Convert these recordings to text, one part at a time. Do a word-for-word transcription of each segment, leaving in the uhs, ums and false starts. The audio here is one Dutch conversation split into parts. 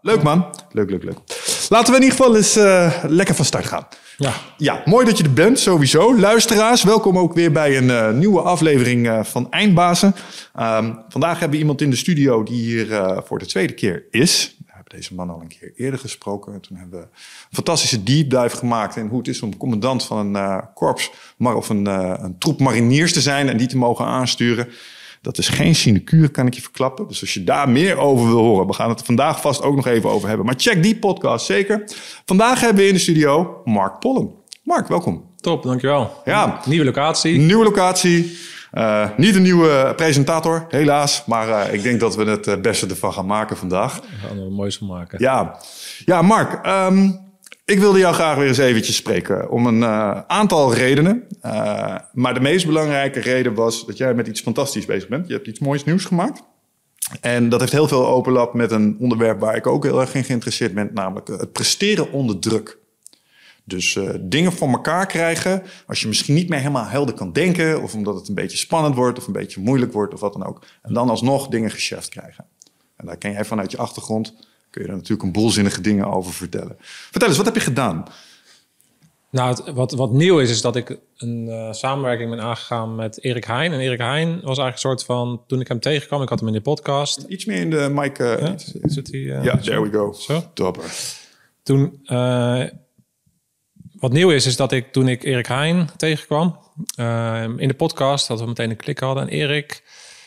Leuk man. Leuk, leuk, leuk. Laten we in ieder geval eens uh, lekker van start gaan. Ja. Ja, mooi dat je er bent, sowieso. Luisteraars, welkom ook weer bij een uh, nieuwe aflevering uh, van Eindbazen. Um, vandaag hebben we iemand in de studio die hier uh, voor de tweede keer is. We hebben deze man al een keer eerder gesproken. Toen hebben we een fantastische deep dive gemaakt in hoe het is om commandant van een uh, korps, maar of een, uh, een troep mariniers te zijn en die te mogen aansturen. Dat is geen sinecure, kan ik je verklappen. Dus als je daar meer over wil horen, we gaan het er vandaag vast ook nog even over hebben. Maar check die podcast zeker. Vandaag hebben we in de studio Mark Pollen. Mark, welkom. Top, dankjewel. Ja. Nieuwe locatie. Nieuwe locatie. Uh, niet een nieuwe presentator, helaas. Maar uh, ik denk dat we het uh, beste ervan gaan maken vandaag. We gaan er moois van maken. Ja, ja Mark. Um, Ik wilde jou graag weer eens eventjes spreken om een uh, aantal redenen. Uh, maar de meest belangrijke reden was dat jij met iets fantastisch bezig bent. Je hebt iets moois nieuws gemaakt. En dat heeft heel veel overlap met een onderwerp waar ik ook heel erg in geïnteresseerd ben. Namelijk het presteren onder druk. Dus uh, dingen voor elkaar krijgen als je misschien niet meer helemaal helder kan denken. Of omdat het een beetje spannend wordt of een beetje moeilijk wordt of wat dan ook. En dan alsnog dingen gecheft krijgen. En daar ken jij vanuit je achtergrond. Kun je er natuurlijk een boel zinnige dingen over vertellen. Vertel eens, wat heb je gedaan? Nou, het, wat, wat nieuw is, is dat ik een uh, samenwerking ben aangegaan met Erik Heijn. En Erik Heijn was eigenlijk een soort van, toen ik hem tegenkwam, ik had hem in de podcast. Iets meer in de mic. Uh, ja, zit hij, uh, ja, there we go. Zo? Topper. Toen, uh, wat nieuw is, is dat ik toen ik Erik Heijn tegenkwam uh, in de podcast, dat we meteen een klik hadden. En Erik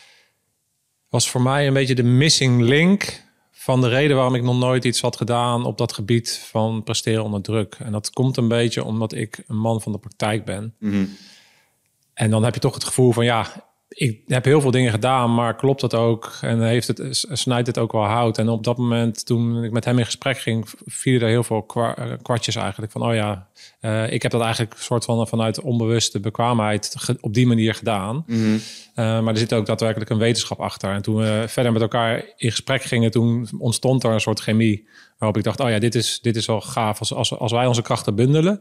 was voor mij een beetje de missing link van de reden waarom ik nog nooit iets had gedaan op dat gebied van presteren onder druk. En dat komt een beetje omdat ik een man van de praktijk ben. Mm-hmm. En dan heb je toch het gevoel van, ja, ik heb heel veel dingen gedaan, maar klopt dat ook? En heeft het, snijdt het ook wel hout? En op dat moment, toen ik met hem in gesprek ging, vielen er heel veel kwartjes eigenlijk. Van, oh ja, uh, ik heb dat eigenlijk soort van vanuit onbewuste bekwaamheid op die manier gedaan. Mm-hmm. Uh, maar er zit ook daadwerkelijk een wetenschap achter. En toen we verder met elkaar in gesprek gingen, toen ontstond er een soort chemie. Waarop ik dacht, oh ja, dit is, dit is wel gaaf. Als, als, als wij onze krachten bundelen,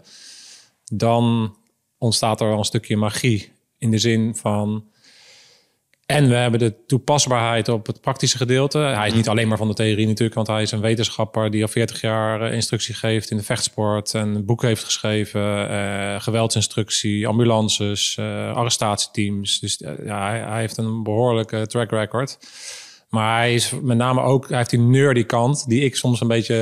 dan ontstaat er wel een stukje magie. In de zin van, en we hebben de toepasbaarheid op het praktische gedeelte. Hij is niet alleen maar van de theorie natuurlijk, want hij is een wetenschapper die al veertig jaar instructie geeft in de vechtsport en een boek heeft geschreven, uh, geweldsinstructie, ambulances, uh, arrestatieteams. Dus uh, ja, hij, hij heeft een behoorlijke track record. Maar hij is met name ook, hij heeft die nerdy kant die ik soms een beetje,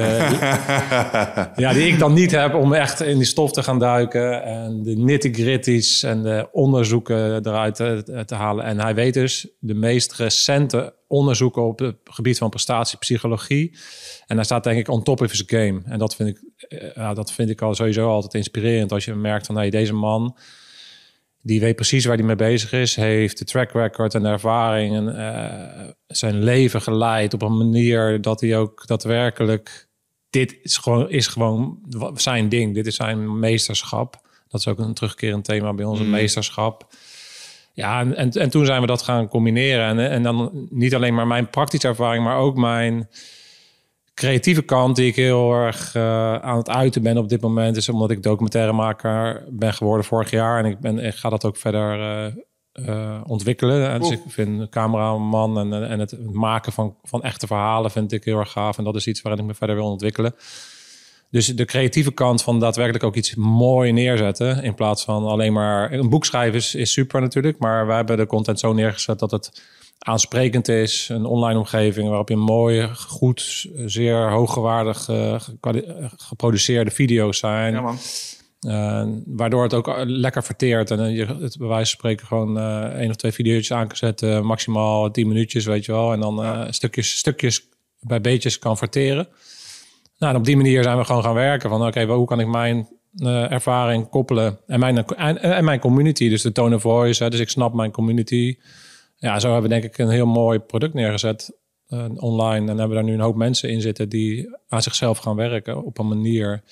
ja, die ik dan niet heb om echt in die stof te gaan duiken en de nitty-gritties en de onderzoeken eruit te, te halen. En hij weet dus de meest recente onderzoeken op het gebied van prestatiepsychologie. En hij staat denk ik on top of his game. En dat vind ik, ja, dat vind ik al sowieso altijd inspirerend als je merkt van, hey, deze man, die weet precies waar hij mee bezig is. Heeft de track record en de ervaring en uh, zijn leven geleid op een manier dat hij ook daadwerkelijk, dit is gewoon, is gewoon zijn ding. Dit is zijn meesterschap. Dat is ook een terugkerend thema bij ons, mm. meesterschap. Ja, en, en, en toen zijn we dat gaan combineren. En, en dan niet alleen maar mijn praktische ervaring, maar ook mijn creatieve kant die ik heel erg uh, aan het uiten ben op dit moment, is omdat ik documentairemaker ben geworden vorig jaar. En ik, ben, ik ga dat ook verder uh, uh, ontwikkelen. En dus ik vind cameraman en, en het maken van, van echte verhalen vind ik heel erg gaaf. En dat is iets waarin ik me verder wil ontwikkelen. Dus de creatieve kant van daadwerkelijk ook iets mooi neerzetten, in plaats van alleen maar een boek schrijven is, is super natuurlijk. Maar wij hebben de content zo neergezet dat het aansprekend is. Een online omgeving waarop je mooie, goed, zeer hoogwaardig uh, geproduceerde video's zijn. Ja, man. Uh, waardoor het ook lekker verteert. En uh, je het bij wijze van spreken gewoon uh, één of twee video's aan kan zetten. Maximaal tien minuutjes, weet je wel. En dan uh, ja. stukjes, stukjes bij beetjes kan verteren. Nou, en op die manier zijn we gewoon gaan werken. Van oké, okay, hoe kan ik mijn uh, ervaring koppelen? En mijn, en, en mijn community, dus de tone of voice. Hè, dus ik snap mijn community. Ja, zo hebben we denk ik een heel mooi product neergezet uh, online. En hebben daar nu een hoop mensen in zitten die aan zichzelf gaan werken op een manier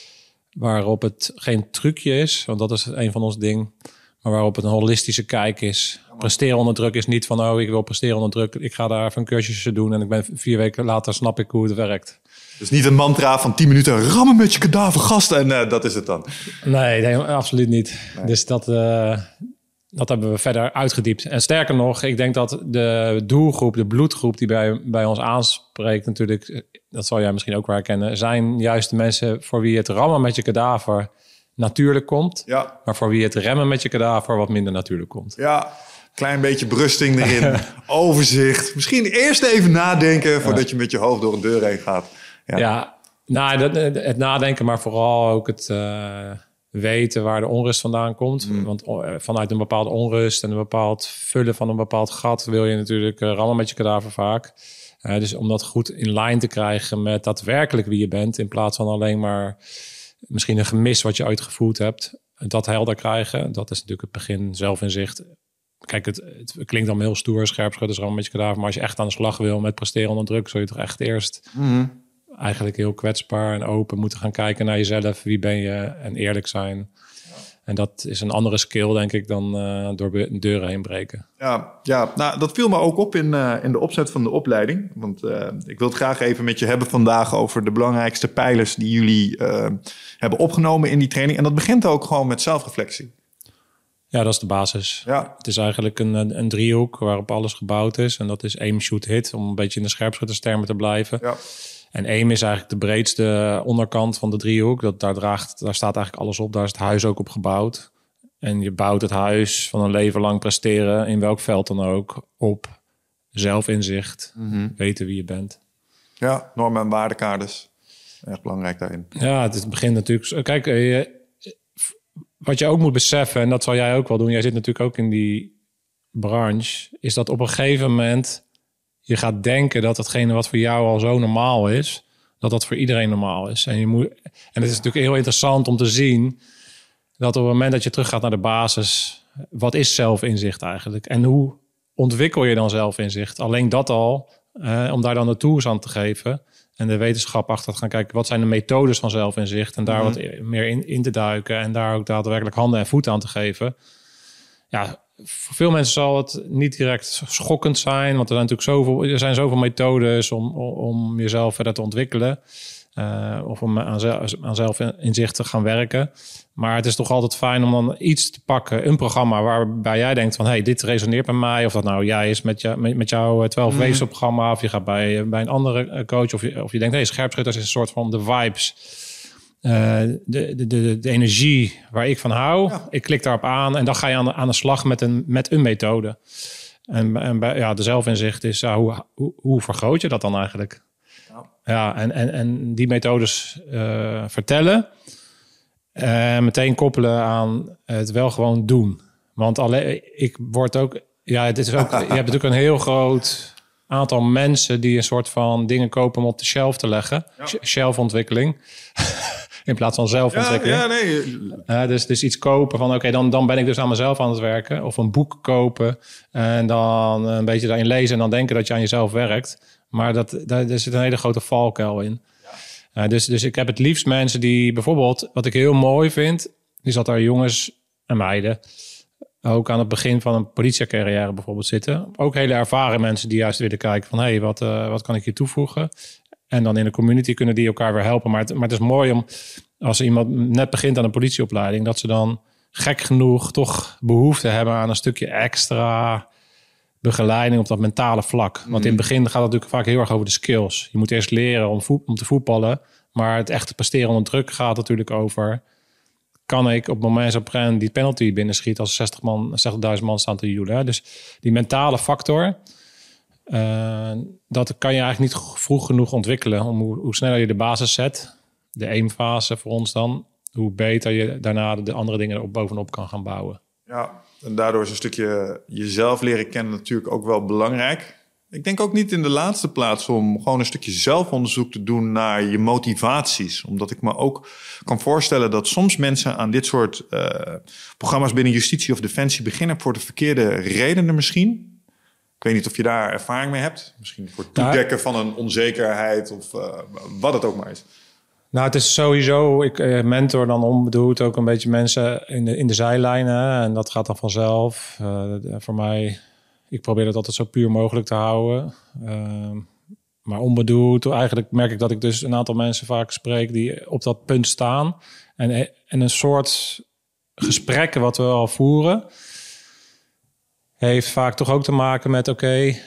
waarop het geen trucje is, want dat is een van ons ding, maar waarop het een holistische kijk is. Presteren onder druk is niet van, oh, ik wil presteren onder druk. Ik ga daar even een cursusje doen en ik ben vier weken later snap ik hoe het werkt. Dus niet een mantra van tien minuten rammen met je kadaver gasten en uh, dat is het dan. Nee, nee absoluut niet. Nee. Dus dat, uh, dat hebben we verder uitgediept. En sterker nog, ik denk dat de doelgroep, de bloedgroep die bij, bij ons aanspreekt natuurlijk, dat zal jij misschien ook wel herkennen, zijn juist de mensen voor wie het rammen met je kadaver natuurlijk komt, Ja. maar voor wie het remmen met je kadaver wat minder natuurlijk komt. Ja, klein beetje berusting erin, overzicht. Misschien eerst even nadenken voordat ja. je met je hoofd door een deur heen gaat. Ja, ja nou, dat, het nadenken, maar vooral ook het uh, weten waar de onrust vandaan komt. Mm. Want uh, vanuit een bepaalde onrust en een bepaald vullen van een bepaald gat wil je natuurlijk uh, rammen met je kadaver vaak. Uh, dus om dat goed in lijn te krijgen met daadwerkelijk wie je bent, in plaats van alleen maar misschien een gemis wat je ooit gevoeld hebt, dat helder krijgen. Dat is natuurlijk het begin zelfinzicht. Kijk, het, het klinkt dan heel stoer, scherpschutters, rammen met je kadaver. Maar als je echt aan de slag wil met presteren onder druk, zul je toch echt eerst mm-hmm. eigenlijk heel kwetsbaar en open moeten gaan kijken naar jezelf. Wie ben je? En eerlijk zijn. Ja. En dat is een andere skill, denk ik, dan uh, door deuren heen breken. Ja, ja, nou, dat viel me ook op in, uh, in de opzet van de opleiding. Want uh, ik wil het graag even met je hebben vandaag over de belangrijkste pijlers die jullie uh, hebben opgenomen in die training. En dat begint ook gewoon met zelfreflectie. Ja, dat is de basis. Ja. Het is eigenlijk een, een, een driehoek waarop alles gebouwd is. En dat is aim, shoot, hit, om een beetje in de scherpschutterstermen te blijven. Ja. En aim is eigenlijk de breedste onderkant van de driehoek. Dat, daar, draagt, daar staat eigenlijk alles op. Daar is het huis ook op gebouwd. En je bouwt het huis van een leven lang presteren, in welk veld dan ook, op zelfinzicht, mm-hmm. weten wie je bent. Ja, normen en waardekaders. Echt belangrijk daarin. Ja, het begint natuurlijk... Kijk, je, wat je ook moet beseffen, en dat zal jij ook wel doen, jij zit natuurlijk ook in die branche, is dat op een gegeven moment je gaat denken dat hetgene wat voor jou al zo normaal is, dat dat voor iedereen normaal is. En, je moet, en het is natuurlijk heel interessant om te zien dat op het moment dat je teruggaat naar de basis, wat is zelfinzicht eigenlijk? En hoe ontwikkel je dan zelfinzicht? Alleen dat al, eh, om daar dan de tools aan te geven en de wetenschap achter te gaan kijken, wat zijn de methodes van zelfinzicht? En daar mm-hmm. wat meer in, in te duiken en daar ook daadwerkelijk handen en voeten aan te geven. Ja, voor veel mensen zal het niet direct schokkend zijn, want er zijn natuurlijk zoveel, er zijn zoveel methodes om, om jezelf verder te ontwikkelen. Uh, of om aan, zelf, aan zelfinzicht te gaan werken. Maar het is toch altijd fijn om dan iets te pakken, een programma waarbij jij denkt van, hey, dit resoneert bij mij. Of dat nou jij is met, je, met, met jouw twaalf mm. wezen programma, of je gaat bij, bij een andere coach, of je, of je denkt, hey, scherpschutters is een soort van de vibes. Uh, de, de, de, de energie waar ik van hou. Ja. Ik klik daarop aan en dan ga je aan de, aan de slag met een, met een methode. En, en bij, ja, de zelfinzicht is, uh, hoe, hoe, hoe vergroot je dat dan eigenlijk? Ja, en, en, en die methodes uh, vertellen en meteen koppelen aan het wel gewoon doen. Want alleen, ik word ook... Ja, het is ook, je hebt natuurlijk een heel groot aantal mensen die een soort van dingen kopen om op de shelf te leggen. Ja. Shelfontwikkeling. In plaats van zelfontwikkeling. Ja, ja, nee. Uh, dus, dus iets kopen van, oké, okay, dan, dan ben ik dus aan mezelf aan het werken. Of een boek kopen en dan een beetje daarin lezen en dan denken dat je aan jezelf werkt. Maar dat, daar zit een hele grote valkuil in. Ja. Uh, dus, dus ik heb het liefst mensen die bijvoorbeeld, wat ik heel mooi vind, is dat er jongens en meiden ook aan het begin van een politiecarrière bijvoorbeeld zitten. Ook hele ervaren mensen die juist willen kijken van, hé, hey, wat, uh, wat kan ik hier toevoegen? En dan in de community kunnen die elkaar weer helpen. Maar het, maar het is mooi om, als iemand net begint aan een politieopleiding, dat ze dan gek genoeg toch behoefte hebben aan een stukje extra begeleiding op dat mentale vlak. Want in het begin gaat het natuurlijk vaak heel erg over de skills. Je moet eerst leren om, voet, om te voetballen. Maar het echte presteren onder druk gaat natuurlijk over, kan ik op het moment op een die penalty binnenschieten als zestig man, zestigduizend man staan te joelen. Dus die mentale factor, uh, dat kan je eigenlijk niet vroeg genoeg ontwikkelen. Om hoe, hoe sneller je de basis zet, de aimfase voor ons dan, hoe beter je daarna de andere dingen erop bovenop kan gaan bouwen. Ja, en daardoor is een stukje jezelf leren kennen natuurlijk ook wel belangrijk. Ik denk ook niet in de laatste plaats om gewoon een stukje zelfonderzoek te doen naar je motivaties. Omdat ik me ook kan voorstellen dat soms mensen aan dit soort uh, programma's binnen justitie of defensie beginnen voor de verkeerde redenen misschien. Ik weet niet of je daar ervaring mee hebt. Misschien voor het toedekken van een onzekerheid of uh, wat het ook maar is. Nou, het is sowieso, ik uh, mentor dan onbedoeld ook een beetje mensen in de, in de zijlijnen. En dat gaat dan vanzelf. Uh, voor mij, ik probeer het altijd zo puur mogelijk te houden. Uh, maar onbedoeld, eigenlijk merk ik dat ik dus een aantal mensen vaak spreek die op dat punt staan. En, en een soort gesprekken wat we al voeren, heeft vaak toch ook te maken met... oké, okay,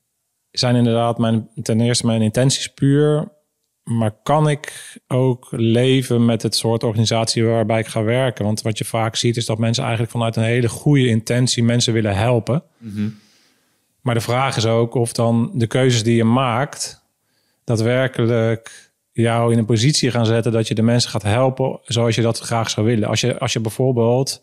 zijn inderdaad mijn, ten eerste mijn intenties puur... maar kan ik ook leven met het soort organisatie waarbij ik ga werken? Want wat je vaak ziet is dat mensen eigenlijk vanuit een hele goede intentie... mensen willen helpen. Mm-hmm. Maar de vraag is ook of dan de keuzes die je maakt... daadwerkelijk jou in een positie gaan zetten... dat je de mensen gaat helpen zoals je dat graag zou willen. Als je, als je bijvoorbeeld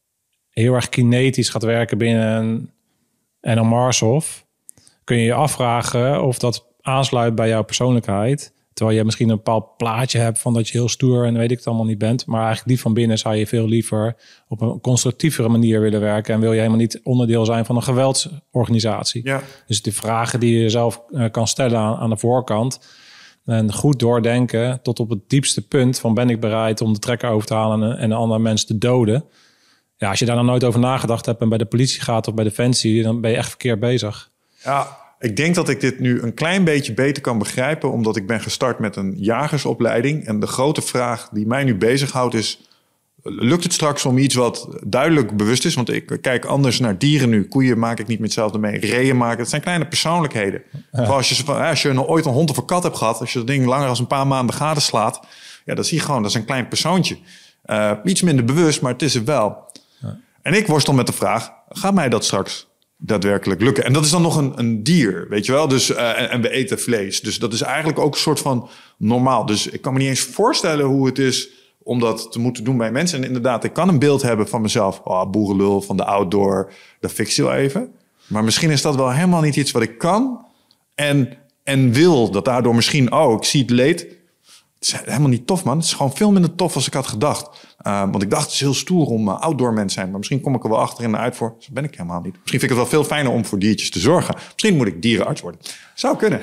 heel erg kinetisch gaat werken binnen een N L Marshof... kun je je afvragen of dat aansluit bij jouw persoonlijkheid... terwijl je misschien een bepaald plaatje hebt van dat je heel stoer... en weet ik het allemaal niet bent. Maar eigenlijk die van binnen zou je veel liever... op een constructievere manier willen werken... en wil je helemaal niet onderdeel zijn van een geweldsorganisatie. Ja. Dus de vragen die je jezelf kan stellen aan, aan de voorkant... en goed doordenken tot op het diepste punt... van ben ik bereid om de trekker over te halen... en een andere mens te doden... Ja, als je daar nog nooit over nagedacht hebt... en bij de politie gaat of bij Defensie... dan ben je echt verkeerd bezig. Ja, ik denk dat ik dit nu een klein beetje beter kan begrijpen... omdat ik ben gestart met een jagersopleiding. En de grote vraag die mij nu bezighoudt is... lukt het straks om iets wat duidelijk bewust is? Want ik kijk anders naar dieren nu. Koeien maak ik niet met hetzelfde mee. Reeën maken, het zijn kleine persoonlijkheden. Ja. Als je, als je ooit een hond of een kat hebt gehad... als je dat ding langer dan een paar maanden gadeslaat... ja, dan zie je gewoon, dat is een klein persoontje. Uh, iets minder bewust, maar het is er wel... Ja. En ik worstel met de vraag, gaat mij dat straks daadwerkelijk lukken? En dat is dan nog een, een dier, weet je wel? Dus, uh, en, en we eten vlees. Dus dat is eigenlijk ook een soort van normaal. Dus ik kan me niet eens voorstellen hoe het is om dat te moeten doen bij mensen. En inderdaad, ik kan een beeld hebben van mezelf. Oh, boerenlul van de outdoor, dat fix je wel even. Maar misschien is dat wel helemaal niet iets wat ik kan. En, en wil dat daardoor misschien, oh, ik zie het leed... Het is helemaal niet tof, man. Het is gewoon veel minder tof als ik had gedacht. Uh, want ik dacht, het is heel stoer om uh, outdoor mens te zijn. Maar misschien kom ik er wel achter in de uitvoer. Zo ben ik helemaal niet. Misschien vind ik het wel veel fijner om voor diertjes te zorgen. Misschien moet ik dierenarts worden. Zou kunnen.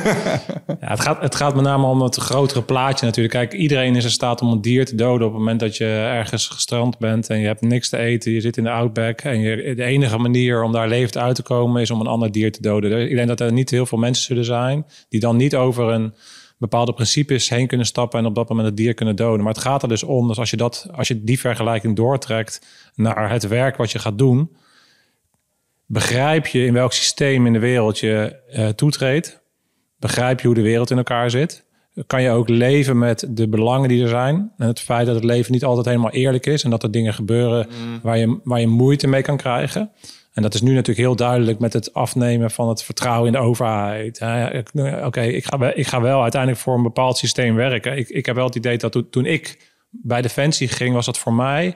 Ja, het, gaat, het gaat met name om het grotere plaatje natuurlijk. Kijk, iedereen is in staat om een dier te doden... op het moment dat je ergens gestrand bent... en je hebt niks te eten, je zit in de outback... en je, de enige manier om daar levend uit te komen... is om een ander dier te doden. Ik denk dat er niet heel veel mensen zullen zijn... die dan niet over een... bepaalde principes heen kunnen stappen en op dat moment het dier kunnen doden. Maar het gaat er dus om, dus als je, dat, als je die vergelijking doortrekt naar het werk wat je gaat doen, begrijp je in welk systeem in de wereld je uh, toetreedt. Begrijp je hoe de wereld in elkaar zit. Kan je ook leven met de belangen die er zijn. En het feit dat het leven niet altijd helemaal eerlijk is en dat er dingen gebeuren mm. waar, je, waar je moeite mee kan krijgen. En dat is nu natuurlijk heel duidelijk met het afnemen van het vertrouwen in de overheid. Oké, okay, ik, ga wel, ik ga wel uiteindelijk voor een bepaald systeem werken. Ik, ik heb wel het idee dat to, toen ik bij Defensie ging, was dat voor mij...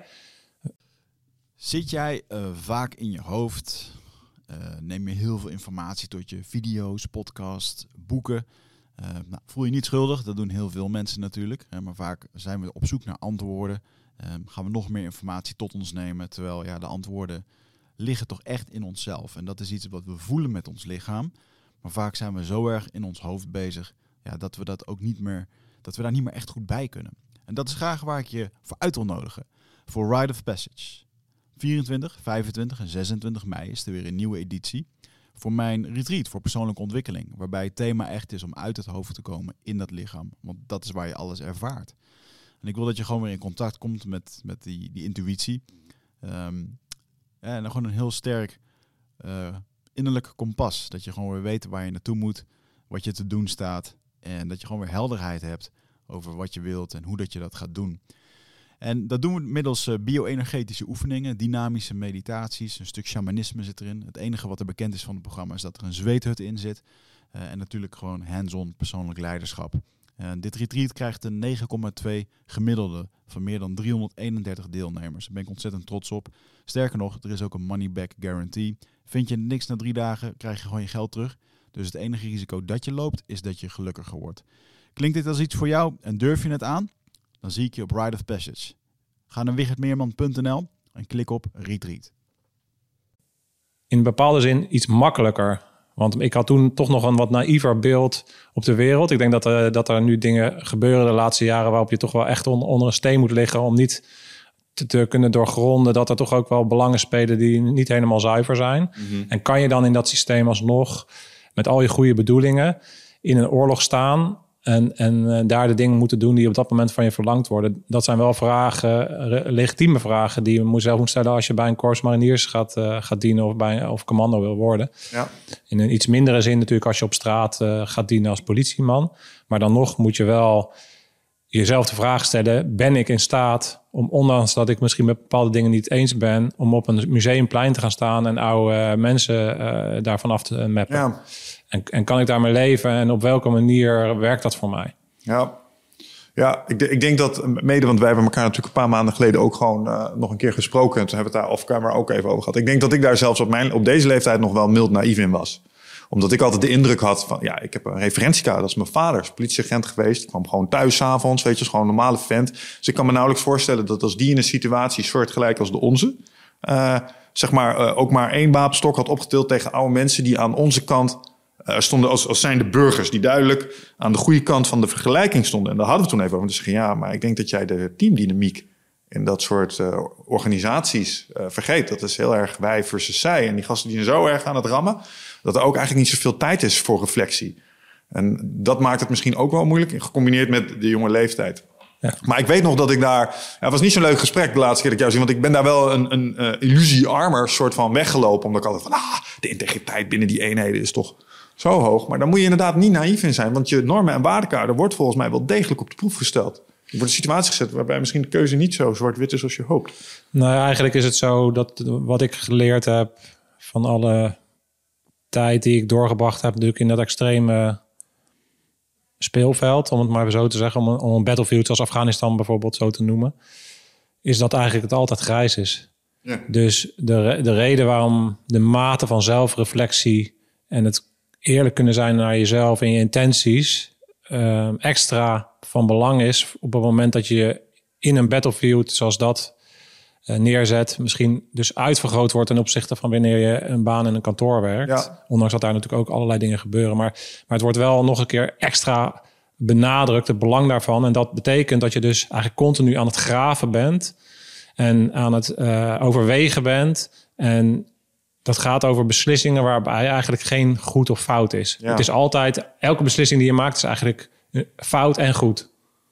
Zit jij uh, vaak in je hoofd? Uh, neem je heel veel informatie tot je video's, podcasts, boeken? Uh, nou, voel je niet schuldig, dat doen heel veel mensen natuurlijk. Uh, maar vaak zijn we op zoek naar antwoorden. Uh, gaan we nog meer informatie tot ons nemen, terwijl ja, de antwoorden... liggen toch echt in onszelf. En dat is iets wat we voelen met ons lichaam. Maar vaak zijn we zo erg in ons hoofd bezig... Ja, dat we dat ook niet meer, dat we daar niet meer echt goed bij kunnen. En dat is graag waar ik je voor uit wil nodigen. Voor Rite of Passage. vierentwintig, vijfentwintig en zesentwintig mei is er weer een nieuwe editie. Voor mijn retreat voor persoonlijke ontwikkeling. Waarbij het thema echt is om uit het hoofd te komen in dat lichaam. Want dat is waar je alles ervaart. En ik wil dat je gewoon weer in contact komt met, met die, die intuïtie... Um, Ja, en dan gewoon een heel sterk uh, innerlijk kompas. Dat je gewoon weer weet waar je naartoe moet, wat je te doen staat. En dat je gewoon weer helderheid hebt over wat je wilt en hoe dat je dat gaat doen. En dat doen we middels uh, bio-energetische oefeningen, dynamische meditaties, een stuk shamanisme zit erin. Het enige wat er bekend is van het programma is dat er een zweethut in zit. Uh, en natuurlijk gewoon hands-on persoonlijk leiderschap. Uh, dit retreat krijgt een negen komma twee gemiddelde van meer dan driehonderdeenendertig deelnemers. Daar ben ik ontzettend trots op. Sterker nog, er is ook een money back guarantee. Vind je niks na drie dagen, krijg je gewoon je geld terug. Dus het enige risico dat je loopt, is dat je gelukkiger wordt. Klinkt dit als iets voor jou en durf je het aan? Dan zie ik je op Rite of Passage. Ga naar wichertmeerman punt n l en klik op Retreat. In een bepaalde zin iets makkelijker. Want ik had toen toch nog een wat naïver beeld op de wereld. Ik denk dat er, dat er nu dingen gebeuren de laatste jaren... waarop je toch wel echt on, onder een steen moet liggen... om niet te, te kunnen doorgronden dat er toch ook wel belangen spelen... die niet helemaal zuiver zijn. Mm-hmm. En kan je dan in dat systeem alsnog... met al je goede bedoelingen in een oorlog staan... En, en uh, daar de dingen moeten doen die op dat moment van je verlangd worden. Dat zijn wel vragen, re- legitieme vragen die je moet zelf moet stellen als je bij een korps mariniers gaat, uh, gaat dienen of bij of commando wil worden. Ja. In een iets mindere zin natuurlijk als je op straat uh, gaat dienen als politieman. Maar dan nog moet je wel jezelf de vraag stellen: ben ik in staat om, ondanks dat ik misschien met bepaalde dingen niet eens ben, om op een museumplein te gaan staan en oude uh, mensen uh, daarvan af te mappen? Ja. En, en kan ik daarmee leven en op welke manier werkt dat voor mij? Ja, ja ik, ik denk dat mede, want wij hebben elkaar natuurlijk een paar maanden geleden ook gewoon uh, nog een keer gesproken. En toen hebben we het daar off-camera ook even over gehad. Ik denk dat ik daar zelfs op, mijn, op deze leeftijd nog wel mild naïef in was. Omdat ik altijd de indruk had van, ja, ik heb een referentiekader. Dat is mijn vader, is politieagent geweest. Ik kwam gewoon thuis 's avonds, weet je, is gewoon een normale vent. Dus ik kan me nauwelijks voorstellen dat als die in een situatie soortgelijk als de onze, Uh, zeg maar, uh, ook maar één wapenstok had opgetild tegen oude mensen die aan onze kant Uh, stonden als, als zijnde burgers die duidelijk aan de goede kant van de vergelijking stonden. En daar hadden we toen even over. Dus ja, maar ik denk dat jij de teamdynamiek in dat soort uh, organisaties uh, vergeet. Dat is heel erg wij versus zij. En die gasten die zijn zo erg aan het rammen, dat er ook eigenlijk niet zoveel tijd is voor reflectie. En dat maakt het misschien ook wel moeilijk, gecombineerd met de jonge leeftijd. Ja. Maar ik weet nog dat ik daar... Ja, het was niet zo'n leuk gesprek de laatste keer dat ik jou zie, want ik ben daar wel een, een uh, illusie-armer soort van weggelopen. Omdat ik altijd van, ah, de integriteit binnen die eenheden is toch zo hoog. Maar daar moet je inderdaad niet naïef in zijn. Want je normen- en waardekader wordt volgens mij wel degelijk op de proef gesteld. Je wordt een situatie gezet waarbij misschien de keuze niet zo zwart-wit is als je hoopt. Nou, eigenlijk is het zo dat wat ik geleerd heb van alle tijd die ik doorgebracht heb, natuurlijk in dat extreme speelveld, om het maar even zo te zeggen, om een, om een battlefield zoals Afghanistan bijvoorbeeld zo te noemen, is dat eigenlijk het altijd grijs is. Ja. Dus de, de reden waarom de mate van zelfreflectie en het eerlijk kunnen zijn naar jezelf en je intenties uh, extra van belang is op het moment dat je in een battlefield zoals dat uh, neerzet, misschien dus uitvergroot wordt ten opzichte van wanneer je een baan in een kantoor werkt. Ja. Ondanks dat daar natuurlijk ook allerlei dingen gebeuren. Maar, maar het wordt wel nog een keer extra benadrukt, het belang daarvan. En dat betekent dat je dus eigenlijk continu aan het graven bent en aan het uh, overwegen bent. En dat gaat over beslissingen waarbij eigenlijk geen goed of fout is. Ja. Het is altijd, elke beslissing die je maakt is eigenlijk fout en goed.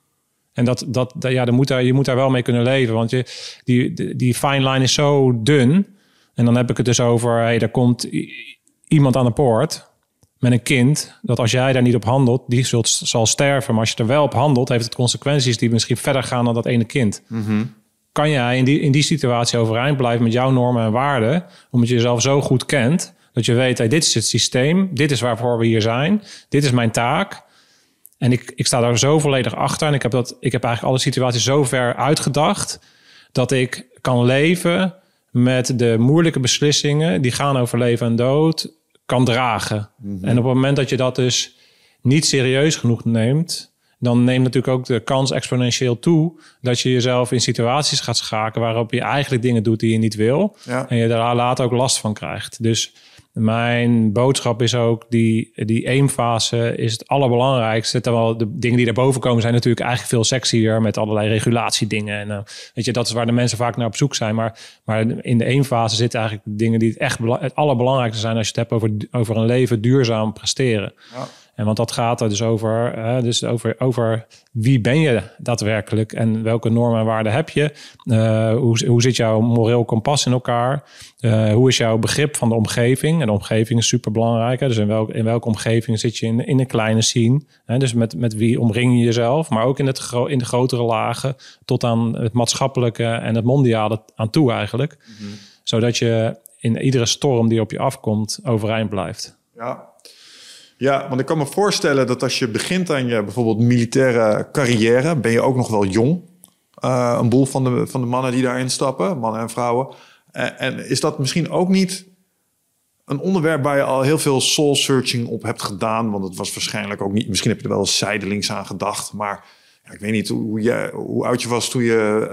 En dat, dat, ja, dan moet daar, je moet daar wel mee kunnen leven. Want je, die, die fine line is zo dun. En dan heb ik het dus over, hey, er komt iemand aan de poort met een kind, dat als jij daar niet op handelt, die zult, zal sterven. Maar als je er wel op handelt, heeft het consequenties die misschien verder gaan dan dat ene kind. Mm-hmm. Kan jij in die, in die situatie overeind blijven met jouw normen en waarden, omdat je jezelf zo goed kent, dat je weet, hey, dit is het systeem, dit is waarvoor we hier zijn, dit is mijn taak. En ik, ik sta daar zo volledig achter. En ik heb, dat, ik heb eigenlijk alle situaties zo ver uitgedacht dat ik kan leven met de moeilijke beslissingen die gaan over leven en dood, kan dragen. Mm-hmm. En op het moment dat je dat dus niet serieus genoeg neemt, dan neemt natuurlijk ook de kans exponentieel toe dat je jezelf in situaties gaat schaken waarop je eigenlijk dingen doet die je niet wil. Ja. En je daar later ook last van krijgt. Dus mijn boodschap is ook, die, die aimfase is het allerbelangrijkste. Terwijl de dingen die daarboven komen zijn natuurlijk eigenlijk veel sexier met allerlei regulatiedingen. En uh, weet je, dat is waar de mensen vaak naar op zoek zijn. Maar, maar in de aimfase zitten eigenlijk dingen die het echt het allerbelangrijkste zijn als je het hebt over, over een leven duurzaam presteren. Ja. En want dat gaat er dus over, uh, dus over, over wie ben je daadwerkelijk en welke normen en waarden heb je? Uh, hoe, hoe zit jouw moreel kompas in elkaar? Uh, hoe is jouw begrip van de omgeving? En de omgeving is super belangrijk. Hè? Dus in, welk, in welke omgeving zit je in, in een kleine scene? Hè? Dus met, met wie omring je jezelf? Maar ook in, het, in de grotere lagen tot aan het maatschappelijke en het mondiale aan toe eigenlijk. Mm-hmm. Zodat je in iedere storm die op je afkomt overeind blijft. Ja. Ja, want ik kan me voorstellen dat als je begint aan je bijvoorbeeld militaire carrière, ben je ook nog wel jong. Uh, een boel van de, van de mannen die daarin stappen, mannen en vrouwen. En, en is dat misschien ook niet een onderwerp waar je al heel veel soul-searching op hebt gedaan? Want het was waarschijnlijk ook niet, misschien heb je er wel eens zijdelings aan gedacht. Maar ja, ik weet niet hoe, je, hoe oud je was toen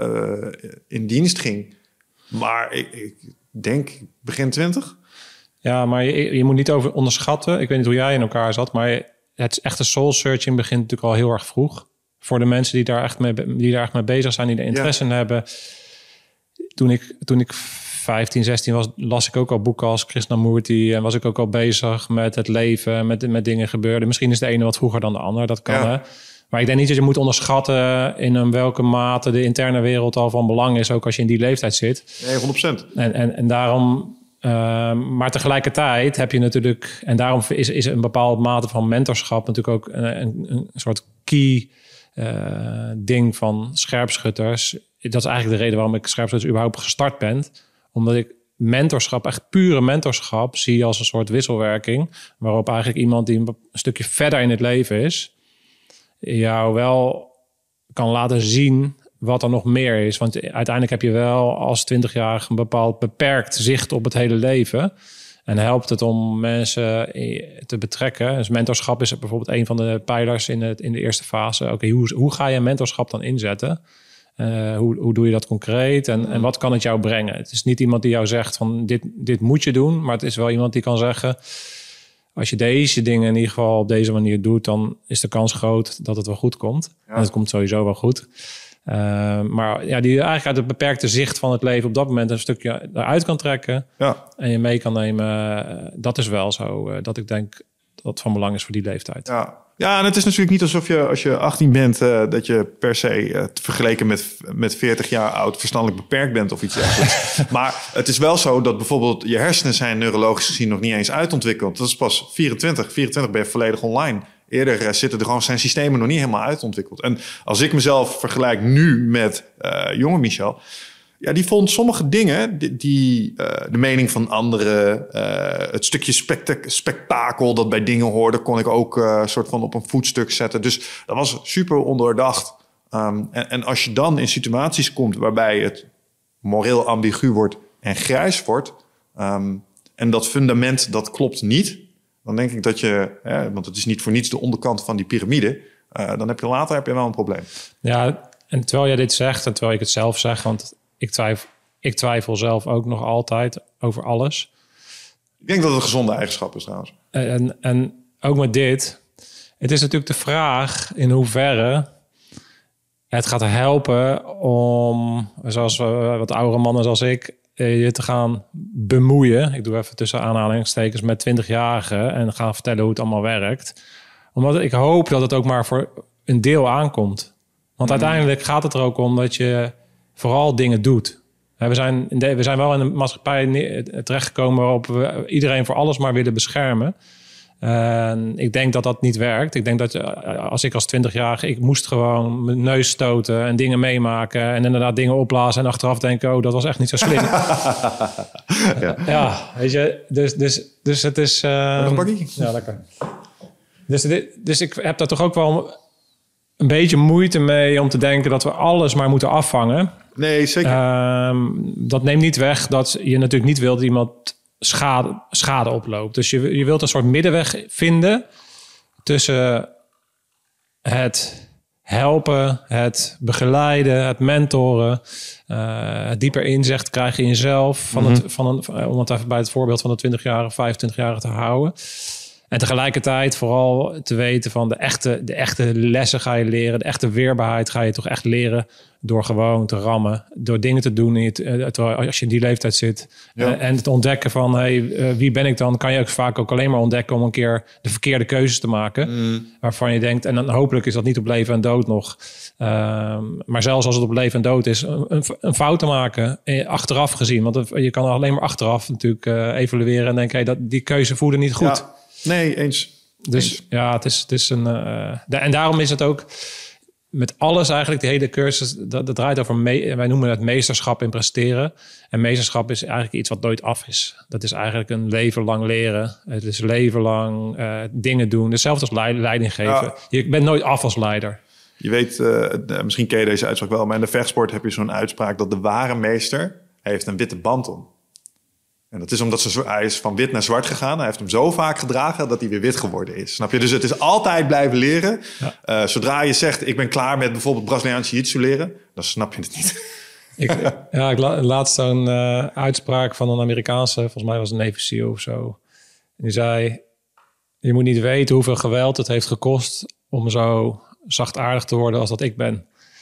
je uh, in dienst ging. Maar ik, ik denk begin twintig. Ja, maar je, je moet niet over onderschatten. Ik weet niet hoe jij in elkaar zat, maar het echte soul searching begint natuurlijk al heel erg vroeg. Voor de mensen die daar echt mee, die daar echt mee bezig zijn, die er interesse ja. in hebben. Toen ik, toen ik vijftien, zestien was, las ik ook al boeken als Krishnamurti. En was ik ook al bezig met het leven, met, met dingen gebeurden. Misschien is de ene wat vroeger dan de ander, dat kan Ja. hè. Maar ik denk niet dat je moet onderschatten in een welke mate de interne wereld al van belang is. Ook als je in die leeftijd zit. Nee, honderd procent. En, en, en daarom... Uh, maar tegelijkertijd heb je natuurlijk... En daarom is, is een bepaalde mate van mentorschap natuurlijk ook een, een, een soort key uh, ding van scherpschutters. Dat is eigenlijk de reden waarom ik scherpschutters überhaupt gestart ben. Omdat ik mentorschap, echt pure mentorschap, zie als een soort wisselwerking. Waarop eigenlijk iemand die een stukje verder in het leven is, jou wel kan laten zien wat er nog meer is. Want uiteindelijk heb je wel als twintigjarige een bepaald beperkt zicht op het hele leven. En helpt het om mensen te betrekken. Dus mentorschap is bijvoorbeeld een van de pijlers in, het, in de eerste fase. Oké, okay, hoe, hoe ga je mentorschap dan inzetten? Uh, hoe, hoe doe je dat concreet? En, en wat kan het jou brengen? Het is niet iemand die jou zegt van dit, dit moet je doen. Maar het is wel iemand die kan zeggen, als je deze dingen in ieder geval op deze manier doet, dan is de kans groot dat het wel goed komt. Ja. En het komt sowieso wel goed. Uh, maar ja, die eigenlijk uit het beperkte zicht van het leven op dat moment een stukje eruit kan trekken. Ja. En je mee kan nemen. Dat is wel zo. Uh, dat ik denk dat het van belang is voor die leeftijd. Ja. Ja, en het is natuurlijk niet alsof je als je achttien bent, uh, dat je per se uh, te vergeleken met, met veertig jaar oud verstandelijk beperkt bent of iets dergelijks. Maar het is wel zo dat bijvoorbeeld je hersenen zijn neurologisch gezien nog niet eens uitontwikkeld. Dat is pas vierentwintig. vierentwintig ben je volledig online. Eerder uh, zitten er gewoon zijn systemen nog niet helemaal uitontwikkeld. En als ik mezelf vergelijk nu met uh, jonge Michel, ja, die vond sommige dingen, die, die uh, de mening van anderen, uh, het stukje spectak- spektakel dat bij dingen hoorde, kon ik ook uh, soort van op een voetstuk zetten. Dus dat was super ondoordacht. Um, en, en als je dan in situaties komt waarbij het moreel ambigu wordt en grijs wordt, um, en dat fundament, dat klopt niet, dan denk ik dat je, hè, want het is niet voor niets de onderkant van die piramide, uh, dan heb je later heb je wel een probleem. Ja, en terwijl jij dit zegt en terwijl ik het zelf zeg, want Ik twijfel, ik twijfel zelf ook nog altijd over alles. Ik denk dat het een gezonde eigenschap is trouwens. En, en ook met dit. Het is natuurlijk de vraag in hoeverre het gaat helpen om, zoals wat oudere mannen zoals ik, je te gaan bemoeien. Ik doe even tussen aanhalingstekens met twintigjarigen en gaan vertellen hoe het allemaal werkt. Omdat ik hoop dat het ook maar voor een deel aankomt. Want mm. uiteindelijk gaat het er ook om dat je vooral dingen doet. We zijn, in de, we zijn wel in een maatschappij terechtgekomen waarop we iedereen voor alles maar willen beschermen. En ik denk dat dat niet werkt. Ik denk dat als ik als twintigjarige, ik moest gewoon mijn neus stoten en dingen meemaken en inderdaad dingen opblazen en achteraf denken, oh, dat was echt niet zo slim. ja. ja, weet je, dus, dus, dus het is. Uh, Nog een bakkie? Ja, lekker. Dus, dus ik heb daar toch ook wel een beetje moeite mee om te denken dat we alles maar moeten afvangen. Nee, zeker. Uh, dat neemt niet weg dat je natuurlijk niet wilt dat iemand schade, schade oploopt. Dus je, je wilt een soort middenweg vinden tussen het helpen, het begeleiden, het mentoren, uh, het dieper inzicht krijgen in jezelf. Van mm-hmm. het, van een, om het even bij het voorbeeld van de twintigjarige, vijfentwintigjarige te houden. En tegelijkertijd vooral te weten van de echte, de echte lessen ga je leren. De echte weerbaarheid ga je toch echt leren door gewoon te rammen. Door dingen te doen in het, als je in die leeftijd zit. Ja. Uh, en het ontdekken van hey, uh, wie ben ik dan? Kan je ook vaak ook alleen maar ontdekken om een keer de verkeerde keuzes te maken. Mm. Waarvan je denkt, en dan hopelijk is dat niet op leven en dood nog. Uh, maar zelfs als het op leven en dood is, een, een fout te maken. Achteraf gezien. Want je kan alleen maar achteraf natuurlijk uh, evalueren en denken, hey, dat, die keuze voelde niet goed. Ja. Nee, eens. Dus eens. ja, het is, het is een... Uh, de, en daarom is het ook met alles eigenlijk, de hele cursus, dat, dat draait over, me, wij noemen het meesterschap in presteren. En meesterschap is eigenlijk iets wat nooit af is. Dat is eigenlijk een leven lang leren. Het is leven lang uh, dingen doen. Hetzelfde als leid, leiding geven. Ja. Je bent nooit af als leider. Je weet, uh, misschien ken je deze uitspraak wel, maar in de vechtsport heb je zo'n uitspraak dat de ware meester heeft een witte band om. En dat is omdat ze, hij is van wit naar zwart gegaan. Hij heeft hem zo vaak gedragen dat hij weer wit geworden is. Snap je? Dus het is altijd blijven leren. Ja. Uh, zodra je zegt, ik ben klaar met bijvoorbeeld Braziliaans jiu-jitsu leren, dan snap je het niet. Ik, ja, ik la, laatst zo'n uh, uitspraak van een Amerikaanse, volgens mij was een Navy SEAL of zo. En die zei, je moet niet weten hoeveel geweld het heeft gekost om zo zachtaardig te worden als dat ik ben.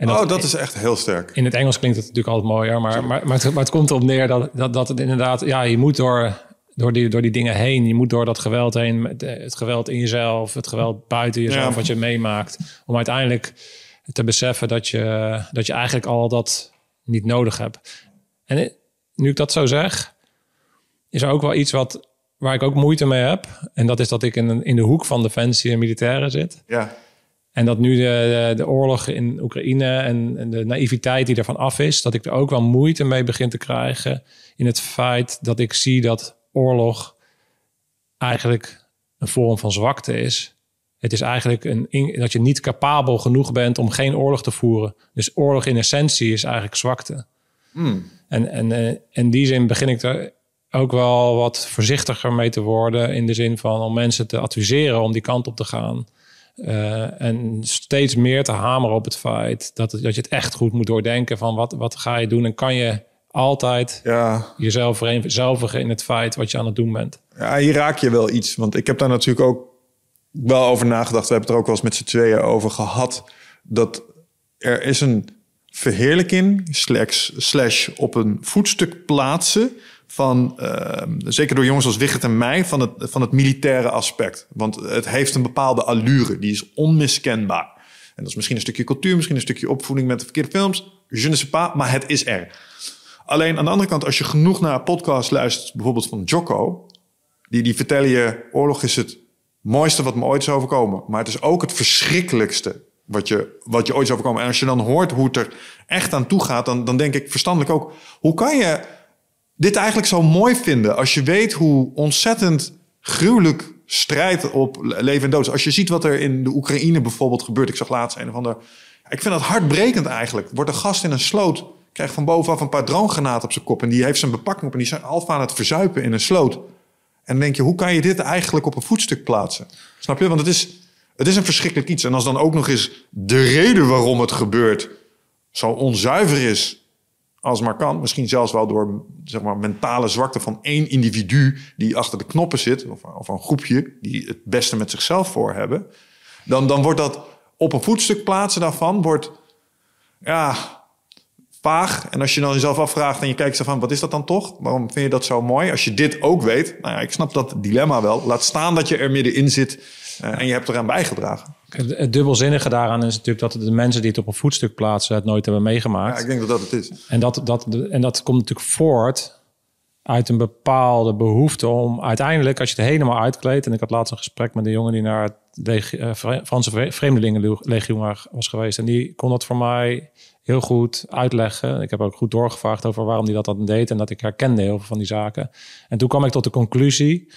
En dat, oh, dat is echt heel sterk. In het Engels klinkt het natuurlijk altijd mooier, maar, maar, maar, het, maar het komt erop neer dat, dat, dat het inderdaad, ja, je moet door, door, die, door die dingen heen, je moet door dat geweld heen, het geweld in jezelf, het geweld buiten jezelf, ja. wat je meemaakt, om uiteindelijk te beseffen dat je, dat je eigenlijk al dat niet nodig hebt. En nu ik dat zo zeg, is er ook wel iets wat, waar ik ook moeite mee heb. En dat is dat ik in, in de hoek van defensie en militairen zit. Ja. En dat nu de, de, de oorlog in Oekraïne en, en de naïviteit die ervan af is, dat ik er ook wel moeite mee begin te krijgen in het feit dat ik zie dat oorlog eigenlijk een vorm van zwakte is. Het is eigenlijk een, dat je niet capabel genoeg bent om geen oorlog te voeren. Dus oorlog in essentie is eigenlijk zwakte. Mm. En, en in die zin begin ik er ook wel wat voorzichtiger mee te worden, in de zin van om mensen te adviseren om die kant op te gaan. Uh, en steeds meer te hameren op het feit dat, het, dat je het echt goed moet doordenken van wat, wat ga je doen en kan je altijd ja. jezelf vereenzelvigen in het feit wat je aan het doen bent. Ja, hier raak je wel iets, want ik heb daar natuurlijk ook wel over nagedacht. We hebben het er ook wel eens met z'n tweeën over gehad, dat er is een verheerlijking slash, slash op een voetstuk plaatsen van, uh, zeker door jongens als Wichert en mij, van het, van het militaire aspect. Want het heeft een bepaalde allure, die is onmiskenbaar. En dat is misschien een stukje cultuur, misschien een stukje opvoeding met de verkeerde films. Je ne sais pas, maar het is er. Alleen aan de andere kant, als je genoeg naar een podcast luistert, bijvoorbeeld van Jocko, die, die vertellen je, oorlog is het mooiste wat me ooit is overkomen. Maar het is ook het verschrikkelijkste wat je, wat je ooit is overkomen. En als je dan hoort hoe het er echt aan toe gaat, dan, dan denk ik verstandelijk ook, hoe kan je dit eigenlijk zo mooi vinden als je weet hoe ontzettend gruwelijk strijd op leven en dood is. Als je ziet wat er in de Oekraïne bijvoorbeeld gebeurt. Ik zag laatst een of ander. Ik vind dat hartbrekend eigenlijk. Wordt een gast in een sloot, krijgt van bovenaf een paar dronegranaten op zijn kop en die heeft zijn bepakking op en die is half aan het verzuipen in een sloot. En dan denk je, hoe kan je dit eigenlijk op een voetstuk plaatsen? Snap je? Want het is, het is een verschrikkelijk iets. En als dan ook nog eens de reden waarom het gebeurt zo onzuiver is als maar kan, misschien zelfs wel door, zeg maar, mentale zwakte van één individu die achter de knoppen zit, of, of een groepje die het beste met zichzelf voor hebben, dan, dan wordt dat op een voetstuk plaatsen daarvan, wordt ja, vaag. En als je dan jezelf afvraagt en je kijkt zo van, wat is dat dan toch? Waarom vind je dat zo mooi? Als je dit ook weet, nou ja, ik snap dat dilemma wel. Laat staan dat je er middenin zit uh, en je hebt eraan bijgedragen. Het dubbelzinnige daaraan is natuurlijk dat de mensen die het op een voetstuk plaatsen het nooit hebben meegemaakt. Ja, ik denk dat dat het is. En dat, dat, en dat komt natuurlijk voort uit een bepaalde behoefte om uiteindelijk, als je het helemaal uitkleedt, en ik had laatst een gesprek met een jongen die naar het Legi- uh, Franse Vreemdelingenlegioen was geweest, en die kon dat voor mij heel goed uitleggen. Ik heb ook goed doorgevraagd over waarom hij dat dan deed en dat ik herkende heel veel van die zaken. En toen kwam ik tot de conclusie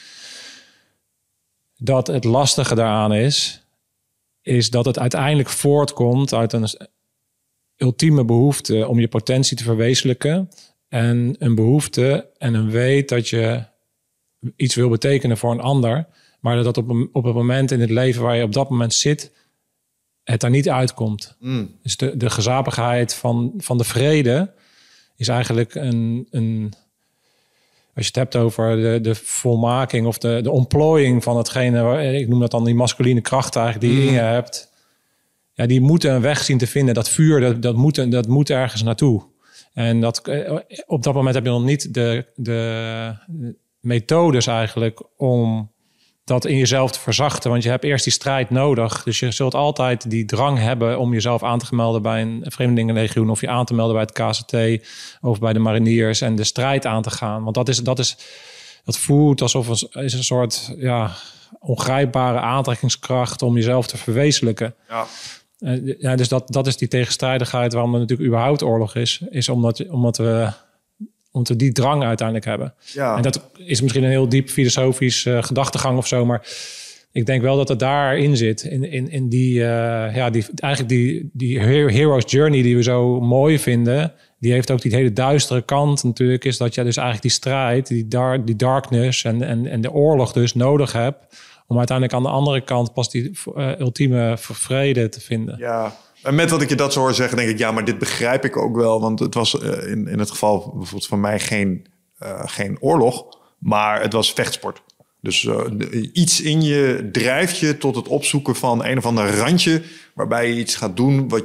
dat het lastige daaraan is, is dat het uiteindelijk voortkomt uit een ultieme behoefte om je potentie te verwezenlijken. En een behoefte en een weet dat je iets wil betekenen voor een ander. Maar dat op, een, op het moment in het leven waar je op dat moment zit, het daar niet uitkomt. Mm. Dus de, de gezapigheid van, van de vrede is eigenlijk een, een... Als je het hebt over de, de volmaking of de, de ontplooiing van hetgene, ik noem dat dan die masculine kracht eigenlijk die mm. in je hebt. Ja, die moeten een weg zien te vinden. Dat vuur, dat, dat, moet, dat moet ergens naartoe. En dat, op dat moment heb je nog niet de, de methodes eigenlijk om dat in jezelf te verzachten. Want je hebt eerst die strijd nodig. Dus je zult altijd die drang hebben om jezelf aan te melden bij een Vreemdelingenlegioen, of je aan te melden bij het K C T of bij de mariniers en de strijd aan te gaan. Want dat is, dat is, dat voelt alsof het is een soort ja, ongrijpbare aantrekkingskracht om jezelf te verwezenlijken. Ja. Uh, ja, dus dat, dat is die tegenstrijdigheid waarom er natuurlijk überhaupt oorlog is. Is omdat, omdat, we, omdat we die drang uiteindelijk hebben. Ja. En dat is misschien een heel diep filosofisch uh, gedachtegang of zo. Maar ik denk wel dat het daarin zit. In, in, in die, uh, ja, die, eigenlijk die, die hero's journey die we zo mooi vinden. Die heeft ook die hele duistere kant natuurlijk. Is dat je dus eigenlijk die strijd, die, dar, die darkness en, en, en de oorlog dus nodig hebt om uiteindelijk aan de andere kant pas die uh, ultieme vrede te vinden. Ja, en met wat ik je dat zo hoor zeggen, denk ik, ja, maar dit begrijp ik ook wel. Want het was uh, in, in het geval bijvoorbeeld van mij geen, uh, geen oorlog, maar het was vechtsport. Dus uh, iets in je drijft je tot het opzoeken van een of ander randje, waarbij je iets gaat doen wat je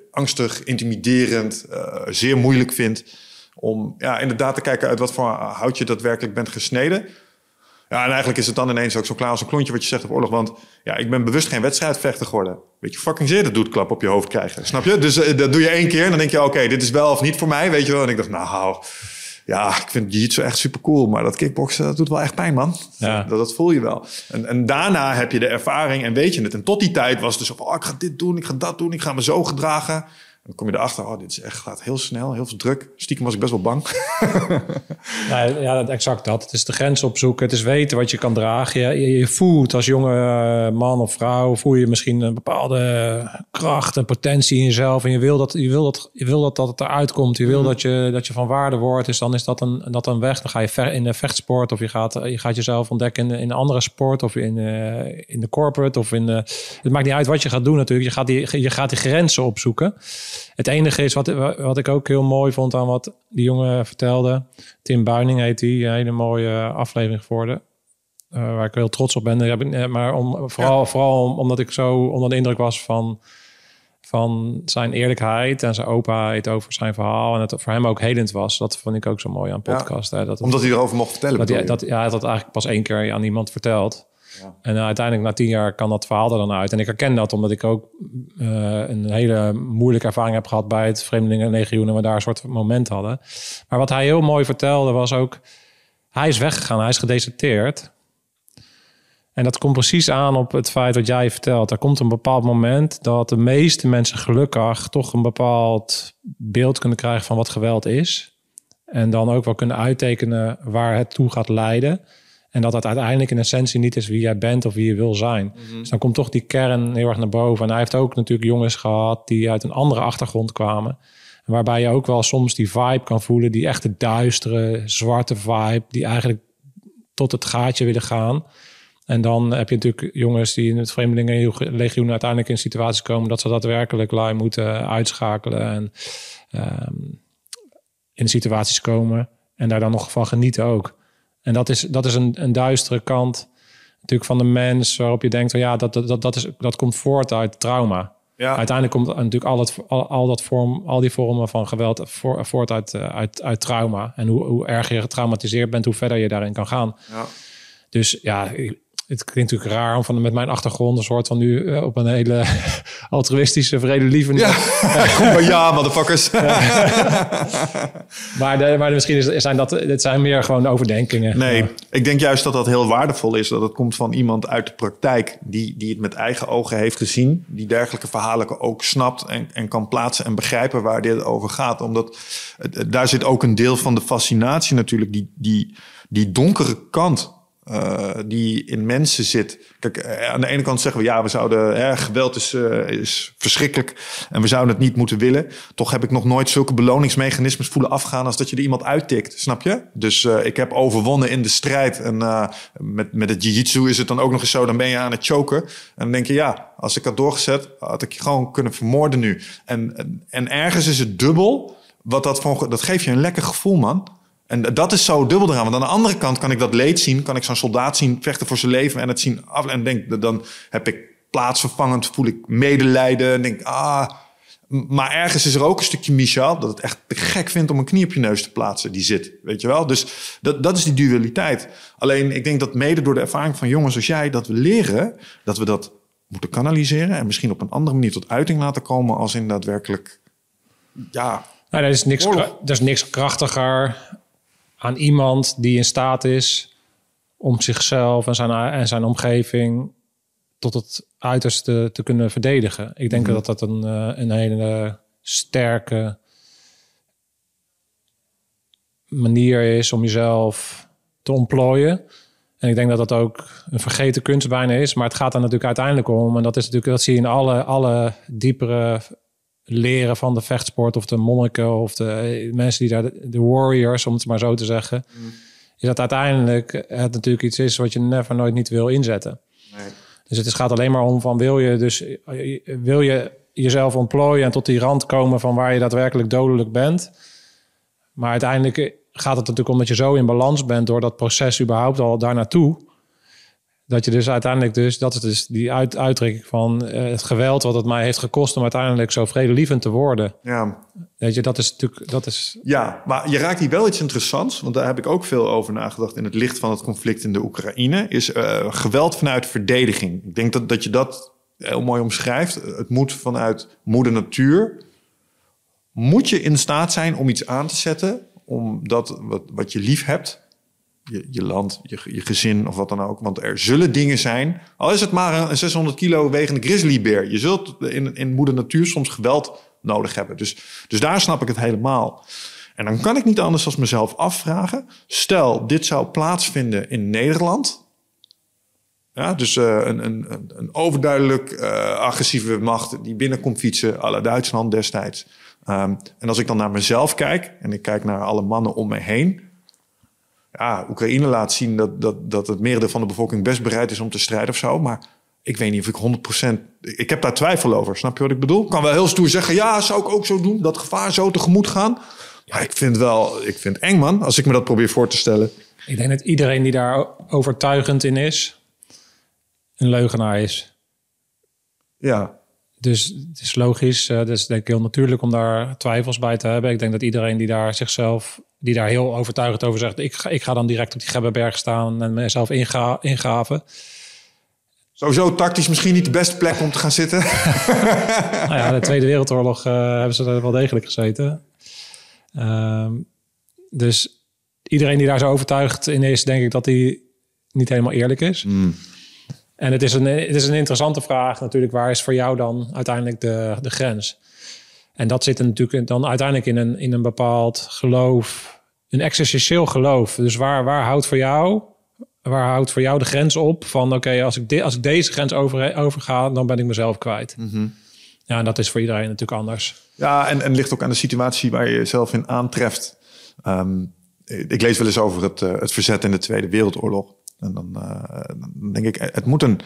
angstig, intimiderend, uh, zeer moeilijk vindt. Om ja, inderdaad te kijken uit wat voor hout je daadwerkelijk bent gesneden. Ja, en eigenlijk is het dan ineens ook zo klaar als een klontje wat je zegt op oorlog. Want ja, ik ben bewust geen wedstrijdvechter geworden. Weet je, fucking zeer dat doet klap op je hoofd krijgen. Snap je? Dus uh, dat doe je één keer en dan denk je, oké, okay, dit is wel of niet voor mij, weet je wel. En ik dacht, nou, ja, ik vind jiu-jitsu echt super cool. Maar dat kickboksen, dat doet wel echt pijn, man. Ja. Dat, dat voel je wel. En, en daarna heb je de ervaring en weet je het. En tot die tijd was het dus, oh, ik ga dit doen, ik ga dat doen, ik ga me zo gedragen. Dan kom je erachter, oh, dit is echt, gaat heel snel, heel veel druk. Stiekem was ik best wel bang. ja, ja, exact dat. Het is de grens opzoeken. Het is weten wat je kan dragen. Je, je, je voelt als jonge man of vrouw... voel je misschien een bepaalde kracht en potentie in jezelf. En je wil dat, je wil dat, je wil dat, dat het eruit komt. Je wil mm. dat, je, dat je van waarde wordt. Dus dan is dat een, dat een weg. Dan ga je ver in de vechtsport. Of je gaat, je gaat jezelf ontdekken in, in een andere sport. Of in, uh, in de corporate. Of in de, het maakt niet uit wat je gaat doen natuurlijk. Je gaat die, je gaat die grenzen opzoeken. Het enige is wat, wat ik ook heel mooi vond aan wat die jongen vertelde. Tim Buining heet die, een hele mooie aflevering geworden. Uh, waar ik heel trots op ben. Daar heb ik, maar om, vooral, ja. vooral om, omdat ik zo onder de indruk was van, van zijn eerlijkheid en zijn openheid over zijn verhaal. En het voor hem ook helend was. Dat vond ik ook zo mooi aan podcast. Ja, hè, dat het, omdat hij erover mocht vertellen. Dat hij dat, ja, dat eigenlijk pas één keer aan iemand verteld. Ja. En uh, uiteindelijk na tien jaar kan dat verhaal er dan uit. En ik herken dat omdat ik ook uh, een hele moeilijke ervaring heb gehad bij het Vreemdelingenlegioen en we daar een soort moment hadden. Maar wat hij heel mooi vertelde was ook, hij is weggegaan, hij is gedeserteerd. En dat komt precies aan op het feit wat jij vertelt. Er komt een bepaald moment dat de meeste mensen gelukkig toch een bepaald beeld kunnen krijgen van wat geweld is. En dan ook wel kunnen uittekenen waar het toe gaat leiden. En dat dat uiteindelijk in essentie niet is wie jij bent of wie je wil zijn. Mm-hmm. Dus dan komt toch die kern heel erg naar boven. En hij heeft ook natuurlijk jongens gehad die uit een andere achtergrond kwamen. Waarbij je ook wel soms die vibe kan voelen. Die echte duistere, zwarte vibe. Die eigenlijk tot het gaatje willen gaan. En dan heb je natuurlijk jongens die in het Vreemdelingenlegioen uiteindelijk in situaties komen dat ze daadwerkelijk lui moeten uitschakelen. En um, in situaties komen. En daar dan nog van genieten ook. En dat is, dat is een, een duistere kant natuurlijk van de mens, waarop je denkt, van ja, dat, dat, dat, is, dat komt voort uit trauma. Ja. Uiteindelijk komt natuurlijk al, het, al, al, dat vorm, al die vormen van geweld voort uit, uit, uit trauma. En hoe, hoe erger je getraumatiseerd bent, hoe verder je daarin kan gaan. Ja. Dus ja, het klinkt natuurlijk raar om van met mijn achtergrond een soort van nu uh, op een hele altruïstische, vredelievende... Ja, ja motherfuckers. Ja. maar, de, maar misschien is, zijn dat dit zijn meer gewoon overdenkingen. Nee, maar ik denk juist dat dat heel waardevol is. Dat het komt van iemand uit de praktijk die, die het met eigen ogen heeft gezien. Die dergelijke verhalen ook snapt en, en kan plaatsen en begrijpen waar dit over gaat. Omdat daar zit ook een deel van de fascinatie natuurlijk. Die, die, die donkere kant... Uh, die in mensen zit. Kijk, uh, aan de ene kant zeggen we... ja, we zouden... Uh, geweld is, uh, is verschrikkelijk... en we zouden het niet moeten willen. Toch heb ik nog nooit zulke beloningsmechanismes voelen afgaan... als dat je er iemand uittikt, snap je? Dus uh, ik heb overwonnen in de strijd. En uh, met, met het jiu-jitsu is het dan ook nog eens zo... dan ben je aan het choken. En dan denk je, ja, als ik had doorgezet... had ik je gewoon kunnen vermoorden nu. En, en, en ergens is het dubbel... Wat dat, voor, dat geeft je een lekker gevoel, man... En dat is zo dubbel eraan. Want aan de andere kant kan ik dat leed zien. Kan ik zo'n soldaat zien vechten voor zijn leven. En het zien af. En denk, dan heb ik plaatsvervangend. Voel ik medelijden. En denk, ah. Maar ergens is er ook een stukje Michel. Dat het echt gek vindt om een knie op je neus te plaatsen. Die zit, weet je wel. Dus dat, dat is die dualiteit. Alleen ik denk dat mede door de ervaring van jongens als jij. Dat we leren dat we dat moeten kanaliseren. En misschien op een andere manier tot uiting laten komen. Als in daadwerkelijk, ja. Nou, er is niks, er is niks krachtiger aan iemand die in staat is om zichzelf en zijn, en zijn omgeving tot het uiterste te kunnen verdedigen. Ik denk mm-hmm. dat dat een, een hele sterke manier is om jezelf te ontplooien. En ik denk dat dat ook een vergeten kunst bijna is. Maar het gaat er natuurlijk uiteindelijk om. En dat is natuurlijk, dat zie je in alle, alle diepere leren van de vechtsport of de monniken of de mensen die daar, de warriors, om het maar zo te zeggen, mm. is dat uiteindelijk het natuurlijk iets is wat je never nooit niet wil inzetten. Nee. Dus het is, gaat alleen maar om van wil je dus wil je jezelf ontplooien en tot die rand komen van waar je daadwerkelijk dodelijk bent. Maar uiteindelijk gaat het natuurlijk om dat je zo in balans bent door dat proces überhaupt al daar naartoe. Dat je dus uiteindelijk dus, dat is dus die uit, uitdrukking van uh, het geweld wat het mij heeft gekost om uiteindelijk zo vredelievend te worden. Ja. Weet je, dat is natuurlijk, dat is... Ja, maar je raakt hier wel iets interessants, want daar heb ik ook veel over nagedacht in het licht van het conflict in de Oekraïne, is uh, geweld vanuit verdediging. Ik denk dat, dat je dat heel mooi omschrijft. Het moet vanuit moeder natuur. Moet je in staat zijn om iets aan te zetten, om dat wat, wat je lief hebt, Je, je land, je, je gezin of wat dan ook. Want er zullen dingen zijn, al is het maar een zeshonderd kilo wegende grizzlybeer. Je zult in, in moeder natuur soms geweld nodig hebben. Dus, dus daar snap ik het helemaal. En dan kan ik niet anders dan mezelf afvragen. Stel, dit zou plaatsvinden in Nederland. Ja, dus uh, een, een, een overduidelijk uh, agressieve macht die binnenkomt fietsen, à la Duitsland destijds. Um, en als ik dan naar mezelf kijk en ik kijk naar alle mannen om me heen. Ja, Oekraïne laat zien dat, dat, dat het merendeel van de bevolking best bereid is om te strijden of zo. Maar ik weet niet of ik honderd procent... Ik heb daar twijfel over, snap je wat ik bedoel? Ik kan wel heel stoer zeggen, ja, zou ik ook zo doen? Dat gevaar zo tegemoet gaan? Maar ik vind wel, ik vind het eng, man, als ik me dat probeer voor te stellen. Ik denk dat iedereen die daar overtuigend in is, een leugenaar is. Ja. Dus het is logisch, het is denk ik heel natuurlijk om daar twijfels bij te hebben. Ik denk dat iedereen die daar zichzelf, die daar heel overtuigend over zegt, ik ga, ik ga dan direct op die Gebbenberg staan en mezelf inga, ingaven. Sowieso tactisch misschien niet de beste plek om te gaan zitten. Nou ja, de Tweede Wereldoorlog uh, hebben ze er wel degelijk gezeten. Uh, dus iedereen die daar zo overtuigd in is, denk ik dat hij niet helemaal eerlijk is. Mm. En het is, een, het is een interessante vraag natuurlijk. Waar is voor jou dan uiteindelijk de, de grens? En dat zit er natuurlijk dan uiteindelijk in een, in een bepaald geloof. Een existentieel geloof. Dus waar, waar houdt voor jou... Waar houdt voor jou de grens op van... oké, okay, als, ik de, als ik deze grens over, overga... dan ben ik mezelf kwijt. Mm-hmm. Ja, en dat is voor iedereen natuurlijk anders. Ja, en, en ligt ook aan de situatie waar je jezelf in aantreft. Um, ik lees wel eens over het, uh, het verzet in de Tweede Wereldoorlog. En dan, uh, dan denk ik, het moet een...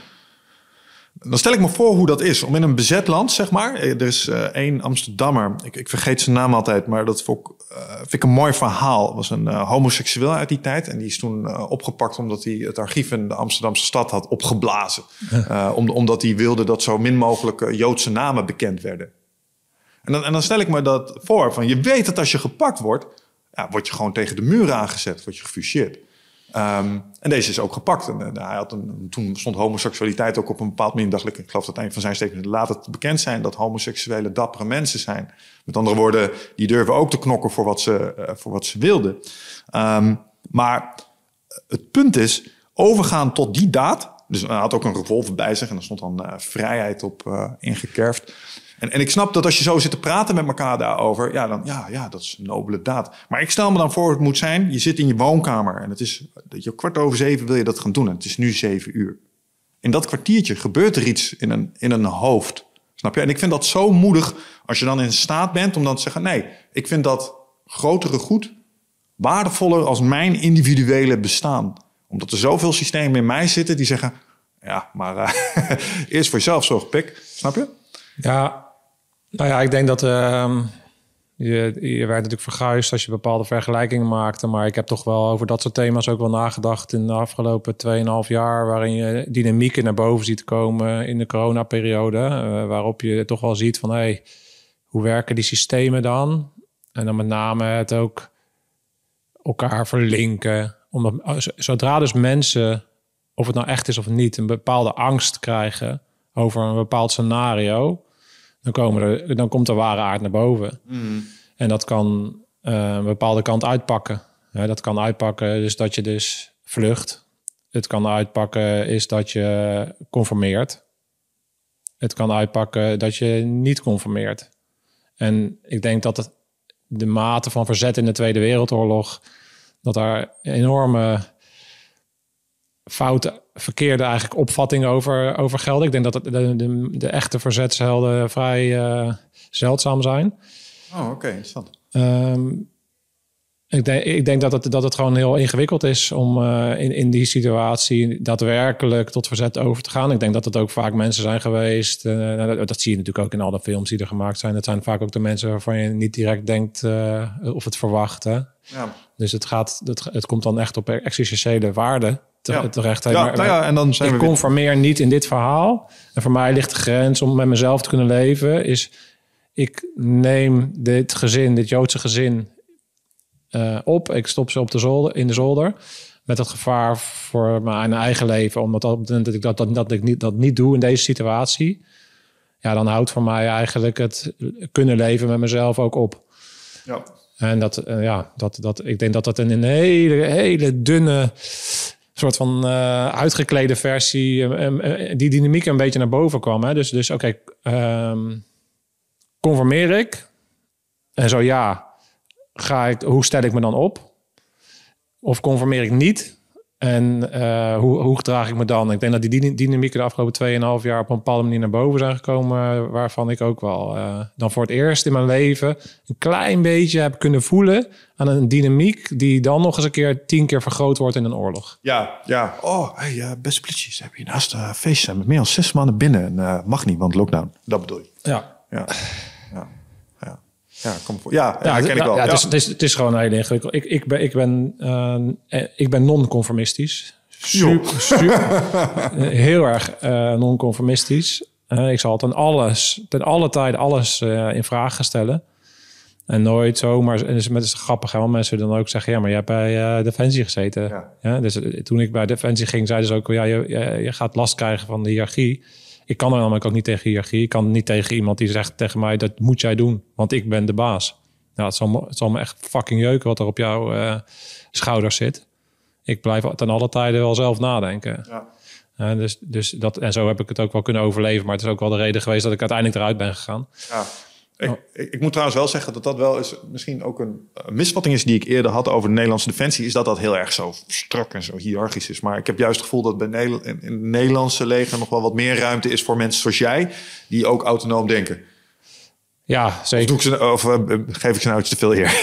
Dan stel ik me voor hoe dat is. Om in een bezet land, zeg maar... Er is uh, één Amsterdammer... Ik, ik vergeet zijn naam altijd... maar dat vond ik, uh, vind ik een mooi verhaal. Het was een uh, homoseksueel uit die tijd... en die is toen uh, opgepakt... omdat hij het archief in de Amsterdamse stad had opgeblazen. Uh, om, omdat hij wilde dat zo min mogelijk uh, Joodse namen bekend werden. En dan, en dan stel ik me dat voor... van je weet dat als je gepakt wordt... Ja, word je gewoon tegen de muur aangezet. Word je gefuseerd. Um, en deze is ook gepakt. En, en hij had een, toen stond homoseksualiteit ook op een bepaald moment. Dacht ik, ik geloof dat een van zijn statements laat het bekend zijn dat homoseksuelen dappere mensen zijn. Met andere woorden, die durven ook te knokken voor wat ze, uh, voor wat ze wilden. Um, maar het punt is, overgaan tot die daad. Dus hij had ook een revolver bij zich en er stond dan uh, vrijheid op uh, ingekerfd. En, en ik snap dat als je zo zit te praten met elkaar daarover... ja, dan, ja, ja, dat is een nobele daad. Maar ik stel me dan voor, het moet zijn... je zit in je woonkamer en het is... dat je kwart over zeven wil je dat gaan doen... en het is nu zeven uur. In dat kwartiertje gebeurt er iets in een, in een hoofd. Snap je? En ik vind dat zo moedig als je dan in staat bent... om dan te zeggen, nee, ik vind dat grotere goed... waardevoller als mijn individuele bestaan. Omdat er zoveel systemen in mij zitten die zeggen... ja, maar uh, eerst voor jezelf zorg, pik. Snap je? Ja, nou ja, ik denk dat uh, je, je werd natuurlijk verguisd als je bepaalde vergelijkingen maakte. Maar ik heb toch wel over dat soort thema's ook wel nagedacht in de afgelopen tweeënhalf jaar. Waarin je dynamieken naar boven ziet komen in de coronaperiode. Uh, waarop je toch wel ziet van, hé, hey, hoe werken die systemen dan? En dan met name het ook elkaar verlinken. Omdat zodra dus mensen, of het nou echt is of niet, een bepaalde angst krijgen over een bepaald scenario, dan, komen er, dan komt de ware aard naar boven. Mm. En dat kan uh, een bepaalde kant uitpakken. Ja, dat kan uitpakken dus dat je dus vlucht. Het kan uitpakken is dat je conformeert. Het kan uitpakken dat je niet conformeert. En ik denk dat het, de mate van verzet in de Tweede Wereldoorlog, dat daar enorme foute, verkeerde eigenlijk opvatting over, over gelden. Ik denk dat het, de, de, de echte verzetshelden vrij uh, zeldzaam zijn. Oh, oké, okay, interessant. Um, ik, denk, ik denk dat het, dat het gewoon heel ingewikkeld is om uh, in, in die situatie daadwerkelijk tot verzet over te gaan. Ik denk dat het ook vaak mensen zijn geweest. Uh, dat, dat zie je natuurlijk ook in alle films die er gemaakt zijn. Dat zijn vaak ook de mensen waarvan je niet direct denkt uh, of het verwacht. Hè? Ja. Dus het, gaat, het, het komt dan echt op existentiële waarden te, ja. terecht. Ja, maar, nou ja, en dan zijn ik we conformeer weer... niet in dit verhaal. En voor mij ligt de grens om met mezelf te kunnen leven. Is ik neem dit gezin, dit Joodse gezin uh, op. Ik stop ze op de zolder, in de zolder. Met het gevaar voor mijn eigen leven. Omdat op het moment dat ik dat, dat, dat, ik niet, dat niet doe in deze situatie... ja, dan houdt voor mij eigenlijk het kunnen leven met mezelf ook op. Ja. En dat, uh, ja, dat, dat, ik denk dat dat in een hele, hele dunne... soort van uh, uitgeklede versie... Uh, uh, die dynamiek een beetje naar boven kwam. Hè? Dus, dus oké, okay, um, conformeer ik? En zo ja, ga ik, hoe stel ik me dan op? Of conformeer ik niet? En uh, hoe, hoe gedraag ik me dan? Ik denk dat die dynamieken de afgelopen tweeënhalf jaar... op een bepaalde manier naar boven zijn gekomen... waarvan ik ook wel uh, dan voor het eerst in mijn leven... een klein beetje heb kunnen voelen... aan een dynamiek die dan nog eens een keer... tien keer vergroot wordt in een oorlog. Ja, ja. Oh, hey, uh, beste politie. Heb je naast een uh, feestje met meer dan zes maanden binnen... en uh, mag niet, want lockdown. Dat bedoel je? Ja. Ja, ja. ja. Ja, kom voor. Ja, ja, ja, ken ik wel. Ja, ja. Het, is, het, is, het is gewoon heel ingewikkeld. Ik, ik ben, ik ben, uh, ik ben non-conformistisch. Super, super, heel erg uh, non-conformistisch. Uh, ik zal ten alles, ten alle tijde alles uh, in vraag stellen. En nooit zomaar... En het is grappig, hè, want mensen dan ook zeggen... ja, maar je hebt bij uh, Defensie gezeten. Ja. Ja, dus uh, toen ik bij Defensie ging, zeiden ze ook... ja, je, je, je gaat last krijgen van de hiërarchie. Ik kan er namelijk ook niet tegen hiërarchie. Ik kan niet tegen iemand die zegt tegen mij... dat moet jij doen, want ik ben de baas. Nou, het zal me, het zal me echt fucking jeuken... wat er op jouw uh, schouders zit. Ik blijf ten alle tijden wel zelf nadenken. Ja. Uh, dus, dus dat, en zo heb ik het ook wel kunnen overleven. Maar het is ook wel de reden geweest... dat ik uiteindelijk eruit ben gegaan. Ja. Ik, oh. ik, ik moet trouwens wel zeggen dat dat wel eens misschien ook een, een misvatting is die ik eerder had over de Nederlandse Defensie. Is dat dat heel erg zo strak en zo hiërarchisch is. Maar ik heb juist het gevoel dat bij Nederland, in, in het Nederlandse leger nog wel wat meer ruimte is voor mensen zoals jij, die ook autonoom denken. Ja, zeker. Of, doe ik ze, of uh, geef ik ze nou iets te veel eer?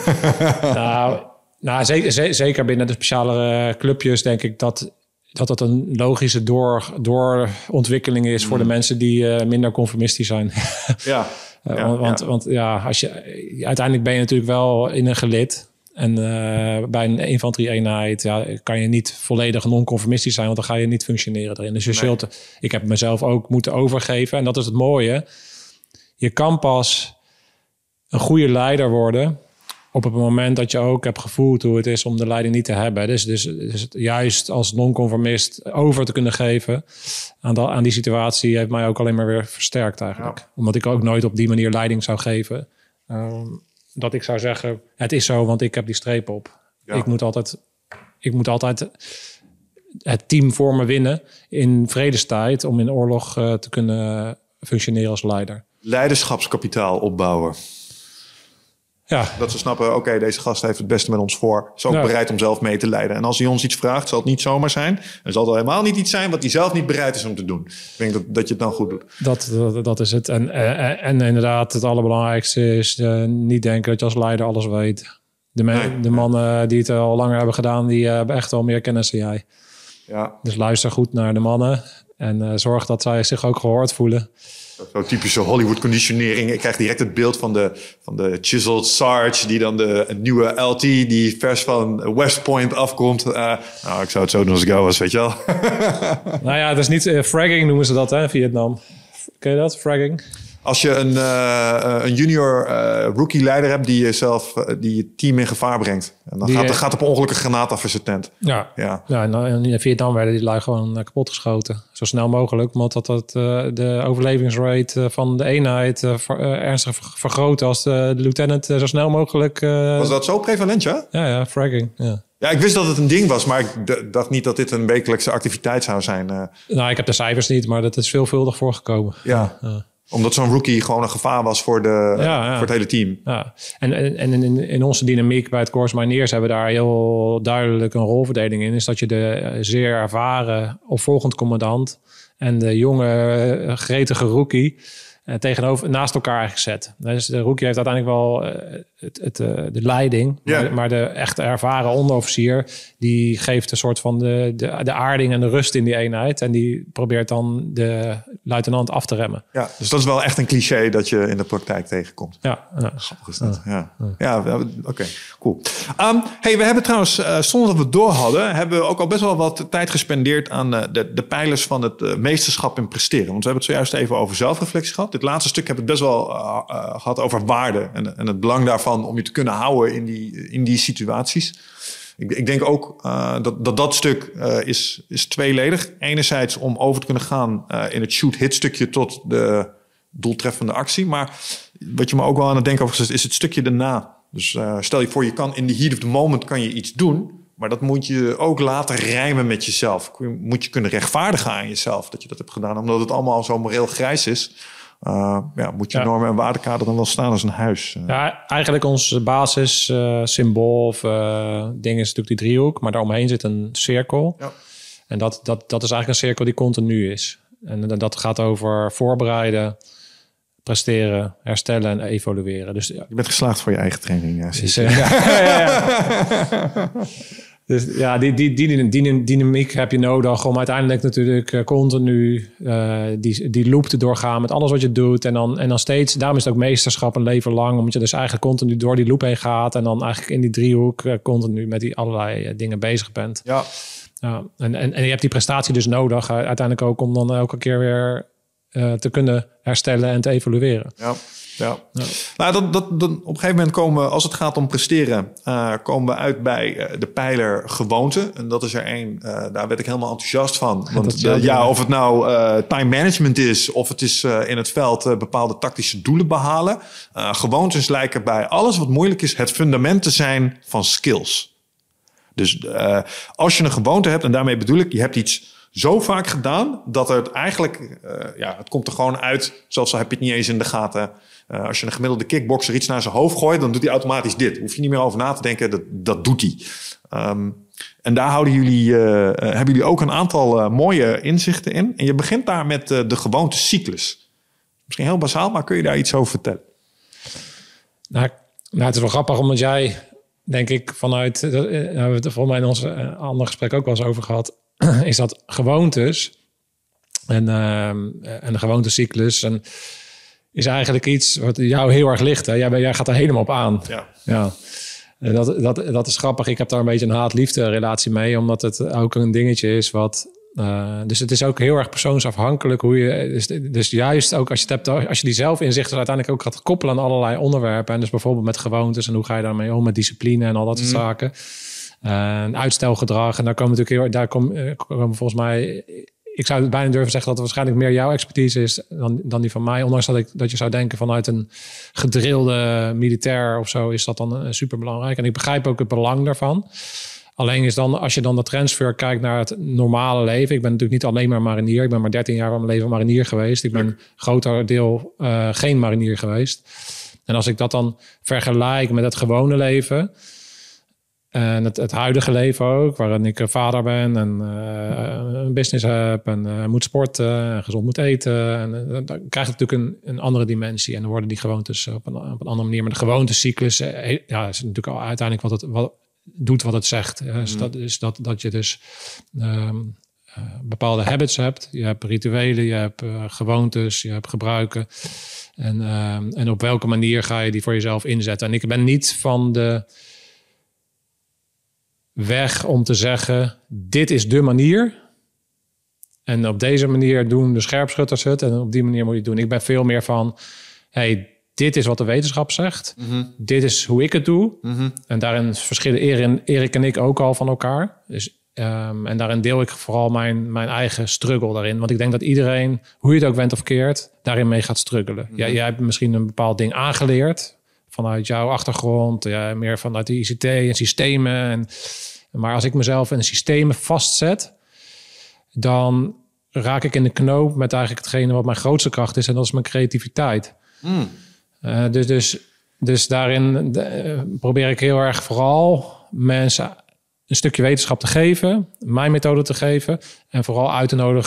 nou, nou zeker, zeker binnen de speciale clubjes denk ik dat... dat dat een logische door, doorontwikkeling is... Mm. voor de mensen die uh, minder conformistisch zijn. Ja. uh, ja, want, ja. want ja, als je, uiteindelijk ben je natuurlijk wel in een gelid. En uh, bij een infanterie-eenheid ja, kan je niet volledig non-conformistisch zijn... want dan ga je niet functioneren erin. Dus je nee. zult, ik heb mezelf ook moeten overgeven. En dat is het mooie. Je kan pas een goede leider worden... op het moment dat je ook hebt gevoeld hoe het is om de leiding niet te hebben. Dus, dus, dus juist als non-conformist over te kunnen geven aan, de, aan die situatie... heeft mij ook alleen maar weer versterkt eigenlijk. Ja. Omdat ik ook nooit op die manier leiding zou geven. Um, dat ik zou zeggen, het is zo, want ik heb die streep op. Ja. Ik moet altijd, ik moet altijd het team voor me winnen in vredestijd... om in oorlog uh, te kunnen functioneren als leider. Leiderschapskapitaal opbouwen. Ja. Dat ze snappen, oké, okay, deze gast heeft het beste met ons voor. Is ook ja. bereid om zelf mee te leiden. En als hij ons iets vraagt, zal het niet zomaar zijn. En zal het helemaal niet iets zijn wat hij zelf niet bereid is om te doen. Ik denk dat, dat je het dan goed doet. Dat, dat, dat is het. En, en, en inderdaad, het allerbelangrijkste is uh, niet denken dat je als leider alles weet. De, me, nee, de mannen nee. die het al langer hebben gedaan, die uh, hebben echt wel meer kennis dan jij. Ja. Dus luister goed naar de mannen. En uh, zorg dat zij zich ook gehoord voelen. Zo typische Hollywood conditionering. Ik krijg direct het beeld van de, van de chiseled Sarge... die dan de nieuwe L T, die vers van West Point afkomt. Uh, nou, ik zou het zo doen als ik jou was, weet je wel. Nou ja, het is niet... Uh, fragging noemen ze dat, hè, in Vietnam. Ken je dat, fragging? Als je een, uh, een junior uh, rookie leider hebt... die jezelf, uh, die je team in gevaar brengt. En dan die, gaat, gaat op ongeluk een granaat af in zijn tent. Ja, ja. ja en in Vietnam werden die lui gewoon kapot geschoten. Zo snel mogelijk. Want dat, dat uh, de overlevingsrate van de eenheid... Uh, ver, uh, ernstig vergroot als de, de lieutenant uh, zo snel mogelijk... Uh, Was dat zo prevalent, ja? Ja, ja, fragging, ja. Ja, ik wist dat het een ding was, maar ik d- dacht niet dat dit een wekelijkse activiteit zou zijn. Uh. Nou, ik heb de cijfers niet, maar dat is veelvuldig voorgekomen. Ja. ja. Omdat zo'n rookie gewoon een gevaar was voor, de, ja, ja. voor het hele team. Ja. En, en, en in, in onze dynamiek bij het Corps Mariniers hebben we daar heel duidelijk een rolverdeling in. Is dat je de zeer ervaren opvolgend commandant en de jonge gretige rookie uh, tegenover naast elkaar gezet. Dus de rookie heeft uiteindelijk wel uh, het, het, de leiding. Ja. Maar, maar de echte ervaren onderofficier, die geeft een soort van de, de, de aarding en de rust in die eenheid. En die probeert dan de luitenant af te remmen. Ja, dus dat is wel echt een cliché dat je in de praktijk tegenkomt. Ja, ja. Grappig is dat. Ja, ja. ja oké, okay, cool. Um, hey, we hebben trouwens, uh, zonder dat we het door hadden, hebben we ook al best wel wat tijd gespendeerd aan uh, de, de pijlers van het uh, meesterschap in presteren. Want we hebben het zojuist even over zelfreflectie gehad. Dit laatste stuk hebben we het best wel uh, uh, gehad over waarde en, en het belang daarvan om je te kunnen houden in die, in die situaties. Ik, ik denk ook uh, dat, dat dat stuk uh, is, is tweeledig. Enerzijds om over te kunnen gaan uh, in het shoot-hit stukje tot de doeltreffende actie. Maar wat je me ook wel aan het denken over is het stukje daarna. Dus uh, stel je voor, je kan in the heat of the moment kan je iets doen. Maar dat moet je ook laten rijmen met jezelf. Moet je kunnen rechtvaardigen aan jezelf dat je dat hebt gedaan. Omdat het allemaal zo moreel grijs is. Uh, ja, moet je ja. normen en waardekader dan wel staan als een huis. Uh. Ja, eigenlijk ons basis uh, symbool of uh, ding is natuurlijk die driehoek. Maar daaromheen zit een cirkel. Ja. En dat, dat, dat is eigenlijk een cirkel die continu is. En dat gaat over voorbereiden, presteren, herstellen en evolueren. Dus, ja. Je bent geslaagd voor je eigen training. Ja, dus, uh, ja, ja, ja. Dus ja, die, die, die, die dynamiek heb je nodig om uiteindelijk natuurlijk uh, continu uh, die, die loop te doorgaan met alles wat je doet. En dan, en dan steeds, daarom is het ook meesterschap een leven lang. Omdat je dus eigenlijk continu door die loop heen gaat. En dan eigenlijk in die driehoek uh, continu met die allerlei uh, dingen bezig bent. Ja. Ja, en, en, en je hebt die prestatie dus nodig uh, uiteindelijk ook om dan elke keer weer uh, te kunnen herstellen en te evolueren. Ja. Ja. ja. Nou, dat, dat, dat, op een gegeven moment komen we, als het gaat om presteren, uh, komen we uit bij uh, de pijler gewoonte. En dat is er één, uh, daar werd ik helemaal enthousiast van. Want uh, ja, of het nou uh, time management is, of het is uh, in het veld uh, bepaalde tactische doelen behalen. Uh, gewoontes lijken bij alles wat moeilijk is het fundament te zijn van skills. Dus uh, als je een gewoonte hebt, en daarmee bedoel ik, je hebt iets zo vaak gedaan dat het eigenlijk, uh, ja, het komt er gewoon uit, zelfs al heb je het niet eens in de gaten. Uh, als je een gemiddelde kickboxer iets naar zijn hoofd gooit, dan doet hij automatisch dit. Hoef je niet meer over na te denken, dat, dat doet hij. Um, en daar houden jullie, uh, uh, hebben jullie ook een aantal uh, mooie inzichten in. En je begint daar met uh, de gewoontecyclus. Misschien heel basaal, maar kun je daar iets over vertellen? Nou, nou het is wel grappig, omdat jij, denk ik, vanuit, uh, daar hebben we het volgens mij in ons uh, andere gesprek ook wel eens over gehad, is dat gewoontes en, uh, en de gewoontecyclus en is eigenlijk iets wat jou heel erg ligt. Hè? Jij, jij gaat er helemaal op aan. Ja. Ja. En dat, dat, dat is grappig. Ik heb daar een beetje een haat-liefde relatie mee, omdat het ook een dingetje is wat. Uh, dus het is ook heel erg persoonsafhankelijk hoe je. Dus, dus juist ook als je het hebt, als je die zelfinzichten uiteindelijk ook gaat koppelen aan allerlei onderwerpen. En dus bijvoorbeeld met gewoontes en hoe ga je daarmee om met discipline en al dat soort mm. zaken. Uh, uitstelgedrag. En daar komen natuurlijk heel, daar komen, komen volgens mij. Ik zou het bijna durven zeggen dat het waarschijnlijk meer jouw expertise is dan, dan die van mij. Ondanks dat, ik, dat je zou denken vanuit een gedrilde militair of zo is dat dan uh, super belangrijk. En ik begrijp ook het belang daarvan. Alleen is dan, als je dan de transfer kijkt naar het normale leven. Ik ben natuurlijk niet alleen maar marinier. Ik ben maar dertien jaar van mijn leven marinier geweest. Ik ben een groter deel uh, geen marinier geweest. En als ik dat dan vergelijk met het gewone leven. En het, het huidige leven ook, waarin ik vader ben en uh, een business heb en uh, moet sporten en gezond moet eten. En uh, dan krijgt het natuurlijk een, een andere dimensie en dan worden die gewoontes op een, op een andere manier. Maar de gewoontecyclus, uh, ja, is natuurlijk al uiteindelijk wat het wat, doet wat het zegt. Uh, mm. Dus, dat, is dat, dat je dus um, uh, bepaalde habits hebt. Je hebt rituelen, je hebt uh, gewoontes, je hebt gebruiken. En, uh, en op welke manier ga je die voor jezelf inzetten. En ik ben niet van de weg om te zeggen, dit is de manier. En op deze manier doen de scherpschutters het. En op die manier moet je het doen. Ik ben veel meer van, hey, dit is wat de wetenschap zegt. Mm-hmm. Dit is hoe ik het doe. Mm-hmm. En daarin verschillen Erik en ik ook al van elkaar. Dus, um, en daarin deel ik vooral mijn, mijn eigen struggle daarin. Want ik denk dat iedereen, hoe je het ook went of keert, daarin mee gaat struggelen. Mm-hmm. Jij, jij hebt misschien een bepaald ding aangeleerd vanuit jouw achtergrond, ja, meer vanuit de I C T en systemen. En, maar als ik mezelf in systemen vastzet, dan raak ik in de knoop met eigenlijk hetgene wat mijn grootste kracht is. En dat is mijn creativiteit. Mm. Uh, dus, dus, dus daarin de, uh, probeer ik heel erg vooral mensen een stukje wetenschap te geven, mijn methode te geven en vooral uit te nodigen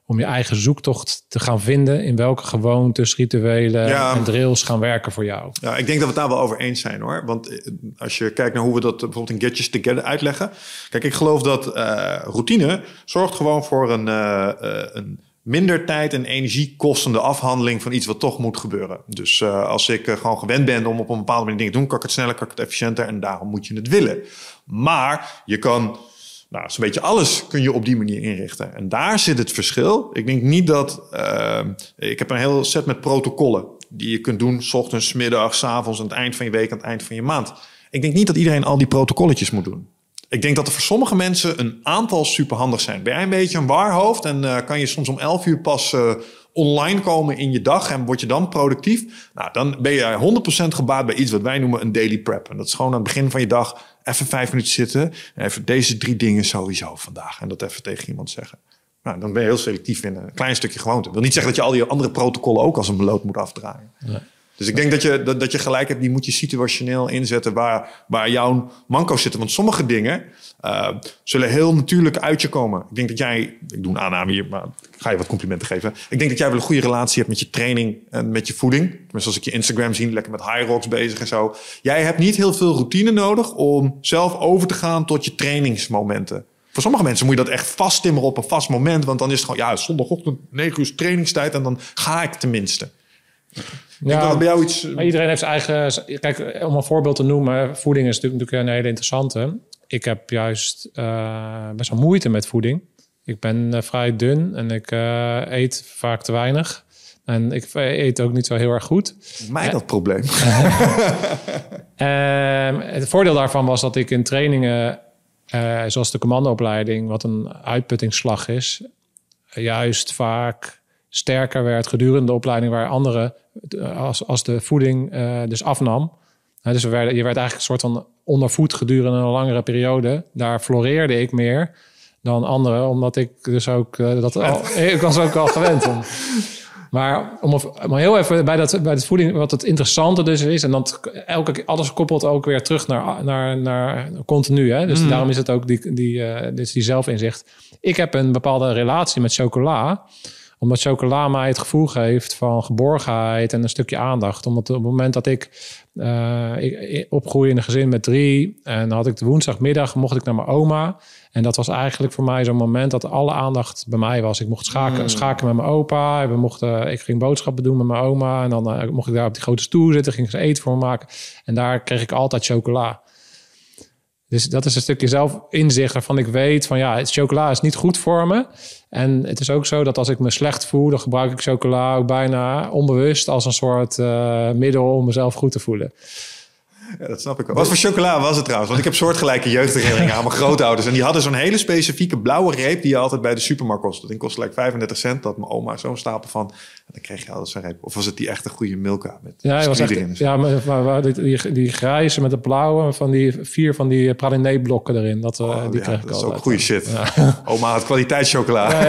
om je eigen zoektocht te gaan vinden in welke gewoontes, rituelen ja. en drills gaan werken voor jou. Ja, ik denk dat we het daar wel over eens zijn hoor. Want als je kijkt naar hoe we dat bijvoorbeeld in Get Your Shit Together uitleggen. Kijk, ik geloof dat uh, routine zorgt gewoon voor een, uh, uh, een minder tijd en energie kostende afhandeling van iets wat toch moet gebeuren. Dus uh, als ik uh, gewoon gewend ben om op een bepaalde manier dingen te doen, kan ik het sneller, kan ik het efficiënter en daarom moet je het willen. Maar je kan, nou, zo'n beetje alles kun je op die manier inrichten. En daar zit het verschil. Ik denk niet dat, uh, ik heb een heel set met protocollen die je kunt doen, 's ochtends, 's middags, 's avonds, aan het eind van je week, aan het eind van je maand. Ik denk niet dat iedereen al die protocolletjes moet doen. Ik denk dat er voor sommige mensen een aantal superhandig zijn. Ben jij een beetje een warhoofd en uh, kan je soms om elf uur pas uh, online komen in je dag en word je dan productief? Nou, dan ben je honderd procent gebaat bij iets wat wij noemen een daily prep. En dat is gewoon aan het begin van je dag even vijf minuten zitten en even deze drie dingen sowieso vandaag. En dat even tegen iemand zeggen. Nou, dan ben je heel selectief in een klein stukje gewoonte. Dat wil niet zeggen dat je al die andere protocollen ook als een beloot moet afdraaien. Nee. Dus ik denk dat je, dat, dat je gelijk hebt, die moet je situationeel inzetten waar, waar jouw manco's zitten. Want sommige dingen uh, zullen heel natuurlijk uit je komen. Ik denk dat jij, ik doe een aanname hier, maar ik ga je wat complimenten geven. Ik denk dat jij wel een goede relatie hebt met je training en met je voeding. Tenminste, als ik je Instagram zie, lekker met high rocks bezig en zo. Jij hebt niet heel veel routine nodig om zelf over te gaan tot je trainingsmomenten. Voor sommige mensen moet je dat echt vasttimmeren op een vast moment. Want dan is het gewoon, ja, zondagochtend negen uur trainingstijd en dan ga ik tenminste. Ja, dat bij jou iets... maar iedereen heeft zijn eigen... Kijk, om een voorbeeld te noemen, voeding is natuurlijk een hele interessante. Ik heb juist uh, best wel moeite met voeding. Ik ben uh, vrij dun en ik uh, eet vaak te weinig. En ik eet ook niet zo heel erg goed. Mij dat uh, probleem. uh, het voordeel daarvan was dat ik in trainingen, uh, zoals de commandoopleiding, wat een uitputtingsslag is, juist vaak sterker werd gedurende de opleiding, waar anderen, als, als de voeding uh, dus afnam. Uh, dus we werden, je werd eigenlijk een soort van ondervoed gedurende een langere periode. Daar floreerde ik meer dan anderen, omdat ik dus ook uh, dat al, ik was ook al gewend om. Maar om maar heel even bij dat bij de voeding, wat het interessante dus is, en dat elke alles koppelt ook weer terug naar naar naar continu, hè. Dus mm. daarom is het ook die die uh, dus die zelfinzicht. Ik heb een bepaalde relatie met chocola, omdat chocola mij het gevoel geeft van geborgenheid en een stukje aandacht. Omdat op het moment dat ik, uh, ik opgroeide in een gezin met drie, en dan had ik de woensdagmiddag, mocht ik naar mijn oma. En dat was eigenlijk voor mij zo'n moment dat alle aandacht bij mij was. Ik mocht schaken, mm. schaken met mijn opa. We mochten, ik ging boodschappen doen met mijn oma. En dan uh, mocht ik daar op die grote stoel zitten, ging ze eten voor me maken. En daar kreeg ik altijd chocola. Dus dat is een stukje zelfinzicht waarvan ik weet van ja, chocola is niet goed voor me. En het is ook zo dat als ik me slecht voel, dan gebruik ik chocola ook bijna onbewust als een soort uh, middel om mezelf goed te voelen. Ja, dat snap ik wel. Wat voor chocola was het trouwens? Want ik heb soortgelijke jeugdherinneringen aan mijn grootouders. En die hadden zo'n hele specifieke blauwe reep die je altijd bij de supermarkt kostte. Dat ding kostte like vijfendertig cent. Dat mijn oma zo'n stapel van. Dan kreeg je altijd zo'n reep. Of was het die echte goede Milka? Met ja, hij was echt, erin ja, maar, maar, maar die, die, die grijze met de blauwe, van die vier van die pralinee-blokken erin. Dat, uh, oh, die ja, kreeg dat ik is altijd. ook goede shit. Ja. Oma had kwaliteitschocola. Ja,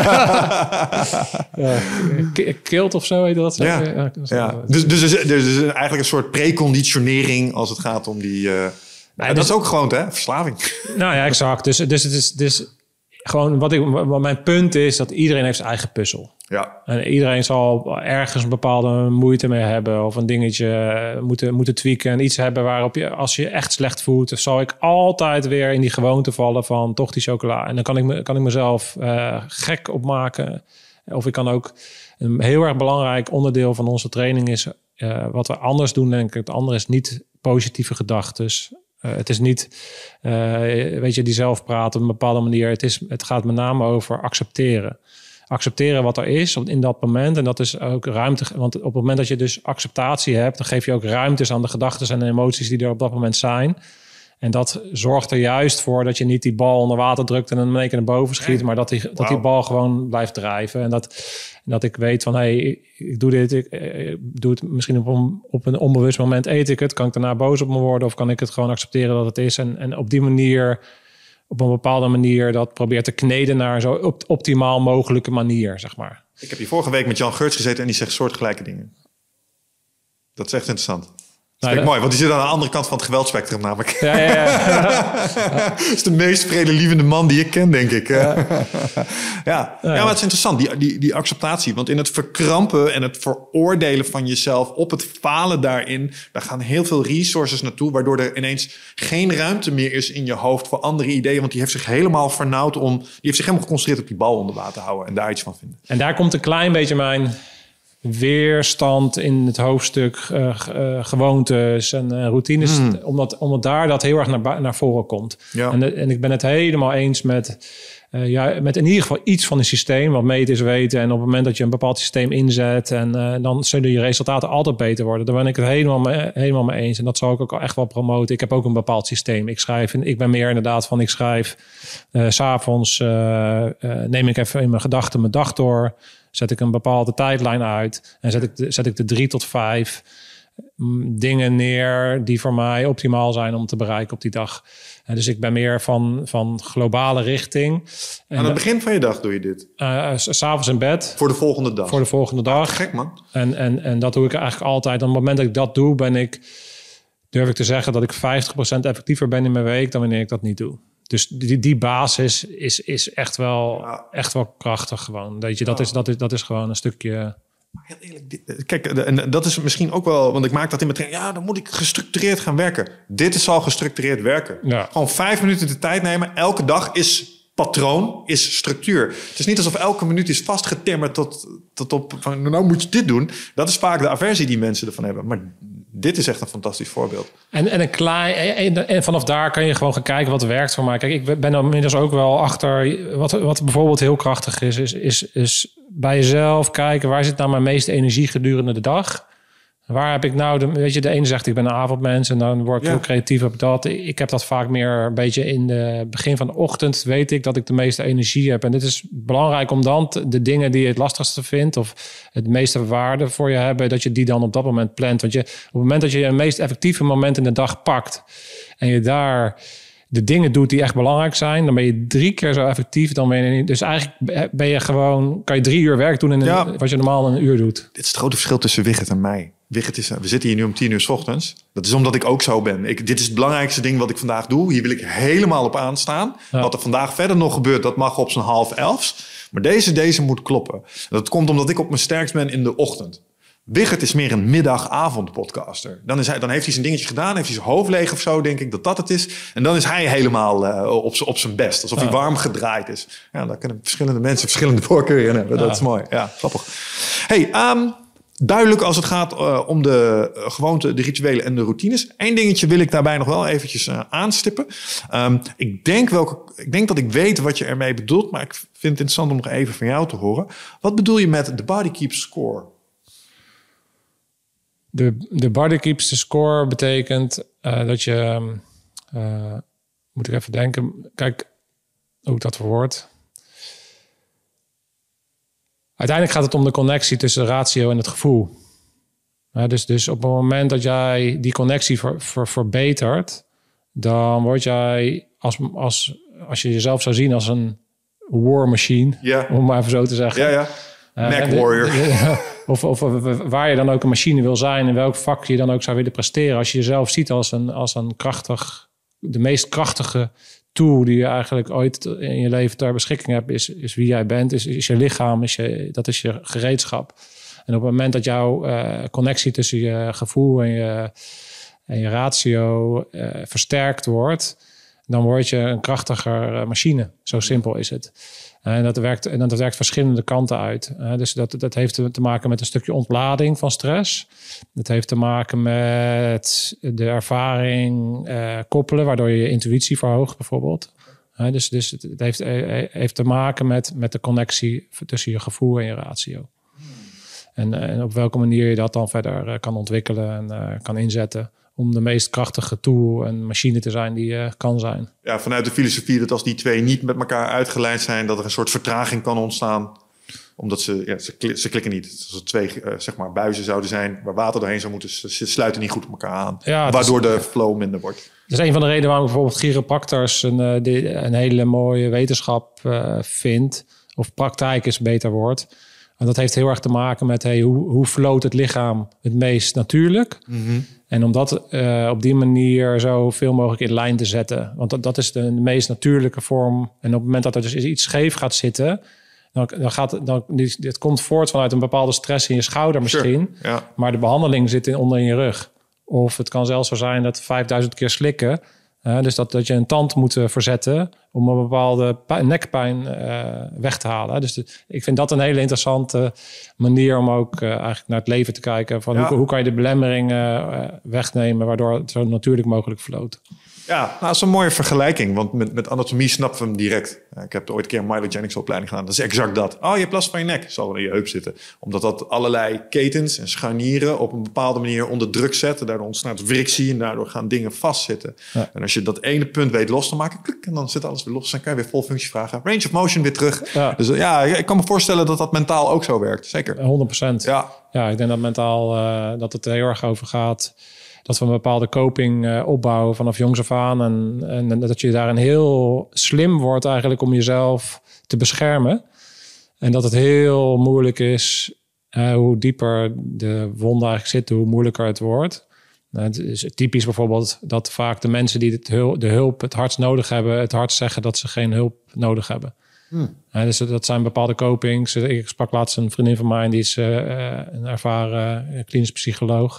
ja. ja. Kilt of zo heet dat. Ja. Ja. Ja. Dus, dus, dus, dus, dus eigenlijk een soort preconditionering als het gaat om die... Uh, nou, nee, dat dus, is ook gewoon, hè? Verslaving. Nou ja, exact. Dus, dus het is dus gewoon wat ik, wat mijn punt is, dat iedereen heeft zijn eigen puzzel. Ja. En iedereen zal ergens een bepaalde moeite mee hebben of een dingetje moeten, moeten tweaken en iets hebben waarop je, als je echt slecht voelt, zal ik altijd weer in die gewoonte vallen van toch die chocola. En dan kan ik, me, kan ik mezelf uh, gek opmaken. Of ik kan ook, een heel erg belangrijk onderdeel van onze training is uh, wat we anders doen, denk ik. Het andere is niet positieve gedachten. Uh, het is niet, uh, weet je, die zelf praten op een bepaalde manier. Het, is, het gaat met name over accepteren. Accepteren wat er is in dat moment. En dat is ook ruimte. Want op het moment dat je dus acceptatie hebt, dan geef je ook ruimtes aan de gedachten en de emoties die er op dat moment zijn. En dat zorgt er juist voor dat je niet die bal onder water drukt en dan in één keer naar boven schiet, maar dat die, wow. dat die bal gewoon blijft drijven. En dat, en dat ik weet van, hé, hey, ik, ik doe dit, ik, ik doe het misschien op een, op een onbewust moment, eet ik het, kan ik daarna boos op me worden of kan ik het gewoon accepteren dat het is. En, en op die manier, op een bepaalde manier, dat probeert te kneden naar zo op, optimaal mogelijke manier, zeg maar. Ik heb hier vorige week met Jan Geurts gezeten en die zegt soortgelijke dingen. Dat is echt interessant. Dat is mooi, want die zit aan de andere kant van het geweldspectrum namelijk. Ja, ja, ja. Dat is de meest vredelievende man die ik ken, denk ik. Ja, ja. ja maar het is interessant, die, die, die acceptatie. Want in het verkrampen en het veroordelen van jezelf op het falen daarin, daar gaan heel veel resources naartoe, waardoor er ineens geen ruimte meer is in je hoofd voor andere ideeën. Want die heeft zich helemaal vernauwd om, die heeft zich helemaal geconcentreerd op die bal onder water houden en daar iets van vinden. En daar komt een klein beetje mijn weerstand in het hoofdstuk uh, uh, gewoontes en uh, routines. Mm. Omdat, omdat daar dat heel erg naar, naar voren komt. Ja. En, en ik ben het helemaal eens met, uh, ja, met in ieder geval iets van een systeem. Wat meten is weten. En op het moment dat je een bepaald systeem inzet, en uh, dan zullen je resultaten altijd beter worden. Daar ben ik het helemaal mee, helemaal mee eens. En dat zal ik ook echt wel promoten. Ik heb ook een bepaald systeem. Ik schrijf, ik ben meer inderdaad van, ik schrijf uh, 's avonds uh, uh, neem ik even in mijn gedachten mijn dag door. Zet ik een bepaalde tijdlijn uit en zet ik de, zet ik de drie tot vijf dingen neer die voor mij optimaal zijn om te bereiken op die dag. En dus ik ben meer van, van globale richting. En aan het begin van je dag doe je dit? Uh, 's avonds in bed. Voor de volgende dag? Voor de volgende dag. Ah, gek man. En, en, en dat doe ik eigenlijk altijd. En op het moment dat ik dat doe, ben ik, durf ik te zeggen dat ik vijftig procent effectiever ben in mijn week dan wanneer ik dat niet doe. Dus die, die basis is, is echt, wel, ja. echt wel krachtig gewoon. Weet je, dat, ja. is, dat, is, dat is gewoon een stukje. Heel eerlijk, dit, kijk, en dat is misschien ook wel, want ik maak dat in mijn training. Ja, dan moet ik gestructureerd gaan werken. Dit is al gestructureerd werken. Ja. Gewoon vijf minuten de tijd nemen. Elke dag is patroon, is structuur. Het is niet alsof elke minuut is vastgetimmerd tot, tot op van, nou moet je dit doen. Dat is vaak de aversie die mensen ervan hebben. Maar dit is echt een fantastisch voorbeeld. En, en, een klein, en, en vanaf daar kan je gewoon gaan kijken wat werkt voor mij. Kijk, ik ben er inmiddels ook wel achter. Wat, wat bijvoorbeeld heel krachtig is, is, is, is bij jezelf kijken, waar zit nou mijn meeste energie gedurende de dag? Waar heb ik nou, de, weet je, de ene zegt ik ben een avondmens en dan word ik ja. heel creatief op dat. Ik heb dat vaak meer een beetje in de begin van de ochtend, weet ik dat ik de meeste energie heb. En dit is belangrijk om dan de dingen die je het lastigste vindt of het meeste waarde voor je hebben, dat je die dan op dat moment plant. Want je, op het moment dat je je meest effectieve moment in de dag pakt en je daar de dingen doet die echt belangrijk zijn, dan ben je drie keer zo effectief dan ben je niet. Dus eigenlijk ben je gewoon, kan je drie uur werk doen in een, ja. wat je normaal een uur doet. Dit is het grote verschil tussen Wigert en mij. Wigert is, we zitten hier nu om tien uur 's ochtends. Dat is omdat ik ook zo ben. Ik, dit is het belangrijkste ding wat ik vandaag doe. Hier wil ik helemaal op aanstaan. Ja. Wat er vandaag verder nog gebeurt, dat mag op zijn half elfs. Maar deze, deze moet kloppen. Dat komt omdat ik op mijn sterkst ben in de ochtend. Wigert is meer een middag-avond podcaster. Dan, is hij, dan heeft hij zijn dingetje gedaan, heeft hij zijn hoofd leeg of zo, denk ik dat dat het is. En dan is hij helemaal uh, op, op zijn best, alsof hij warm gedraaid is. Ja, daar kunnen verschillende mensen verschillende voorkeuren in hebben. Dat is mooi. Ja, grappig. Hey, um, duidelijk als het gaat uh, om de uh, gewoonten, de rituelen en de routines. Eén dingetje wil ik daarbij nog wel eventjes uh, aanstippen. Um, ik, denk welke, ik denk dat ik weet wat je ermee bedoelt, maar ik vind het interessant om nog even van jou te horen. Wat bedoel je met the body keeps score? De, de body keeps the score betekent uh, dat je... Uh, moet ik even denken. Kijk, hoe ik dat verwoord. Uiteindelijk gaat het om de connectie tussen de ratio en het gevoel. Uh, dus, dus op het moment dat jij die connectie ver, ver, verbetert, dan word jij, als, als, als je jezelf zou zien als een war machine, ja. om maar even zo te zeggen. Ja, ja. Mac uh, warrior. De, de, Of, of, of waar je dan ook een machine wil zijn, in welk vak je dan ook zou willen presteren. Als je jezelf ziet als een, als een krachtig, de meest krachtige tool die je eigenlijk ooit in je leven ter beschikking hebt, is, is wie jij bent, is, is je lichaam, is je, dat is je gereedschap. En op het moment dat jouw uh, connectie tussen je gevoel en je, en je ratio uh, versterkt wordt, dan word je een krachtiger machine. Zo simpel is het. En dat werkt, en dat werkt verschillende kanten uit. Dus dat, dat heeft te maken met een stukje ontlading van stress. Dat heeft te maken met de ervaring uh, koppelen, waardoor je je intuïtie verhoogt bijvoorbeeld. Uh, dus, dus het heeft, heeft te maken met, met de connectie tussen je gevoel en je ratio. En, en op welke manier je dat dan verder uh, kan ontwikkelen en uh, kan inzetten om de meest krachtige tool en machine te zijn die je kan zijn. Ja, vanuit de filosofie dat als die twee niet met elkaar uitgeleid zijn, dat er een soort vertraging kan ontstaan. Omdat ze, ja, ze, kl- ze klikken niet. Als er twee uh, zeg maar buizen zouden zijn waar water doorheen zou moeten, ze, ze sluiten niet goed op elkaar aan. Ja, waardoor is, de flow minder wordt. Dat is een van de redenen waarom ik bijvoorbeeld chiropractors een, een hele mooie wetenschap uh, vind. Of praktijk is beter woord. En dat heeft heel erg te maken met hey, hoe, hoe floot het lichaam het meest natuurlijk. Mm-hmm. En om dat uh, op die manier zo veel mogelijk in lijn te zetten. Want dat, dat is de, de meest natuurlijke vorm. En op het moment dat er dus iets scheef gaat zitten... dan, dan gaat dan, dit komt voort vanuit een bepaalde stress in je schouder misschien. Sure, ja. Maar de behandeling zit in, onder in je rug. Of het kan zelfs zo zijn dat vijfduizend keer slikken... Uh, dus dat, dat je een tand moet uh, verzetten om een bepaalde pijn, nekpijn uh, weg te halen. Dus de, ik vind dat een hele interessante manier om ook uh, eigenlijk naar het leven te kijken. Van ja. hoe, hoe kan je de belemmeringen uh, wegnemen waardoor het zo natuurlijk mogelijk verloopt. Ja, nou, dat is een mooie vergelijking. Want met, met anatomie snappen we hem direct. Ik heb ooit een keer een myelogenics opleiding gedaan. Dat is exact dat. Oh, je hebt last van je nek. Zal wel in je heup zitten. Omdat dat allerlei ketens en scharnieren op een bepaalde manier onder druk zetten. Daardoor ontstaat frictie en daardoor gaan dingen vastzitten. Ja. En als je dat ene punt weet los te maken, klik, en dan zit alles weer los. Dan kan je weer vol functie vragen. Range of motion weer terug. Ja. Dus ja, ik kan me voorstellen dat dat mentaal ook zo werkt. Zeker. honderd procent. Ja. Ja, ik denk dat mentaal uh, dat het er heel erg over gaat... dat we een bepaalde coping uh, opbouwen vanaf jongs af aan. En, en dat je daarin heel slim wordt eigenlijk om jezelf te beschermen. En dat het heel moeilijk is, uh, hoe dieper de wond eigenlijk zit, hoe moeilijker het wordt. Uh, het is typisch bijvoorbeeld dat vaak de mensen die het hul- de hulp het hardst nodig hebben... het hardst zeggen dat ze geen hulp nodig hebben. Hmm. Uh, dus dat zijn bepaalde copings. Ik sprak laatst een vriendin van mij, die is uh, een ervaren uh, klinisch psycholoog...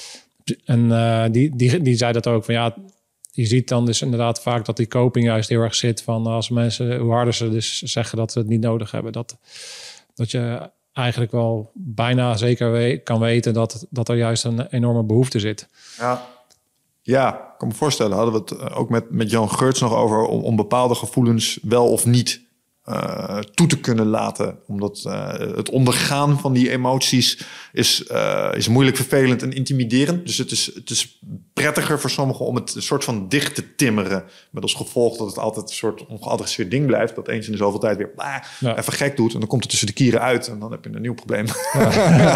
En uh, die, die, die zei dat ook. Van ja, je ziet dan dus inderdaad vaak dat die coping juist heel erg zit. Van als mensen, hoe harder ze dus zeggen dat ze het niet nodig hebben. Dat, dat je eigenlijk wel bijna zeker we, kan weten dat, dat er juist een enorme behoefte zit. Ja, ja, ik kan me voorstellen. Hadden we het ook met, met Jan Geurts nog over om, om bepaalde gevoelens wel of niet Uh, toe te kunnen laten. Omdat uh, het ondergaan van die emoties is, uh, is moeilijk, vervelend en intimiderend. Dus het is, het is prettiger voor sommigen om het een soort van dicht te timmeren. Met als gevolg dat het altijd een soort ongeadresseerd ding blijft. Dat eens in de zoveel tijd weer ah, ja. even gek doet. En dan komt het tussen de kieren uit. En dan heb je een nieuw probleem. Ja.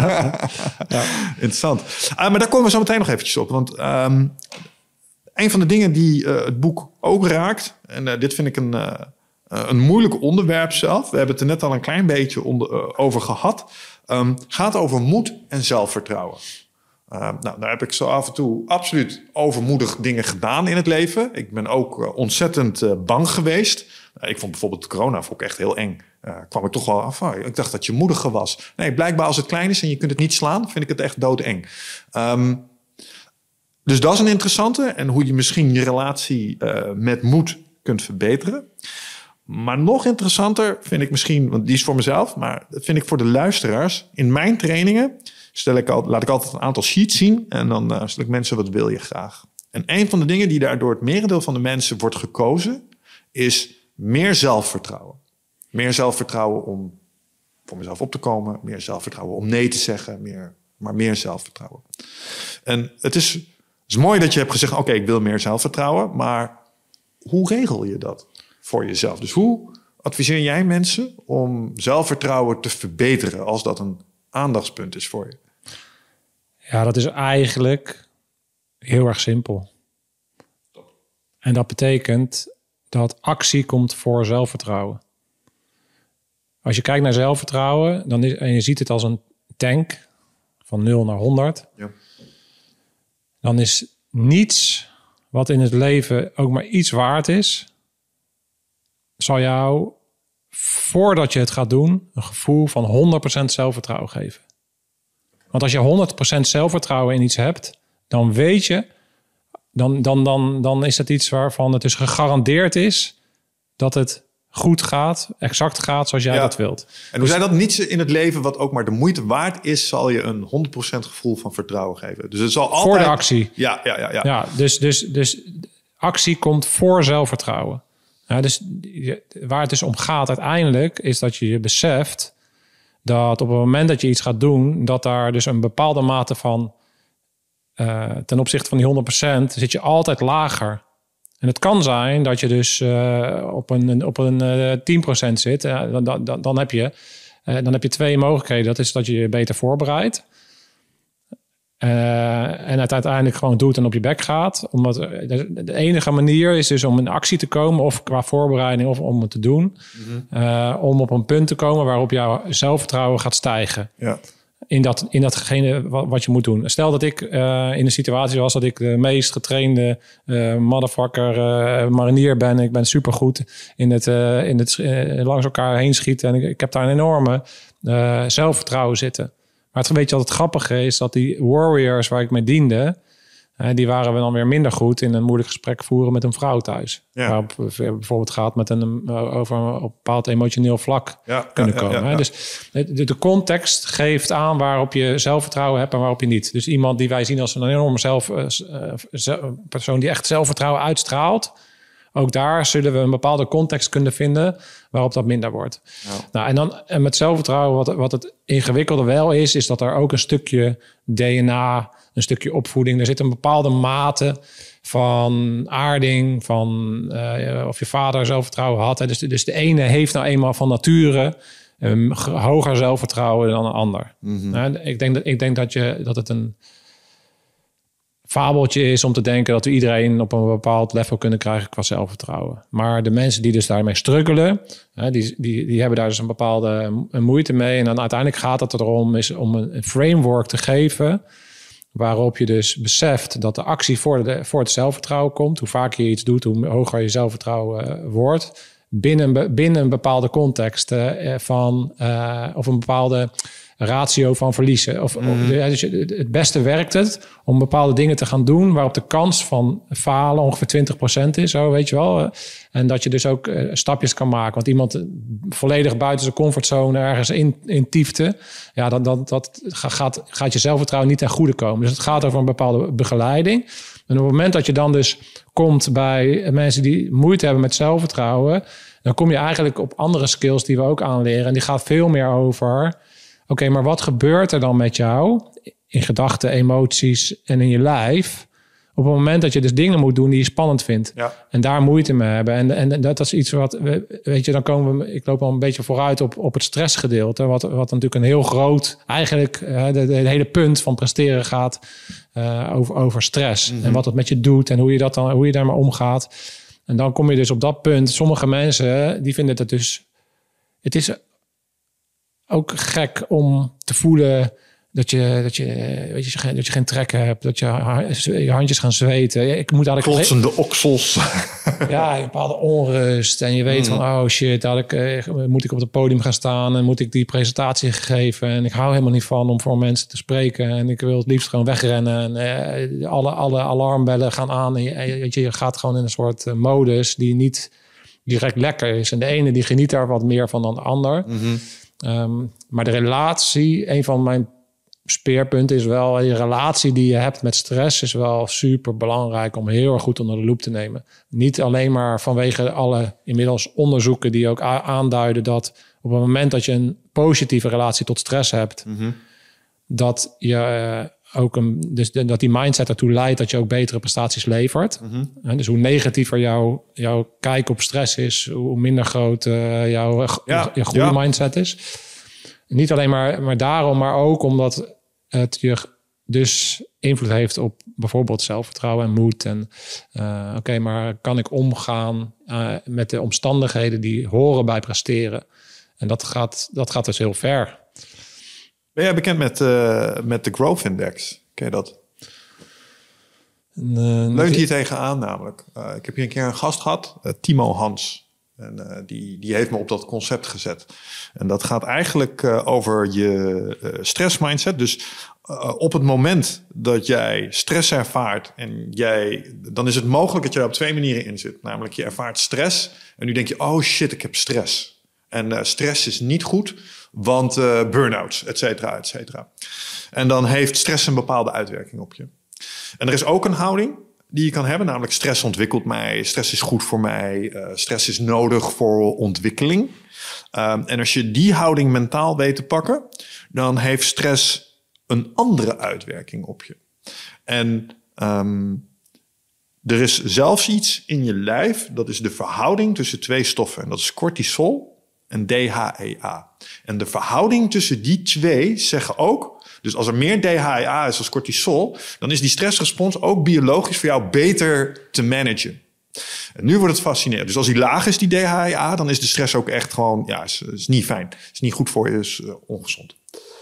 Ja. Interessant. Uh, maar daar komen we zo meteen nog eventjes op. Want um, een van de dingen die uh, het boek ook raakt. En uh, dit vind ik een... Uh, Uh, een moeilijk onderwerp zelf. We hebben het er net al een klein beetje onder, uh, over gehad. Um, gaat over moed en zelfvertrouwen. Uh, nou, daar heb ik zo af en toe absoluut overmoedig dingen gedaan in het leven. Ik ben ook uh, ontzettend uh, bang geweest. Uh, ik vond bijvoorbeeld corona vond ik echt heel eng. Uh, kwam ik toch wel af. Oh, ik dacht dat je moediger was. Nee, blijkbaar als het klein is en je kunt het niet slaan, vind ik het echt doodeng. Um, dus dat is een interessante. En hoe je misschien je relatie uh, met moed kunt verbeteren. Maar nog interessanter vind ik misschien, want die is voor mezelf, maar dat vind ik voor de luisteraars. In mijn trainingen stel ik al, laat ik altijd een aantal sheets zien en dan uh, stel ik mensen, wat wil je graag? En een van de dingen die daar door het merendeel van de mensen wordt gekozen, is meer zelfvertrouwen. Meer zelfvertrouwen om voor mezelf op te komen, meer zelfvertrouwen om nee te zeggen, meer, maar meer zelfvertrouwen. En het is, het is mooi dat je hebt gezegd, oké, okay, ik wil meer zelfvertrouwen, maar hoe regel je dat voor jezelf? Dus hoe adviseer jij mensen om zelfvertrouwen te verbeteren als dat een aandachtspunt is voor je? Ja, dat is eigenlijk heel erg simpel. En dat betekent dat actie komt voor zelfvertrouwen. Als je kijkt naar zelfvertrouwen dan is, en je ziet het als een tank van nul naar honderd, ja. Dan is niets wat in het leven ook maar iets waard is, zal jou, voordat je het gaat doen, een gevoel van honderd procent zelfvertrouwen geven. Want als je honderd procent zelfvertrouwen in iets hebt, dan weet je, dan, dan, dan, dan is het iets waarvan het dus gegarandeerd is dat het goed gaat, exact gaat zoals jij ja. dat wilt. En hoe dus, zei dat niets in het leven wat ook maar de moeite waard is, zal je een honderd procent gevoel van vertrouwen geven. Dus het zal altijd... Voor de actie. Ja, ja, ja. ja. ja dus, dus, dus actie komt voor zelfvertrouwen. Ja, dus waar het dus om gaat uiteindelijk is dat je je beseft dat op het moment dat je iets gaat doen, dat daar dus een bepaalde mate van uh, ten opzichte van die honderd procent zit je altijd lager. En het kan zijn dat je dus uh, op een, op een uh, tien procent zit. Uh, dan, dan, dan, heb je, uh, dan heb je twee mogelijkheden. Dat is dat je je beter voorbereidt. Uh, en het uiteindelijk gewoon doet en op je bek gaat. Omdat de enige manier is dus om in actie te komen, of qua voorbereiding of om het te doen. Mm-hmm. Uh, om op een punt te komen waarop jouw zelfvertrouwen gaat stijgen. Ja. in, dat, in datgene wat, wat je moet doen. Stel dat ik uh, in een situatie was dat ik de meest getrainde uh, motherfucker uh, marinier ben. Ik ben supergoed in het, uh, in het uh, langs elkaar heen schieten. En ik, ik heb daar een enorme uh, zelfvertrouwen zitten. Maar het weet je wat het grappige is, dat die warriors waar ik mee diende, uh, die waren we dan weer minder goed in een moeilijk gesprek voeren met een vrouw thuis. Ja. Waarop bijvoorbeeld gaat met een uh, over een bepaald emotioneel vlak ja, kunnen ja, komen. Ja, ja, ja. Dus de, de context geeft aan waarop je zelfvertrouwen hebt en waarop je niet. Dus iemand die wij zien als een enorme zelf, uh, zelf, persoon die echt zelfvertrouwen uitstraalt, ook daar zullen we een bepaalde context kunnen vinden waarop dat minder wordt. Ja. Nou, en dan en met zelfvertrouwen, wat, wat het ingewikkelde wel is, is dat er ook een stukje D N A, een stukje opvoeding, er zit een bepaalde mate van aarding, van uh, of je vader zelfvertrouwen had. Hè. Dus, dus de ene heeft nou eenmaal van nature um, hoger zelfvertrouwen dan een ander. Mm-hmm. Ja, ik denk dat, ik denk dat, je, dat het een fabeltje is om te denken dat we iedereen op een bepaald level kunnen krijgen qua zelfvertrouwen. Maar de mensen die dus daarmee struggelen, hè, die, die, die hebben daar dus een bepaalde moeite mee. En dan uiteindelijk gaat het erom is om een framework te geven waarop je dus beseft dat de actie voor, de, voor het zelfvertrouwen komt. Hoe vaker je iets doet, hoe hoger je zelfvertrouwen wordt. Binnen, binnen een bepaalde context uh, van uh, of een bepaalde ratio van verliezen. Of, mm. of, dus het beste werkt het om bepaalde dingen te gaan doen waarop de kans van falen ongeveer twintig procent is. Zo, weet je wel. En dat je dus ook uh, stapjes kan maken. Want iemand volledig buiten zijn comfortzone ergens in, in tiefte, ja, dat, dat, dat gaat, gaat je zelfvertrouwen niet ten goede komen. Dus het gaat over een bepaalde begeleiding. En op het moment dat je dan dus komt bij mensen die moeite hebben met zelfvertrouwen, dan kom je eigenlijk op andere skills die we ook aanleren. En die gaat veel meer over, oké, okay, maar wat gebeurt er dan met jou in gedachten, emoties en in je lijf op het moment dat je dus dingen moet doen die je spannend vindt. Ja. En daar moeite mee hebben. En, en dat is iets wat, weet je, dan komen we, ik loop al een beetje vooruit op, op het stressgedeelte. Wat, wat natuurlijk een heel groot, eigenlijk uh, de, de hele punt van presteren gaat uh, over, over stress. Mm-hmm. En wat het met je doet en hoe je, dat dan, hoe je daarmee omgaat. En dan kom je dus op dat punt. Sommige mensen, die vinden het dus, het is ook gek om te voelen dat je, dat je, weet je, dat je geen trekken hebt, dat je, je handjes gaan zweten. Ik moet eigenlijk klotsende oksels. Ja, een bepaalde onrust. En je weet mm. van, oh shit, dadelijk moet ik op het podium gaan staan en moet ik die presentatie geven. En ik hou helemaal niet van om voor mensen te spreken. En ik wil het liefst gewoon wegrennen. En uh, alle, alle alarmbellen gaan aan. En je, weet je, je gaat gewoon in een soort modus die niet direct lekker is. En de ene die geniet daar wat meer van dan de ander. Mm-hmm. Um, maar de relatie, een van mijn speerpunt is wel, die relatie die je hebt met stress is wel super belangrijk om heel erg goed onder de loep te nemen. Niet alleen maar vanwege alle inmiddels onderzoeken die ook a- aanduiden dat op het moment dat je een positieve relatie tot stress hebt, mm-hmm. dat je uh, ook een, dus de, dat die mindset ertoe leidt dat je ook betere prestaties levert. Mm-hmm. En dus hoe negatiever jouw, jouw kijk op stress is, hoe minder groot uh, jouw ja, je goede ja. mindset is. Niet alleen maar, maar daarom, maar ook omdat het je dus invloed heeft op bijvoorbeeld zelfvertrouwen en moed. En uh, oké, okay, maar kan ik omgaan uh, met de omstandigheden die horen bij presteren? En dat gaat, dat gaat dus heel ver. Ben jij bekend met, uh, met de Growth Index? Ken je dat? Uh, Leunt hier tegenaan namelijk. Uh, ik heb hier een keer een gast gehad, uh, Timo Hans. En uh, die, die heeft me op dat concept gezet. En dat gaat eigenlijk uh, over je uh, stressmindset. Dus uh, op het moment dat jij stress ervaart en jij, dan is het mogelijk dat je er op twee manieren in zit. Namelijk je ervaart stress en nu denk je, oh shit, ik heb stress. En uh, stress is niet goed, want uh, burn-outs, et cetera, et cetera. En dan heeft stress een bepaalde uitwerking op je. En er is ook een houding die je kan hebben, namelijk stress ontwikkelt mij, stress is goed voor mij, uh, stress is nodig voor ontwikkeling. Um, en als je die houding mentaal weet te pakken, dan heeft stress een andere uitwerking op je. En um, er is zelfs iets in je lijf, dat is de verhouding tussen twee stoffen. En dat is cortisol en D H E A. En de verhouding tussen die twee zeggen ook, dus als er meer D H E A is als cortisol, dan is die stressrespons ook biologisch voor jou beter te managen. En nu wordt het fascinerend. Dus als die laag is, die D H E A, dan is de stress ook echt gewoon, ja, is, is niet fijn. Is niet goed voor je, is uh, ongezond.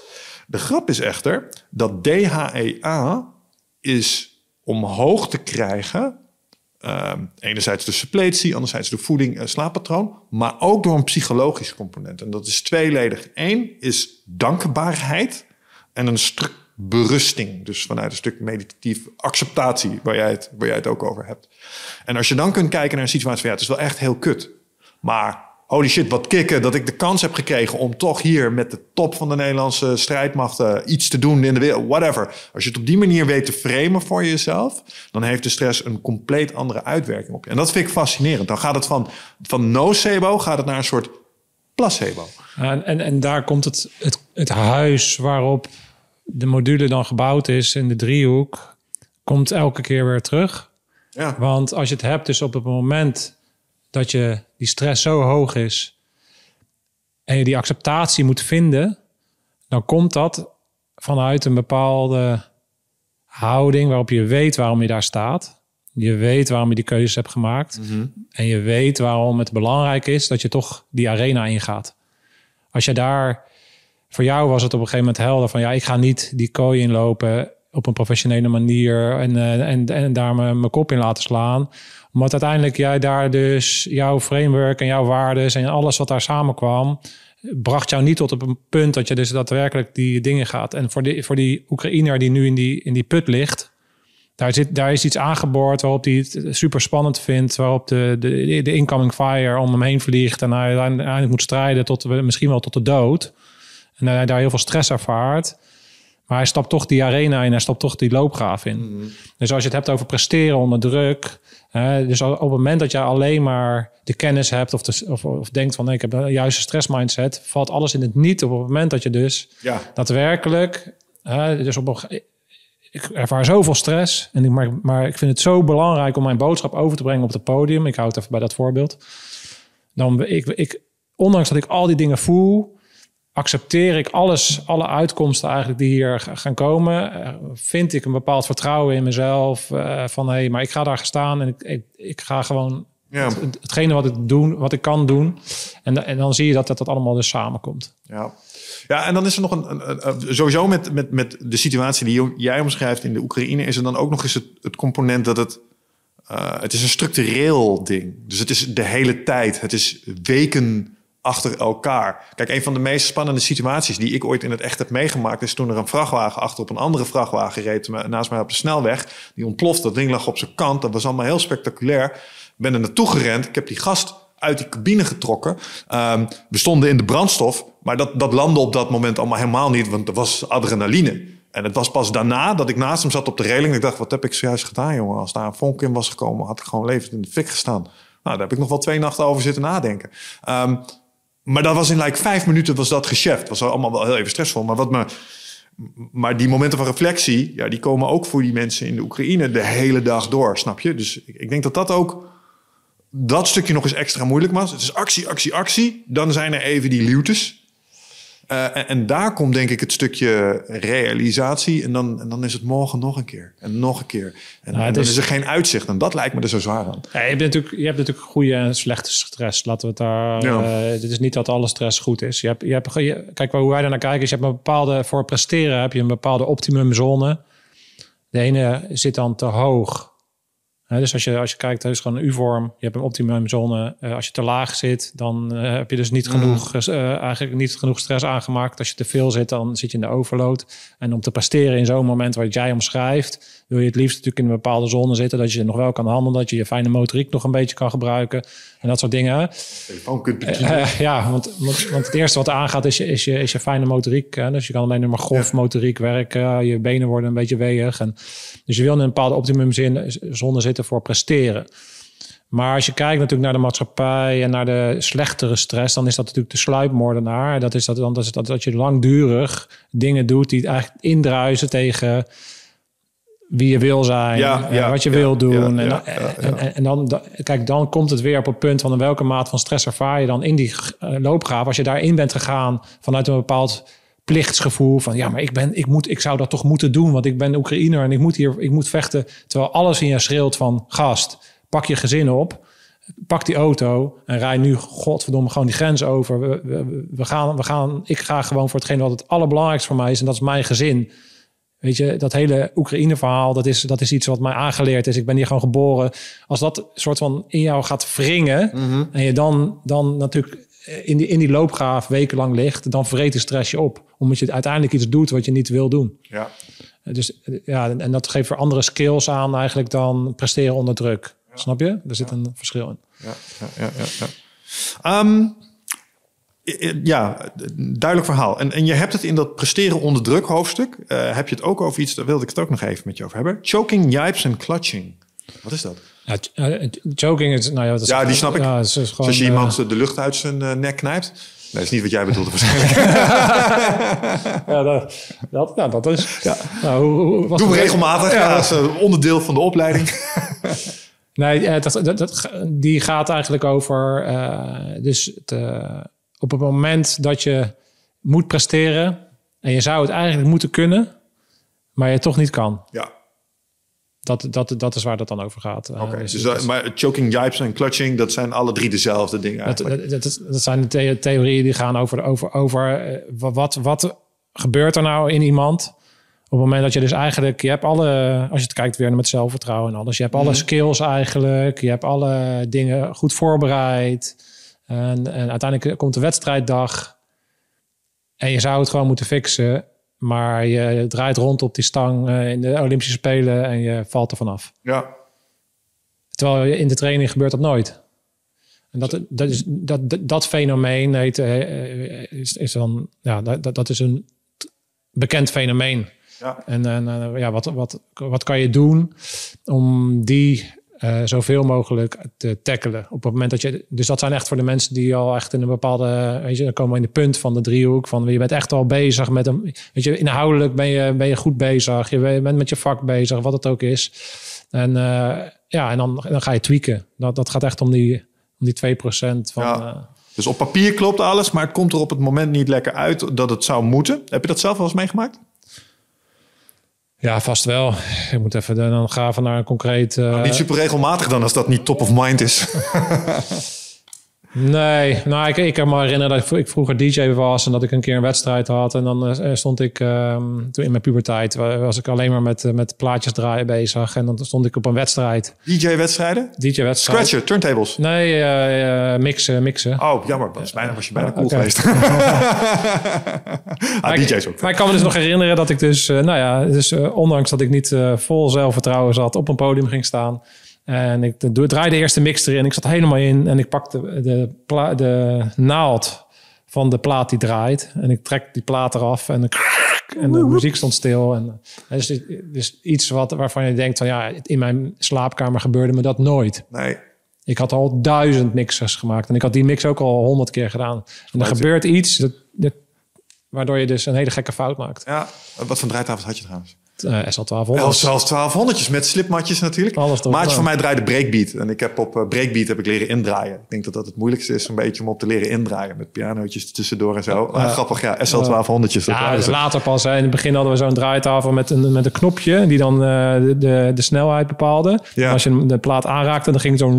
De grap is echter dat D H E A is omhoog te krijgen. Uh, enerzijds de suppletie, anderzijds de voeding en slaappatroon. Maar ook door een psychologische component. En dat is tweeledig. Eén is dankbaarheid en een stuk berusting. Dus vanuit een stuk meditatief acceptatie, waar jij, het, waar jij het ook over hebt. En als je dan kunt kijken naar een situatie van ja, het is wel echt heel kut. Maar holy shit, wat kicken dat ik de kans heb gekregen om toch hier met de top van de Nederlandse strijdmachten iets te doen in de wereld, whatever. Als je het op die manier weet te framen voor jezelf, dan heeft de stress een compleet andere uitwerking op je. En dat vind ik fascinerend. Dan gaat het van, van nocebo gaat het naar een soort placebo. En, en, en daar komt het, het, het huis waarop de module dan gebouwd is in de driehoek, komt elke keer weer terug. Ja. Want als je het hebt dus op het moment dat je die stress zo hoog is en je die acceptatie moet vinden, dan komt dat vanuit een bepaalde houding waarop je weet waarom je daar staat. Je weet waarom je die keuzes hebt gemaakt. Mm-hmm. En je weet waarom het belangrijk is dat je toch die arena ingaat. Als je daar, voor jou was het op een gegeven moment helder van ja, ik ga niet die kooi inlopen op een professionele manier en, en, en daar mijn, mijn kop in laten slaan. Omdat uiteindelijk jij daar dus jouw framework en jouw waardes en alles wat daar samenkwam, bracht jou niet tot op een punt dat je dus daadwerkelijk die dingen gaat. En voor die, voor die Oekraïner die nu in die, in die put ligt, daar, zit, daar is iets aangeboord waarop hij het super spannend vindt, waarop de, de, de incoming fire om hem heen vliegt en hij uiteindelijk moet strijden tot misschien wel tot de dood. En hij daar heel veel stress ervaart. Maar hij stapt toch die arena in, hij stapt toch die loopgraaf in. Mm-hmm. Dus als je het hebt over presteren onder druk, hè, dus op het moment dat je alleen maar de kennis hebt of, de, of, of denkt van nee, ik heb een juiste stressmindset, valt alles in het niet op het moment dat je dus ja. daadwerkelijk, hè, dus op een, ik ervaar zoveel stress, en ik, maar, maar ik vind het zo belangrijk om mijn boodschap over te brengen op het podium. Ik hou het even bij dat voorbeeld. Dan ik, ik, ondanks dat ik al die dingen voel, accepteer ik alles, alle uitkomsten eigenlijk die hier gaan komen. Uh, vind ik een bepaald vertrouwen in mezelf. Uh, van hé, hey, maar ik ga daar staan en ik, ik, ik ga gewoon ja. het, hetgene wat ik, doen, wat ik kan doen. En, en dan zie je dat, dat dat allemaal dus samenkomt. Ja, ja en dan is er nog een, een, een sowieso met, met, met de situatie die jij omschrijft in de Oekraïne, is er dan ook nog eens het, het component dat het uh, het is een structureel ding. Dus het is de hele tijd. Het is weken achter elkaar. Kijk, een van de meest spannende situaties die ik ooit in het echt heb meegemaakt is toen er een vrachtwagen achter op een andere vrachtwagen reed naast mij op de snelweg. Die ontplofte, dat ding lag op zijn kant. Dat was allemaal heel spectaculair. Ik ben er naartoe gerend. Ik heb die gast uit die cabine getrokken. Um, we stonden in de brandstof, maar dat, dat landde op dat moment allemaal helemaal niet, want er was adrenaline. En het was pas daarna dat ik naast hem zat op de reling. Ik dacht, wat heb ik zojuist gedaan, jongen? Als daar een vonk in was gekomen, had ik gewoon levend in de fik gestaan. Nou, daar heb ik nog wel twee nachten over zitten nadenken. Um, Maar dat was in like vijf minuten was dat gecheft. Het was allemaal wel heel even stressvol. Maar, wat me, maar die momenten van reflectie, ja, die komen ook voor die mensen in de Oekraïne de hele dag door, snap je? Dus ik, ik denk dat dat ook dat stukje nog eens extra moeilijk was. Het is actie, actie, actie. Dan zijn er even die luwtes. Uh, en, en daar komt denk ik het stukje realisatie. En dan, en dan is het morgen nog een keer. En nog een keer. En, nou, en dan is... is er geen uitzicht. En dat lijkt me er zo zwaar aan. Ja, je, hebt natuurlijk, je hebt natuurlijk goede en slechte stress. Laten we het daar... Ja. Uh, het is niet dat alle stress goed is. Je hebt, je hebt, je, kijk, hoe wij daar naar kijken is... Je hebt een bepaalde, voor presteren heb je een bepaalde optimumzone. De ene zit dan te hoog. He, dus als je, als je kijkt, dat is gewoon een U-vorm. Je hebt een optimumzone. Uh, als je te laag zit, dan uh, heb je dus niet genoeg, uh, eigenlijk niet genoeg stress aangemaakt. Als je te veel zit, dan zit je in de overload. En om te presteren in zo'n moment wat jij omschrijft, wil je het liefst natuurlijk in een bepaalde zone zitten, dat je nog wel kan handelen, dat je je fijne motoriek nog een beetje kan gebruiken en dat soort dingen. Telefoon kunt bedienen. Uh, ja, want, want, want het eerste wat er aangaat is je, is je, is je fijne motoriek. Hè? Dus je kan alleen maar golfmotoriek werken. Je benen worden een beetje weeg. En, dus je wil in een bepaalde optimumzone zitten voor presteren. Maar als je kijkt natuurlijk naar de maatschappij en naar de slechtere stress, dan is dat natuurlijk de sluipmoordenaar. Dat is dat, dan, dat, is dat, dat je langdurig dingen doet die eigenlijk indruisen tegen wie je wil zijn, ja, ja, wat je ja, wil doen. Ja, ja, en, ja, ja. En, en dan, kijk, dan komt het weer op het punt van in welke maat van stress ervaar je dan in die loopgraaf. Als je daarin bent gegaan vanuit een bepaald plichtsgevoel van ja, maar ik ben, ik moet, ik zou dat toch moeten doen, want ik ben Oekraïner en ik moet hier, ik moet vechten, terwijl alles in je schreeuwt van gast, pak je gezin op pak die auto en rij nu godverdomme gewoon die grens over. We, we, we gaan, we gaan, ik ga gewoon voor hetgeen wat het allerbelangrijkste voor mij is. En dat is mijn gezin. Weet je, dat hele Oekraïne-verhaal, dat is, dat is iets wat mij aangeleerd is. Ik ben hier gewoon geboren. Als dat soort van in jou gaat wringen... Mm-hmm. en je dan, dan natuurlijk in die, in die loopgraaf wekenlang ligt... dan vreet de stress je op. Omdat je uiteindelijk iets doet wat je niet wil doen. Ja. Dus ja, en dat geeft weer andere skills aan eigenlijk dan presteren onder druk. Ja. Snap je? Er zit ja. een verschil in. Ja, ja, ja, ja, ja. Um, ja, duidelijk verhaal. En, en je hebt het in dat presteren onder druk hoofdstuk. Uh, heb je het ook over iets, daar wilde ik het ook nog even met je over hebben. Choking, yipes en clutching. Wat is dat? Ja, choking is... Nou ja, dat is, ja, die snap ik. Ja, is gewoon, dus als je iemand uh, de lucht uit zijn uh, nek knijpt... Nee, dat is niet wat jij bedoelt waarschijnlijk. ja, dat, dat, nou, dat is... Ja. Nou, hoe, hoe, was Doe we regelmatig. Ja. Ja, dat is een onderdeel van de opleiding. nee, dat, dat, dat, die gaat eigenlijk over... Uh, dus het, uh, op het moment dat je moet presteren... en je zou het eigenlijk moeten kunnen... maar je het toch niet kan. Ja. Dat, dat, dat is waar dat dan over gaat. Oké, okay, dus dus dat, maar choking, yipes en clutching... dat zijn alle drie dezelfde dingen eigenlijk. Dat, dat, dat zijn de the- theorieën die gaan over... over, over uh, wat, wat gebeurt er nou in iemand... op het moment dat je dus eigenlijk... je hebt alle... als je het kijkt weer met zelfvertrouwen en alles... je hebt alle mm. skills eigenlijk... je hebt alle dingen goed voorbereid... en, en uiteindelijk komt de wedstrijddag... en je zou het gewoon moeten fixen... maar je draait rond op die stang uh, in de Olympische Spelen en je valt er vanaf. Ja. Terwijl in de training gebeurt dat nooit. En dat, dat, is, dat, dat, dat fenomeen heet, uh, is, is dan, ja, dat, dat is een bekend fenomeen. Ja. En, en uh, ja, wat, wat, wat kan je doen om die uh, zoveel mogelijk te tackelen? Op het moment dat je, dus dat zijn echt voor de mensen die al echt in een bepaalde, weet je, dan komen we in de punt van de driehoek van je bent echt al bezig met een, weet je, inhoudelijk ben je, ben je goed bezig, je bent met je vak bezig, wat het ook is. En uh, ja, en dan, dan ga je tweaken. Dat, dat gaat echt om die, om die twee procent van. Ja. Uh, dus op papier klopt alles, maar het komt er op het moment niet lekker uit dat het zou moeten. Heb je dat zelf wel eens meegemaakt? Ja, vast wel. Je moet even dan graven naar een concreet... Uh... Nou, niet super regelmatig dan, als dat niet top of mind is. Nee, nou, ik, ik kan me herinneren dat ik vroeger D J was... en dat ik een keer een wedstrijd had. En dan uh, stond ik, um, toen in mijn puberteit... was ik alleen maar met, uh, met plaatjes draaien bezig. En dan stond ik op een wedstrijd. D J-wedstrijden? D J-wedstrijd. Scratcher, turntables? Nee, uh, uh, mixen, mixen. Oh, jammer. Was, bijna, was je bijna cool okay. geweest. ah, D J's ook. Maar ik kan me dus nog herinneren dat ik dus... Uh, nou ja, dus uh, ondanks dat ik niet uh, vol zelfvertrouwen zat... op een podium ging staan... En ik draaide de eerste mix erin. Ik zat helemaal in en ik pakte de, pla- de naald van de plaat die draait. En ik trek die plaat eraf en, en de muziek stond stil. En, dus, dus iets wat, waarvan je denkt van ja, in mijn slaapkamer gebeurde me dat nooit. Nee. Ik had al duizend mixers gemaakt en ik had die mix ook al honderd keer gedaan. En er gebeurt iets dat, dat, waardoor je dus een hele gekke fout maakt. Ja, wat voor draaitafels had je trouwens? Uh, S L twaalfhonderd. Zelfs twaalfhonderdjes met slipmatjes natuurlijk. Maatje van mij draaide breakbeat. En ik heb op uh, breakbeat heb ik leren indraaien. Ik denk dat dat het moeilijkste is een beetje om op te leren indraaien. Met pianootjes tussendoor en zo. Uh, uh, grappig, ja. S L twaalfhonderdjes. Uh, ja, dus later pas. Hè. In het begin hadden we zo'n draaitafel met een, met een knopje. Die dan uh, de, de, de snelheid bepaalde. Ja. En als je de plaat aanraakte, dan ging het zo...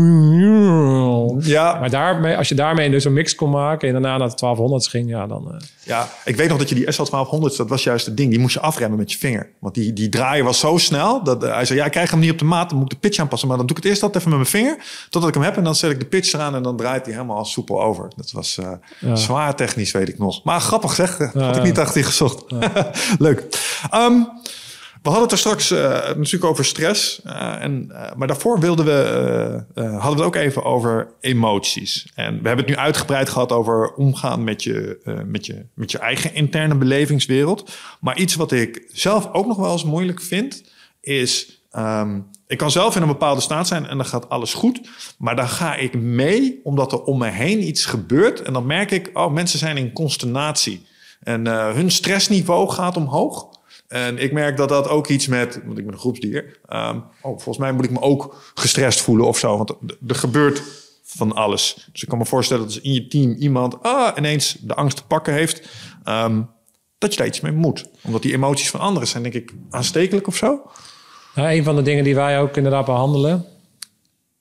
Ja. Maar daarmee, als je daarmee dus een mix kon maken... en daarna naar de twaalfhonderd ging, ja dan... Uh... Ja, ik weet nog dat je die S L twaalfhonderd... dat was juist het ding. Die moest je afremmen met je vinger. Want die, die draaien was zo snel... dat uh, hij zei, ja, ik krijg hem niet op de maat... dan moet ik de pitch aanpassen. Maar dan doe ik het eerst altijd even met mijn vinger... totdat ik hem heb en dan zet ik de pitch eraan... en dan draait hij helemaal soepel over. Dat was uh, ja. zwaar technisch, weet ik nog. Maar grappig zeg, had ja, ik niet achter je gezocht. Ja. Leuk. Um, we hadden het er straks uh, natuurlijk over stress. Uh, en, uh, maar daarvoor wilden we, uh, uh, hadden we het ook even over emoties. En we hebben het nu uitgebreid gehad over omgaan met je, uh, met je, met je eigen interne belevingswereld. Maar iets wat ik zelf ook nog wel eens moeilijk vind, is... Um, ik kan zelf in een bepaalde staat zijn en dan gaat alles goed. Maar dan ga ik mee omdat er om me heen iets gebeurt. En dan merk ik, oh, mensen zijn in consternatie. En uh, hun stressniveau gaat omhoog. En ik merk dat dat ook iets met... want ik ben een groepsdier. Um, oh, volgens mij moet ik me ook gestrest voelen of zo. Want er gebeurt van alles. Dus ik kan me voorstellen dat als in je team iemand... Ah, ineens de angst te pakken heeft... Um, dat je daar iets mee moet. Omdat die emoties van anderen zijn, denk ik, aanstekelijk of zo. Nou, een van de dingen die wij ook inderdaad behandelen...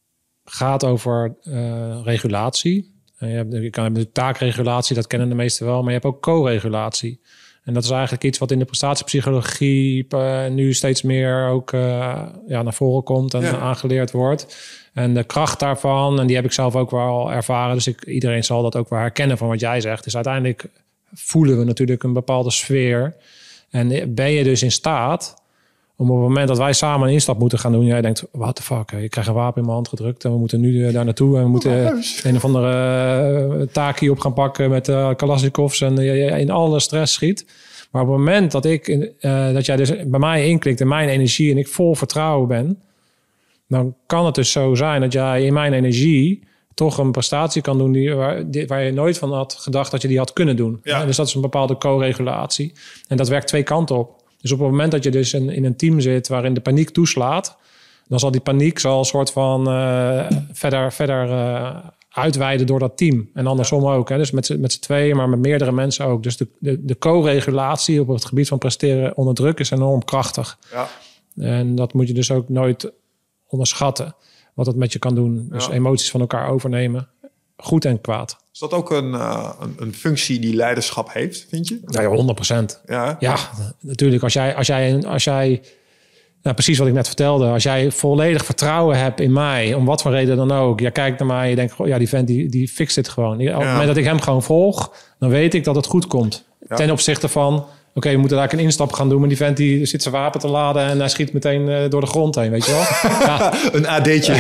gaat over uh, regulatie. En je, hebt, je kan hebben de taakregulatie, dat kennen de meesten wel. Maar je hebt ook co-regulatie. En dat is eigenlijk iets wat in de prestatiepsychologie uh, nu steeds meer ook uh, ja, naar voren komt en ja. aangeleerd wordt. En de kracht daarvan, en die heb ik zelf ook wel ervaren. Dus ik, iedereen zal dat ook wel herkennen van wat jij zegt. Dus uiteindelijk voelen we natuurlijk een bepaalde sfeer. En ben je dus in staat om op het moment dat wij samen een instap moeten gaan doen, jij denkt, what the fuck, ik krijg een wapen in mijn hand gedrukt en we moeten nu daar naartoe en we moeten oh, een of andere uh, taakje op gaan pakken met uh, Kalashnikovs en uh, in alle stress schiet. Maar op het moment dat ik uh, dat jij dus bij mij inklikt in mijn energie en ik vol vertrouwen ben, dan kan het dus zo zijn dat jij in mijn energie toch een prestatie kan doen die, waar, die, waar je nooit van had gedacht dat je die had kunnen doen. Ja. Dus dat is een bepaalde co-regulatie. En dat werkt twee kanten op. Dus op het moment dat je dus in, in een team zit waarin de paniek toeslaat, dan zal die paniek zal een soort van uh, verder, verder uh, uitweiden door dat team. En andersom ook. Hè? Dus met z'n, met z'n tweeën, maar met meerdere mensen ook. Dus de, de, de co-regulatie op het gebied van presteren onder druk is enorm krachtig. Ja. En dat moet je dus ook nooit onderschatten. Wat dat met je kan doen. Dus ja. emoties van elkaar overnemen. Goed en kwaad. Is dat ook een, uh, een, een functie die leiderschap heeft, vind je? Ja, honderd procent. Ja, ja, natuurlijk. Als jij, als jij, als jij nou, precies wat ik net vertelde. Als jij volledig vertrouwen hebt in mij, om wat voor reden dan ook. Je kijkt naar mij, je denkt, oh, ja, die vent die, die fixt dit gewoon. Op het ja. moment dat ik hem gewoon volg, dan weet ik dat het goed komt. Ja. Ten opzichte van, oké, okay, we moeten daar een instap gaan doen. Maar die vent die zit zijn wapen te laden en hij schiet meteen uh, door de grond heen, weet je wel? Ja. Een A D'tje.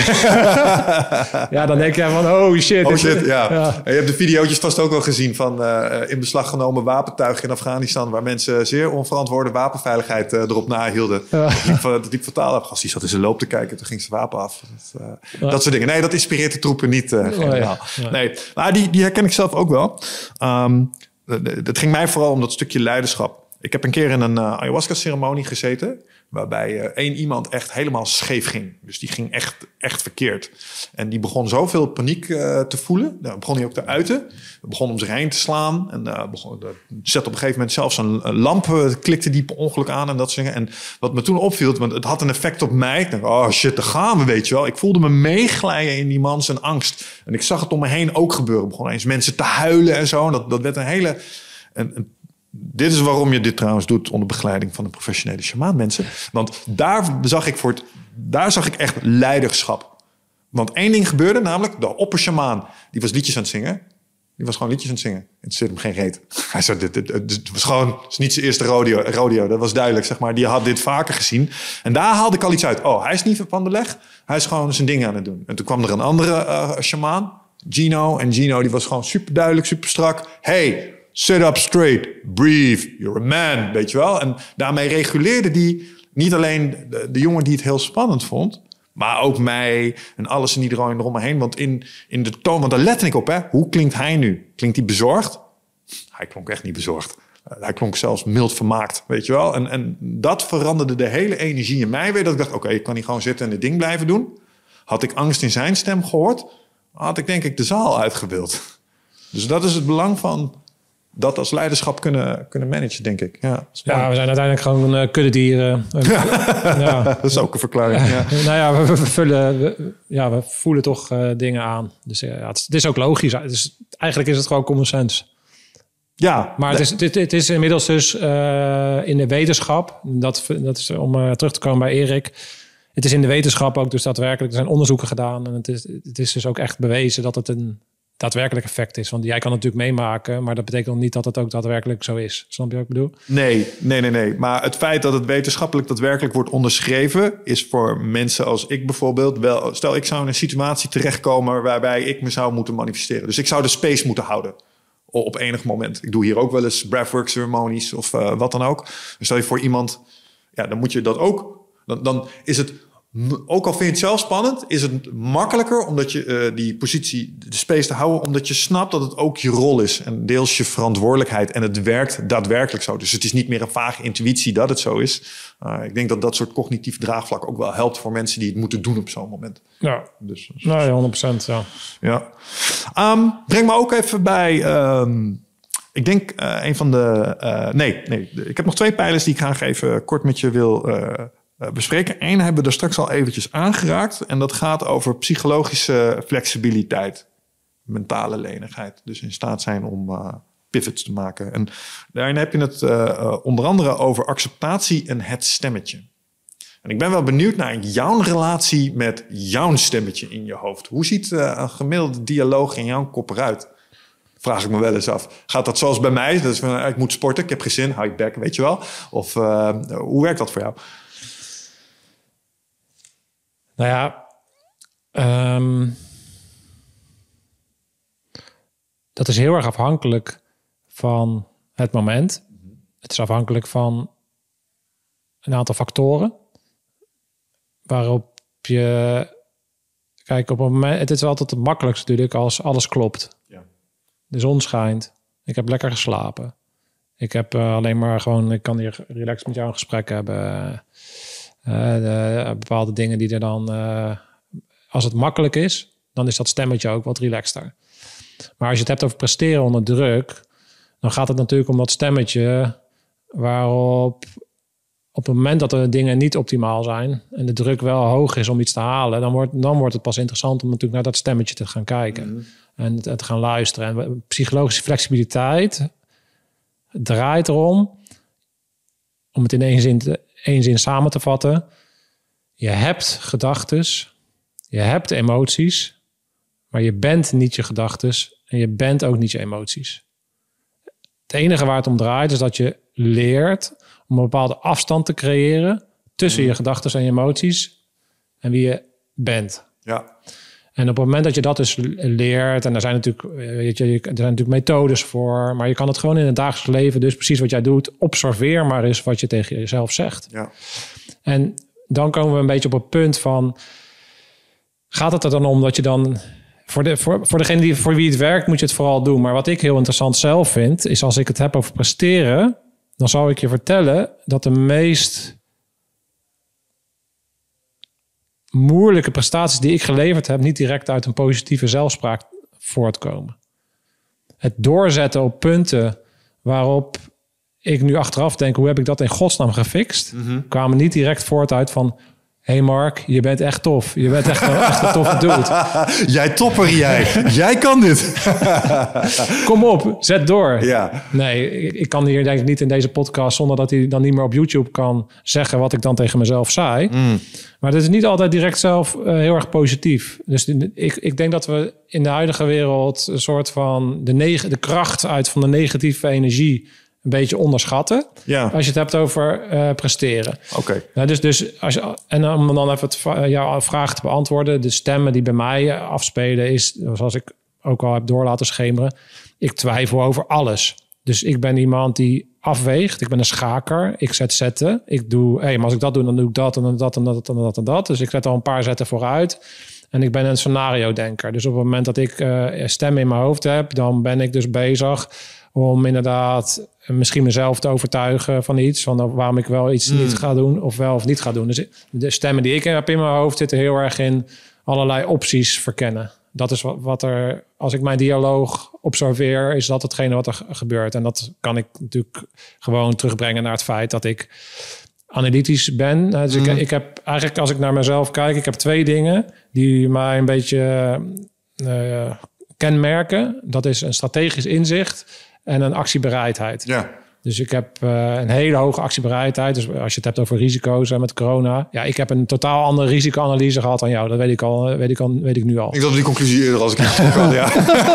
Ja, dan denk je van, oh shit. Oh shit, ja. ja. Je hebt de video's vast ook wel gezien van uh, in beslag genomen wapentuigen in Afghanistan, waar mensen zeer onverantwoorde wapenveiligheid uh, erop nahielden. Ja. Dat liep, dat liep fataal af. Gast, die zat in zijn loop te kijken, toen ging zijn wapen af. Dat, uh, ja. dat soort dingen. Nee, dat inspireert de troepen niet. Uh, oh, ja. Ja. Nee, maar die, die herken ik zelf ook wel. Um, dat ging mij vooral om dat stukje leiderschap. Ik heb een keer in een uh, ayahuasca-ceremonie gezeten, waarbij uh, één iemand echt helemaal scheef ging. Dus die ging echt, echt verkeerd. En die begon zoveel paniek uh, te voelen. Nou, begon hij ook te uiten. Begon om zich heen te slaan. En uh, begon, uh, zette op een gegeven moment zelfs een, een lamp, uh, klikte die per ongeluk aan en dat soort dingen. En wat me toen opviel, want het had een effect op mij. Ik dacht, oh shit, daar gaan we, weet je wel. Ik voelde me meeglijden in die man zijn angst. En ik zag het om me heen ook gebeuren. Begon eens mensen te huilen en zo. En dat, dat werd een hele... Een, een, Dit is waarom je dit trouwens doet onder begeleiding van een professionele shamaan, mensen. Want daar zag ik voor het, daar zag ik echt leiderschap. Want één ding gebeurde, namelijk de oppershamaan, die was liedjes aan het zingen. Die was gewoon liedjes aan het zingen. Het zit hem geen reet. Hij zei, dit, dit, dit was gewoon, het is niet zijn eerste rodeo, rodeo. Dat was duidelijk, zeg maar. Die had dit vaker gezien. En daar haalde ik al iets uit. Oh, hij is niet van de leg. Hij is gewoon zijn ding aan het doen. En toen kwam er een andere uh, shamaan, Gino. En Gino, die was gewoon super duidelijk, super strak. Hey, sit up straight, breathe, you're a man, weet je wel. En daarmee reguleerde die niet alleen de, de jongen die het heel spannend vond, maar ook mij en alles en iedereen erom me heen. Want in, in de toon, want daar lette ik op, hè. Hoe klinkt hij nu? Klinkt hij bezorgd? Hij klonk echt niet bezorgd. Uh, hij klonk zelfs mild vermaakt, weet je wel. En, en dat veranderde de hele energie in mij weer. Dat ik dacht, oké, okay, ik kan hier gewoon zitten en dit ding blijven doen. Had ik angst in zijn stem gehoord, had ik denk ik de zaal uitgewild. Dus dat is het belang van dat als leiderschap kunnen, kunnen managen, denk ik. Ja, ja, we zijn uiteindelijk gewoon uh, kuddedieren. Ja. Ja. Dat is ook een verklaring. Ja. Uh, nou ja, we, we, vullen, we, ja, we voelen toch uh, dingen aan. Dus uh, ja, het, het is ook logisch. Dus eigenlijk is het gewoon common sense. Ja. Maar het is, het, het is inmiddels dus uh, in de wetenschap, dat, dat is om uh, terug te komen bij Erik. Het is in de wetenschap ook dus daadwerkelijk, er zijn onderzoeken gedaan. En het is, het is dus ook echt bewezen dat het een daadwerkelijk effect is. Want jij kan het natuurlijk meemaken, maar dat betekent nog niet dat het ook daadwerkelijk zo is. Snap je wat ik bedoel? Nee, nee, nee, nee. Maar het feit dat het wetenschappelijk daadwerkelijk wordt onderschreven, is voor mensen als ik bijvoorbeeld wel. Stel, ik zou in een situatie terechtkomen waarbij ik me zou moeten manifesteren. Dus ik zou de space moeten houden op enig moment. Ik doe hier ook wel eens breathwork ceremonies of uh, wat dan ook. Dus stel je voor iemand, ja, dan moet je dat ook. Dan, dan is het, ook al vind je het zelf spannend, is het makkelijker omdat je uh, die positie, de space te houden, omdat je snapt dat het ook je rol is en deels je verantwoordelijkheid en het werkt daadwerkelijk zo. Dus het is niet meer een vage intuïtie dat het zo is. Uh, ik denk dat dat soort cognitief draagvlak ook wel helpt voor mensen die het moeten doen op zo'n moment. Ja, dus, dus, nou, ja, honderd procent. Ja. Ja. Um, breng me ook even bij. Um, ik denk uh, een van de. Uh, nee, nee. Ik heb nog twee pijlers die ik graag even kort met je wil. Uh, uh, bespreken. Eén hebben we er straks al eventjes aangeraakt. En dat gaat over psychologische flexibiliteit. Mentale lenigheid. Dus in staat zijn om uh, pivots te maken. En daarin heb je het uh, uh, onder andere over acceptatie en het stemmetje. En ik ben wel benieuwd naar jouw relatie met jouw stemmetje in je hoofd. Hoe ziet uh, een gemiddelde dialoog in jouw kop eruit? Vraag ik me wel eens af. Gaat dat zoals bij mij? Dat is van, ik moet sporten, ik heb geen zin, hou je bek, weet je wel? Of uh, hoe werkt dat voor jou? Nou ja, um, dat is heel erg afhankelijk van het moment. Het is afhankelijk van een aantal factoren. Waarop je... Kijk, op een moment... Het is altijd het makkelijkste natuurlijk als alles klopt. Ja. De zon schijnt. Ik heb lekker geslapen. Ik heb uh, alleen maar gewoon... Ik kan hier relaxed met jou een gesprek hebben. Uh, de, bepaalde dingen die er dan... Uh, als het makkelijk is, dan is dat stemmetje ook wat relaxter. Maar als je het hebt over presteren onder druk... dan gaat het natuurlijk om dat stemmetje... waarop... op het moment dat de dingen niet optimaal zijn... en de druk wel hoog is om iets te halen... dan wordt, dan wordt het pas interessant om natuurlijk naar dat stemmetje te gaan kijken. Mm. En te gaan luisteren. En psychologische flexibiliteit draait erom... om het in één zin, te, één zin samen te vatten. Je hebt gedachtes, je hebt emoties... maar je bent niet je gedachtes... en je bent ook niet je emoties. Het enige waar het om draait is dat je leert... om een bepaalde afstand te creëren tussen mm. je gedachten en je emoties en wie je bent. Ja. En op het moment dat je dat dus leert, en er zijn natuurlijk, weet je, er zijn natuurlijk methodes voor, maar je kan het gewoon in het dagelijks leven, dus precies wat jij doet, observeer maar eens wat je tegen jezelf zegt. Ja. En dan komen we een beetje op het punt van, gaat het er dan om dat je dan... Voor, de, voor, voor degene die, voor wie het werkt, moet je het vooral doen. Maar wat ik heel interessant zelf vind, is als ik het heb over presteren... dan zou ik je vertellen dat de meest moeilijke prestaties die ik geleverd heb... niet direct uit een positieve zelfspraak voortkomen. Het doorzetten op punten waarop ik nu achteraf denk... hoe heb ik dat in godsnaam gefixt? Mm-hmm. Kwamen niet direct voort uit van... Hé hey Mark, je bent echt tof. Je bent echt, echt een toffe dude. Jij topper, jij. Jij kan dit. Kom op, zet door. Ja. Nee, ik, ik kan hier denk ik niet in deze podcast... zonder dat hij dan niet meer op YouTube kan zeggen... wat ik dan tegen mezelf zei. Mm. Maar dat is niet altijd direct zelf uh, heel erg positief. Dus ik, ik denk dat we in de huidige wereld... een soort van de, neg- de kracht uit van de negatieve energie... een beetje onderschatten. Ja. Als je het hebt over uh, presteren. Oké. Okay. Nou, dus, dus als je, en om dan even het, jouw vraag te beantwoorden. De stemmen die bij mij afspelen is, zoals ik ook al heb door laten schemeren. Ik twijfel over alles. Dus ik ben iemand die afweegt. Ik ben een schaker. Ik zet zetten. Ik doe, hey, maar als ik dat doe, dan doe ik dat en dan dat en dat en dat en dat. Dus ik zet al een paar zetten vooruit. En ik ben een scenario-denker. Dus op het moment dat ik uh, stemmen in mijn hoofd heb, dan ben ik dus bezig om inderdaad misschien mezelf te overtuigen van iets. Van waarom ik wel iets mm. niet ga doen of wel of niet ga doen. Dus de stemmen die ik heb in mijn hoofd zitten heel erg in allerlei opties verkennen. Dat is wat, wat er, als ik mijn dialoog observeer, is dat hetgene wat er gebeurt. En dat kan ik natuurlijk gewoon terugbrengen naar het feit dat ik analytisch ben. Dus mm. ik, ik heb eigenlijk, als ik naar mezelf kijk, ik heb twee dingen die mij een beetje uh, kenmerken. Dat is een strategisch inzicht en een actiebereidheid. Ja. Dus ik heb uh, een hele hoge actiebereidheid. Dus als je het hebt over risico's en met corona. Ja, ik heb een totaal andere risicoanalyse gehad dan jou. Dat weet ik al, weet ik, al, weet ik nu al. Ik had die conclusie eerder als ik het kan, ja.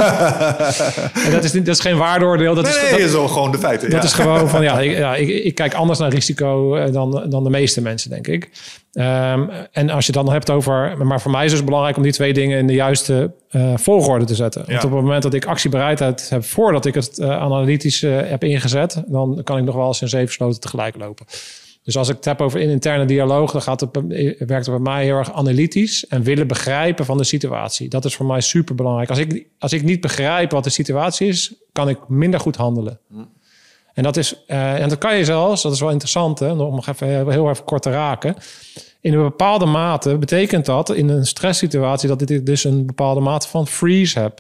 En dat is, niet, dat is geen waardeoordeel. Dat nee, is, nee, dat, is wel gewoon de feiten. Dat ja. is gewoon van, ja, ik, ja ik, ik kijk anders naar risico dan, dan de meeste mensen, denk ik. Um, en als je het dan hebt over... Maar voor mij is het dus belangrijk om die twee dingen in de juiste uh, volgorde te zetten. Ja. Want op het moment dat ik actiebereidheid heb voordat ik het uh, analytisch uh, heb ingezet, dan kan ik nog wel eens in zeven sloten tegelijk lopen. Dus als ik het heb over een interne dialoog, dan gaat het, werkt het bij mij heel erg analytisch en willen begrijpen van de situatie. Dat is voor mij super belangrijk. Als ik, als ik niet begrijp wat de situatie is, kan ik minder goed handelen. Hm. En dat is, uh, en dat kan je zelfs, dat is wel interessant, hè, om nog even heel even kort te raken. In een bepaalde mate betekent dat in een stresssituatie dat ik dus een bepaalde mate van freeze heb.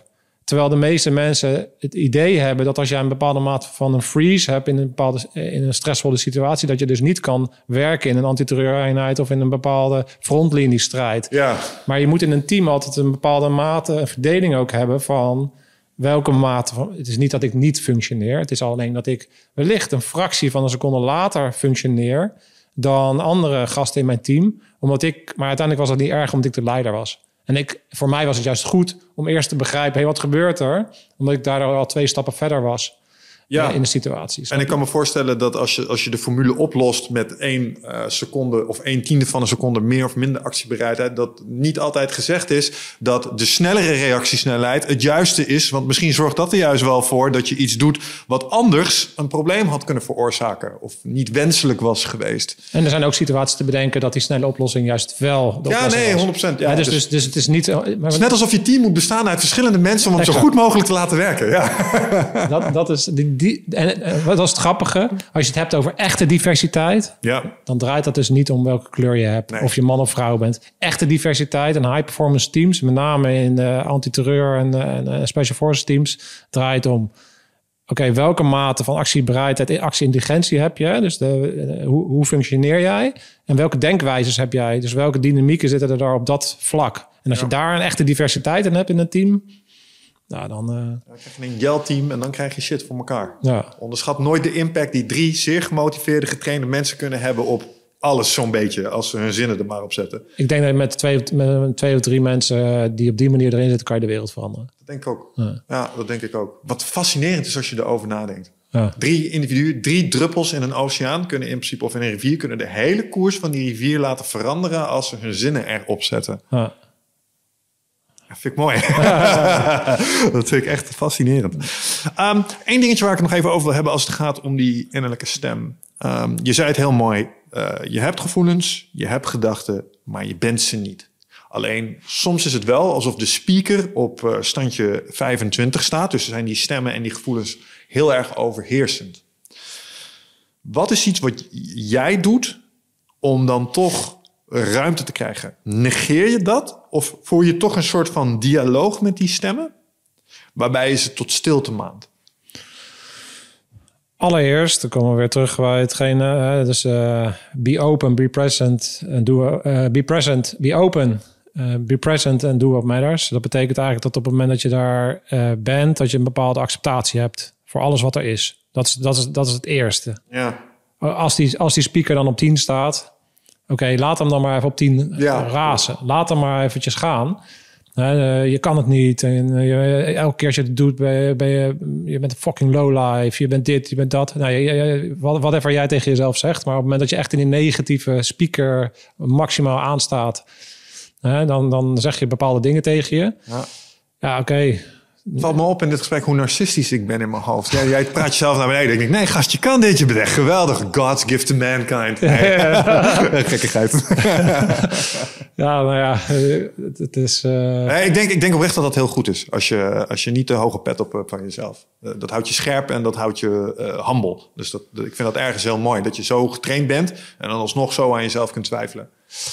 Terwijl de meeste mensen het idee hebben dat als jij een bepaalde mate van een freeze hebt in een bepaalde in een stressvolle situatie, dat je dus niet kan werken in een antiterreureenheid of in een bepaalde frontliniestrijd. Ja. Maar je moet in een team altijd een bepaalde mate, een verdeling ook hebben van welke mate van. Het is niet dat ik niet functioneer. Het is alleen dat ik wellicht een fractie van een seconde later functioneer dan andere gasten in mijn team. Omdat ik, maar uiteindelijk was dat niet erg omdat ik de leider was. En ik, voor mij was het juist goed om eerst te begrijpen, hey, wat gebeurt er? Omdat ik daardoor al twee stappen verder was. Ja. In de situaties. En ik kan me voorstellen dat als je, als je de formule oplost met één uh, seconde of één tiende van een seconde meer of minder actiebereidheid, dat niet altijd gezegd is dat de snellere reactiesnelheid het juiste is. Want misschien zorgt dat er juist wel voor dat je iets doet wat anders een probleem had kunnen veroorzaken of niet wenselijk was geweest. En er zijn ook situaties te bedenken dat die snelle oplossing juist wel de ja, nee, honderd procent. Ja, ja, dus, dus, dus, dus het is niet. Maar het is net alsof je team moet bestaan uit verschillende mensen om het zo goed mogelijk te laten werken. Ja. Dat, dat is die, die, en wat was het grappige? Als je het hebt over echte diversiteit, ja. dan draait dat dus niet om welke kleur je hebt. Nee. Of je man of vrouw bent. Echte diversiteit en high performance teams, met name in de antiterreur en, en special forces teams, draait om. Oké, okay, welke mate van actiebereidheid, actieintelligentie heb je? Dus de, hoe, hoe functioneer jij? En welke denkwijzes heb jij? Dus welke dynamieken zitten er daar op dat vlak? En als ja. je daar een echte diversiteit in hebt in een team, nou, dan, uh... dan krijg je een Yell-team en dan krijg je shit voor elkaar. Ja. Onderschat nooit de impact die drie zeer gemotiveerde, getrainde mensen kunnen hebben op alles zo'n beetje, als ze hun zinnen er maar op zetten. Ik denk dat met twee, met twee of drie mensen die op die manier erin zitten, kan je de wereld veranderen. Dat denk ik ook. Ja, ja dat denk ik ook. Wat fascinerend is als je erover nadenkt. Ja. Drie individuen, drie druppels in een oceaan kunnen in principe, of in een rivier, kunnen de hele koers van die rivier laten veranderen als ze hun zinnen erop zetten. Ja. Dat vind ik mooi. Dat vind ik echt fascinerend. Um, Eén dingetje waar ik het nog even over wil hebben als het gaat om die innerlijke stem. Um, je zei het heel mooi. Uh, je hebt gevoelens, je hebt gedachten, maar je bent ze niet. Alleen soms is het wel alsof de speaker op uh, standje vijfentwintig staat. Dus zijn die stemmen en die gevoelens heel erg overheersend. Wat is iets wat jij doet om dan toch ruimte te krijgen? Negeer je dat? Of voer je toch een soort van dialoog met die stemmen? Waarbij je ze tot stilte maand? Allereerst, dan komen we weer terug bij hetgene. Uh, dus uh, be open, be present, and do, uh, be present, be open, uh, be present and do what matters. Dat betekent eigenlijk dat op het moment dat je daar uh, bent, dat je een bepaalde acceptatie hebt voor alles wat er is. Dat is, dat is, dat is het eerste. Ja. Als die, als die speaker dan op tien staat, oké, okay, laat hem dan maar even op tien ja. razen. Laat hem maar eventjes gaan. Uh, je kan het niet. En uh, elke keer als je het doet, ben je, ben je, je bent een fucking lowlife. Je bent dit, je bent dat. Nou, je, je, whatever jij tegen jezelf zegt. Maar op het moment dat je echt in die negatieve speaker maximaal aanstaat, uh, dan, dan zeg je bepaalde dingen tegen je. Ja, ja oké. Okay. Het valt me op in dit gesprek hoe narcistisch ik ben in mijn hoofd. Ja, jij praat jezelf naar beneden. Ik denk, nee gast, je kan dit. Je bent echt geweldig. God's gift to mankind. Nee. Gekkigheid. Ja, nou ja, het, het is... Uh... Nee, ik, denk, ik denk oprecht dat dat heel goed is. Als je, als je niet te hoge pet op hebt van jezelf. Dat houdt je scherp en dat houdt je uh, humble. Dus dat, ik vind dat ergens heel mooi. Dat je zo getraind bent en dan alsnog zo aan jezelf kunt twijfelen.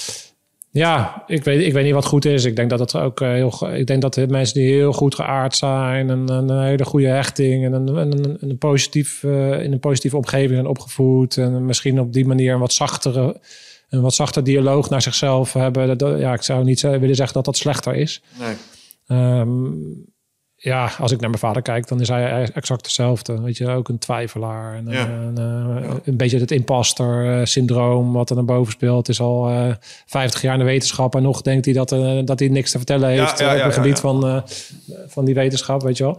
Ja, ik weet, ik weet niet wat goed is. Ik denk dat het ook heel. Ik denk dat de mensen die heel goed geaard zijn en een hele goede hechting en een, een, een positief, uh, in een positieve omgeving zijn opgevoed en misschien op die manier een wat zachtere, een wat zachter dialoog naar zichzelf hebben. Dat, ja, ik zou niet willen zeggen dat dat slechter is. Nee. Um, ja, als ik naar mijn vader kijk, dan is hij exact hetzelfde. Weet je, ook een twijfelaar. En, ja. en, uh, ja. Een beetje het imposter-syndroom wat er naar boven speelt. Is al uh, vijftig jaar in de wetenschap en nog denkt hij dat, uh, dat hij niks te vertellen heeft ja, ja, ja, op het gebied ja, ja. Van, uh, van die wetenschap, weet je wel.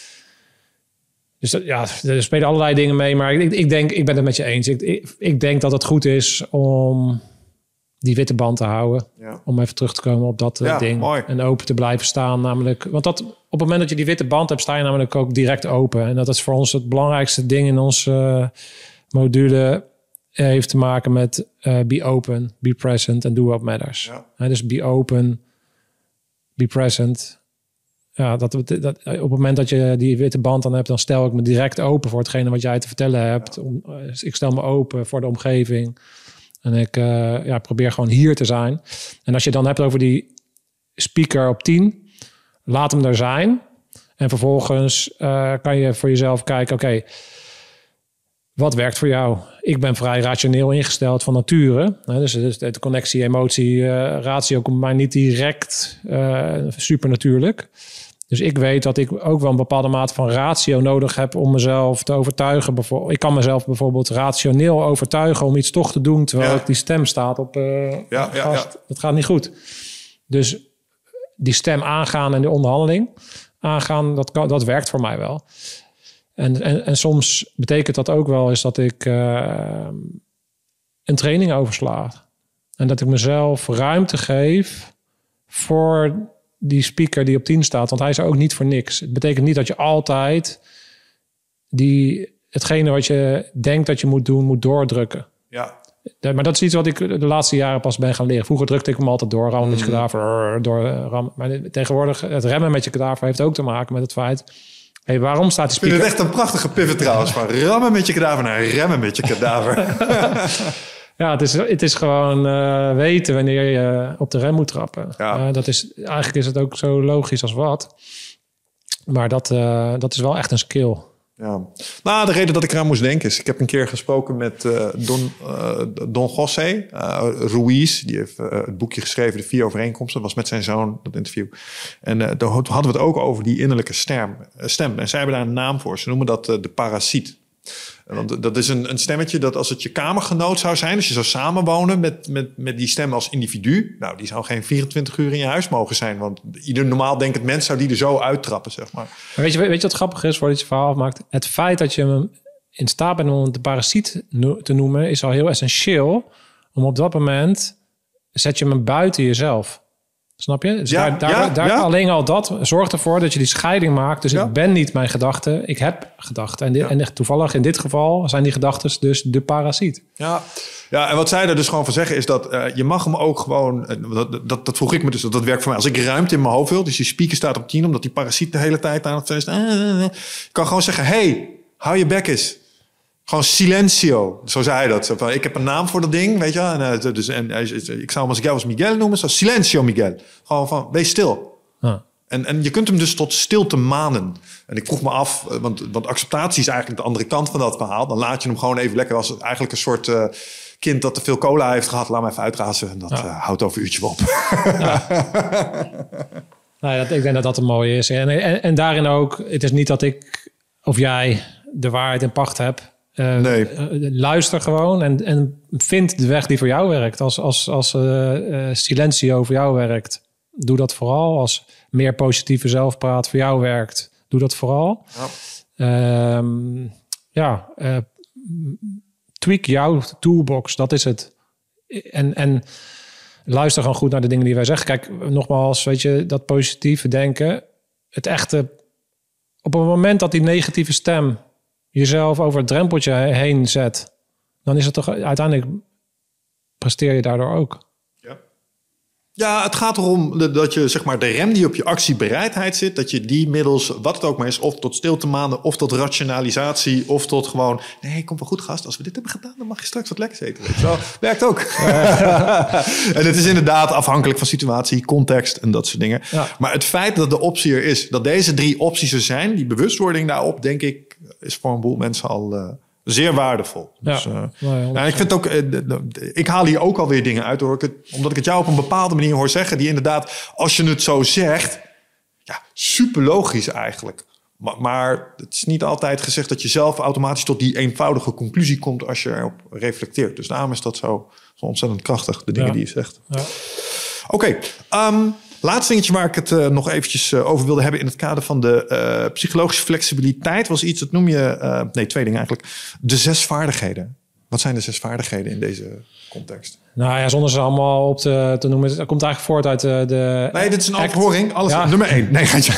Dus dat, ja, er spelen allerlei dingen mee. Maar ik, ik denk, ik ben het met je eens. Ik, ik, ik denk dat het goed is om die witte band te houden. Ja. Om even terug te komen op dat uh, ja, ding. Mooi. En open te blijven staan. Namelijk, want dat, op het moment dat je die witte band hebt, sta je namelijk ook direct open. En dat is voor ons het belangrijkste ding in onze uh, module. Heeft te maken met uh, be open, be present and do what matters. Ja. He, dus be open, be present. Ja, dat, dat, op het moment dat je die witte band dan hebt, dan stel ik me direct open voor hetgene wat jij te vertellen hebt. Ja. Om, uh, ik stel me open voor de omgeving. En ik uh, ja, probeer gewoon hier te zijn. En als je dan hebt over die speaker op tien, laat hem er zijn. En vervolgens uh, kan je voor jezelf kijken, oké, okay, wat werkt voor jou? Ik ben vrij rationeel ingesteld van nature. Dus, dus de connectie, emotie, uh, ratio komt bij mij niet direct uh, supernatuurlijk. Dus ik weet dat ik ook wel een bepaalde mate van ratio nodig heb om mezelf te overtuigen. Ik kan mezelf bijvoorbeeld rationeel overtuigen om iets toch te doen, terwijl ja. die stem staat op uh, ja, ja, gast. Ja. Dat gaat niet goed. Dus die stem aangaan en de onderhandeling aangaan, dat, kan, dat werkt voor mij wel. En, en, en soms betekent dat ook wel eens dat ik uh, een training oversla. En dat ik mezelf ruimte geef voor die speaker die op tien staat. Want hij is er ook niet voor niks. Het betekent niet dat je altijd die, hetgene wat je denkt dat je moet doen, moet doordrukken. Ja. Maar dat is iets wat ik de laatste jaren pas ben gaan leren. Vroeger drukte ik hem altijd door, rammen met je kadaver, door ram. Maar tegenwoordig, het remmen met je kadaver heeft ook te maken met het feit, hey, waarom staat die speaker? Ik vind het echt een prachtige pivot trouwens. Van rammen met je kadaver naar remmen met je kadaver. Ja, het is, het is gewoon uh, weten wanneer je op de rem moet trappen. Ja. Uh, dat is, eigenlijk is het ook zo logisch als wat. Maar dat, uh, dat is wel echt een skill. Ja. Nou, de reden dat ik eraan moest denken is, ik heb een keer gesproken met uh, Don, uh, Don José uh, Ruiz. Die heeft uh, het boekje geschreven, De Vier Overeenkomsten. Dat was met zijn zoon, dat interview. En uh, daar hadden we het ook over die innerlijke stem. stem. En zij hebben daar een naam voor. Ze noemen dat uh, de parasiet. Want dat is een, een stemmetje dat als het je kamergenoot zou zijn, als je zou samenwonen met, met, met die stem als individu, nou, die zou geen vierentwintig uur in je huis mogen zijn. Want ieder normaal denkend mens zou die er zo uittrappen, zeg maar. Maar weet je, weet je wat grappig is, voordat je het verhaal afmaakt? Het feit dat je hem in staat bent om de parasiet te noemen, is al heel essentieel. Om op dat moment, zet je hem buiten jezelf. Snap je? Dus ja, daar, daar, ja, daar ja. alleen al dat zorgt ervoor dat je die scheiding maakt. Dus ja. ik ben niet mijn gedachten, ik heb gedachten. En, dit, ja. en toevallig in dit geval zijn die gedachten dus de parasiet. Ja. Ja, en wat zij er dus gewoon van zeggen is dat uh, je mag hem ook gewoon, uh, dat, dat, dat vroeg ik me dus, dat, dat werkt voor mij. Als ik ruimte in mijn hoofd wil, dus die speaker staat op tien, omdat die parasiet de hele tijd aan het feest. Uh, uh, uh, ik kan gewoon zeggen, hey, hou je bek eens. Gewoon silencio. Zo zei hij dat. Zo van, ik heb een naam voor dat ding, weet je wel. En, uh, dus, en ik zou hem als ik jou als Miguel noemen. Zo silencio Miguel. Gewoon van, wees stil. Huh. En, en je kunt hem dus tot stilte manen. En ik vroeg me af, want, want acceptatie is eigenlijk de andere kant van dat verhaal. Dan laat je hem gewoon even lekker als eigenlijk een soort uh, kind dat te veel cola heeft gehad. Laat me even uitrazen. En dat ja. uh, houdt over een uurtje op. Ja. Nou ja, ik denk dat dat een mooie is. En, en, en daarin ook, het is niet dat ik of jij de waarheid in pacht heb. Uh, nee. uh, luister gewoon en, en vind de weg die voor jou werkt. Als, als, als uh, uh, silencio voor jou werkt, doe dat vooral. Als meer positieve zelfpraat voor jou werkt, doe dat vooral. Ja, um, ja uh, tweak jouw toolbox, dat is het. En, en luister gewoon goed naar de dingen die wij zeggen. Kijk, nogmaals, weet je, dat positieve denken, het echte, op het moment dat die negatieve stem jezelf over het drempeltje heen zet, dan is het toch uiteindelijk, presteer je daardoor ook. Ja, ja, het gaat erom dat je, zeg maar, de rem die op je actiebereidheid zit, dat je die middels, wat het ook maar is, of tot stilte manen, of tot rationalisatie, of tot gewoon, nee, kom wel goed gast, als we dit hebben gedaan, dan mag je straks wat lekkers eten. Weet je wel. Werkt ook. En het is inderdaad afhankelijk van situatie, context en dat soort dingen. Ja. Maar het feit dat de optie er is, dat deze drie opties er zijn, die bewustwording daarop, denk ik, is voor een boel mensen al uh, zeer waardevol. Dus, ja. Uh, nou, ja, ik vind ook, uh, ik haal hier ook alweer dingen uit, hoor. Ik het, omdat ik het jou op een bepaalde manier hoor zeggen, die inderdaad, als je het zo zegt, ja, super logisch eigenlijk. Maar, maar het is niet altijd gezegd dat je zelf automatisch tot die eenvoudige conclusie komt als je erop reflecteert. Dus daarom is dat zo, zo ontzettend krachtig, de dingen ja. die je zegt. Ja. Oké, okay, um, laatste dingetje waar ik het uh, nog eventjes uh, over wilde hebben in het kader van de uh, psychologische flexibiliteit was iets, dat noem je, uh, nee, twee dingen eigenlijk, de zes vaardigheden. Wat zijn de zes vaardigheden in deze context? Nou ja, zonder ze allemaal op te, te noemen, het komt eigenlijk voort uit de... de nee, dit is een overhoring. Alles ja. nummer één. Nee, ga je.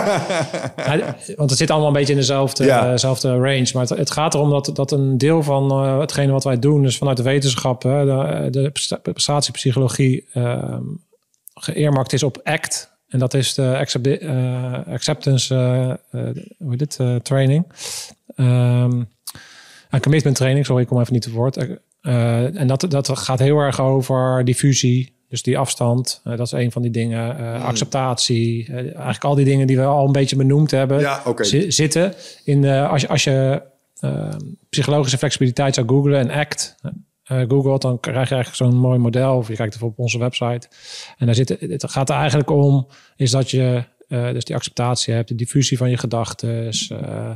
Ja, want het zit allemaal een beetje in dezelfde, ja. dezelfde range. Maar het, het gaat erom dat, dat een deel van uh, hetgene wat wij doen, dus vanuit de wetenschap, hè, de, de prestatiepsychologie, uh, geëermarkt is op ACT. En dat is de accept, uh, acceptance uh, uh, hoe heet dit, uh, training. Um, een commitment training, sorry, ik kom even niet te woord. Uh, en dat, dat gaat heel erg over diffusie, Dus die afstand, uh, dat is een van die dingen. Uh, mm. Acceptatie, uh, eigenlijk al die dingen die we al een beetje benoemd hebben, ja, okay. z- zitten. In, uh, als je, als je uh, psychologische flexibiliteit zou googlen en ACT uh, googelt, dan krijg je eigenlijk zo'n mooi model. Of je kijkt even op onze website. En daar zit, het gaat er eigenlijk om, is dat je uh, dus die acceptatie hebt, de diffusie van je gedachten, uh,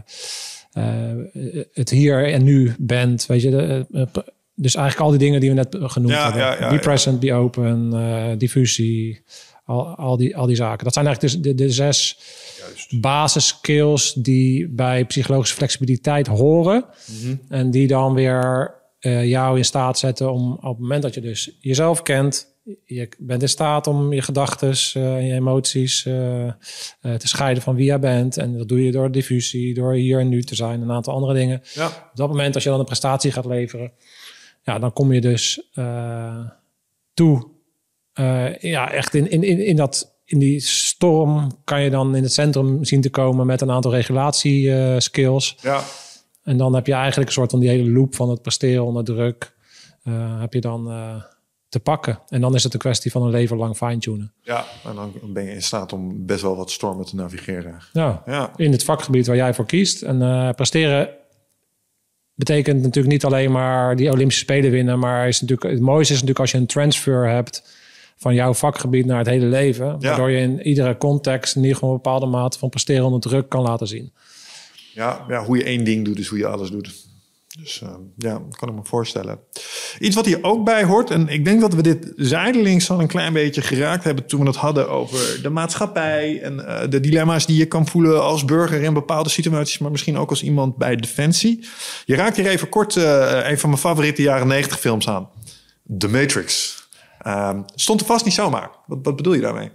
uh, het hier en nu bent, weet je, de, uh, dus eigenlijk al die dingen die we net genoemd ja, hebben. Ja, ja, be ja. present, be open, uh, diffusie, al, al, die, al die zaken. Dat zijn eigenlijk de, de, de zes Juist. basisskills die bij psychologische flexibiliteit horen. Mm-hmm. En die dan weer uh, jou in staat zetten om op het moment dat je dus jezelf kent, je bent in staat om je gedachten uh, en je emoties uh, uh, te scheiden van wie jij bent. En dat doe je door diffusie, door hier en nu te zijn, een aantal andere dingen. Ja. Op dat moment, als je dan een prestatie gaat leveren, ja, dan kom je dus uh, toe. Uh, ja, echt in, in, in, in, dat, in die storm kan je dan in het centrum zien te komen met een aantal regulatieskills. Ja. En dan heb je eigenlijk een soort van die hele loop van het presteren onder druk. Uh, heb je dan uh, te pakken. En dan is het een kwestie van een leven lang fine-tunen. Ja, en dan ben je in staat om best wel wat stormen te navigeren. Ja, ja. In het vakgebied waar jij voor kiest. En uh, presteren betekent natuurlijk niet alleen maar die Olympische Spelen winnen, maar is natuurlijk, het mooiste is natuurlijk als je een transfer hebt van jouw vakgebied naar het hele leven, ja. waardoor je in iedere context in ieder geval een bepaalde mate van presteren onder druk kan laten zien. Ja, ja, hoe je één ding doet is hoe je alles doet. Dus uh, ja, dat kan ik me voorstellen. Iets wat hier ook bij hoort, en ik denk dat we dit zijdelings al een klein beetje geraakt hebben toen we het hadden over de maatschappij en uh, de dilemma's die je kan voelen als burger in bepaalde situaties, maar misschien ook als iemand bij Defensie. Je raakt hier even kort uh, een van mijn favoriete jaren negentig films aan. The Matrix. Uh, stond er vast niet zomaar. Wat, wat bedoel je daarmee?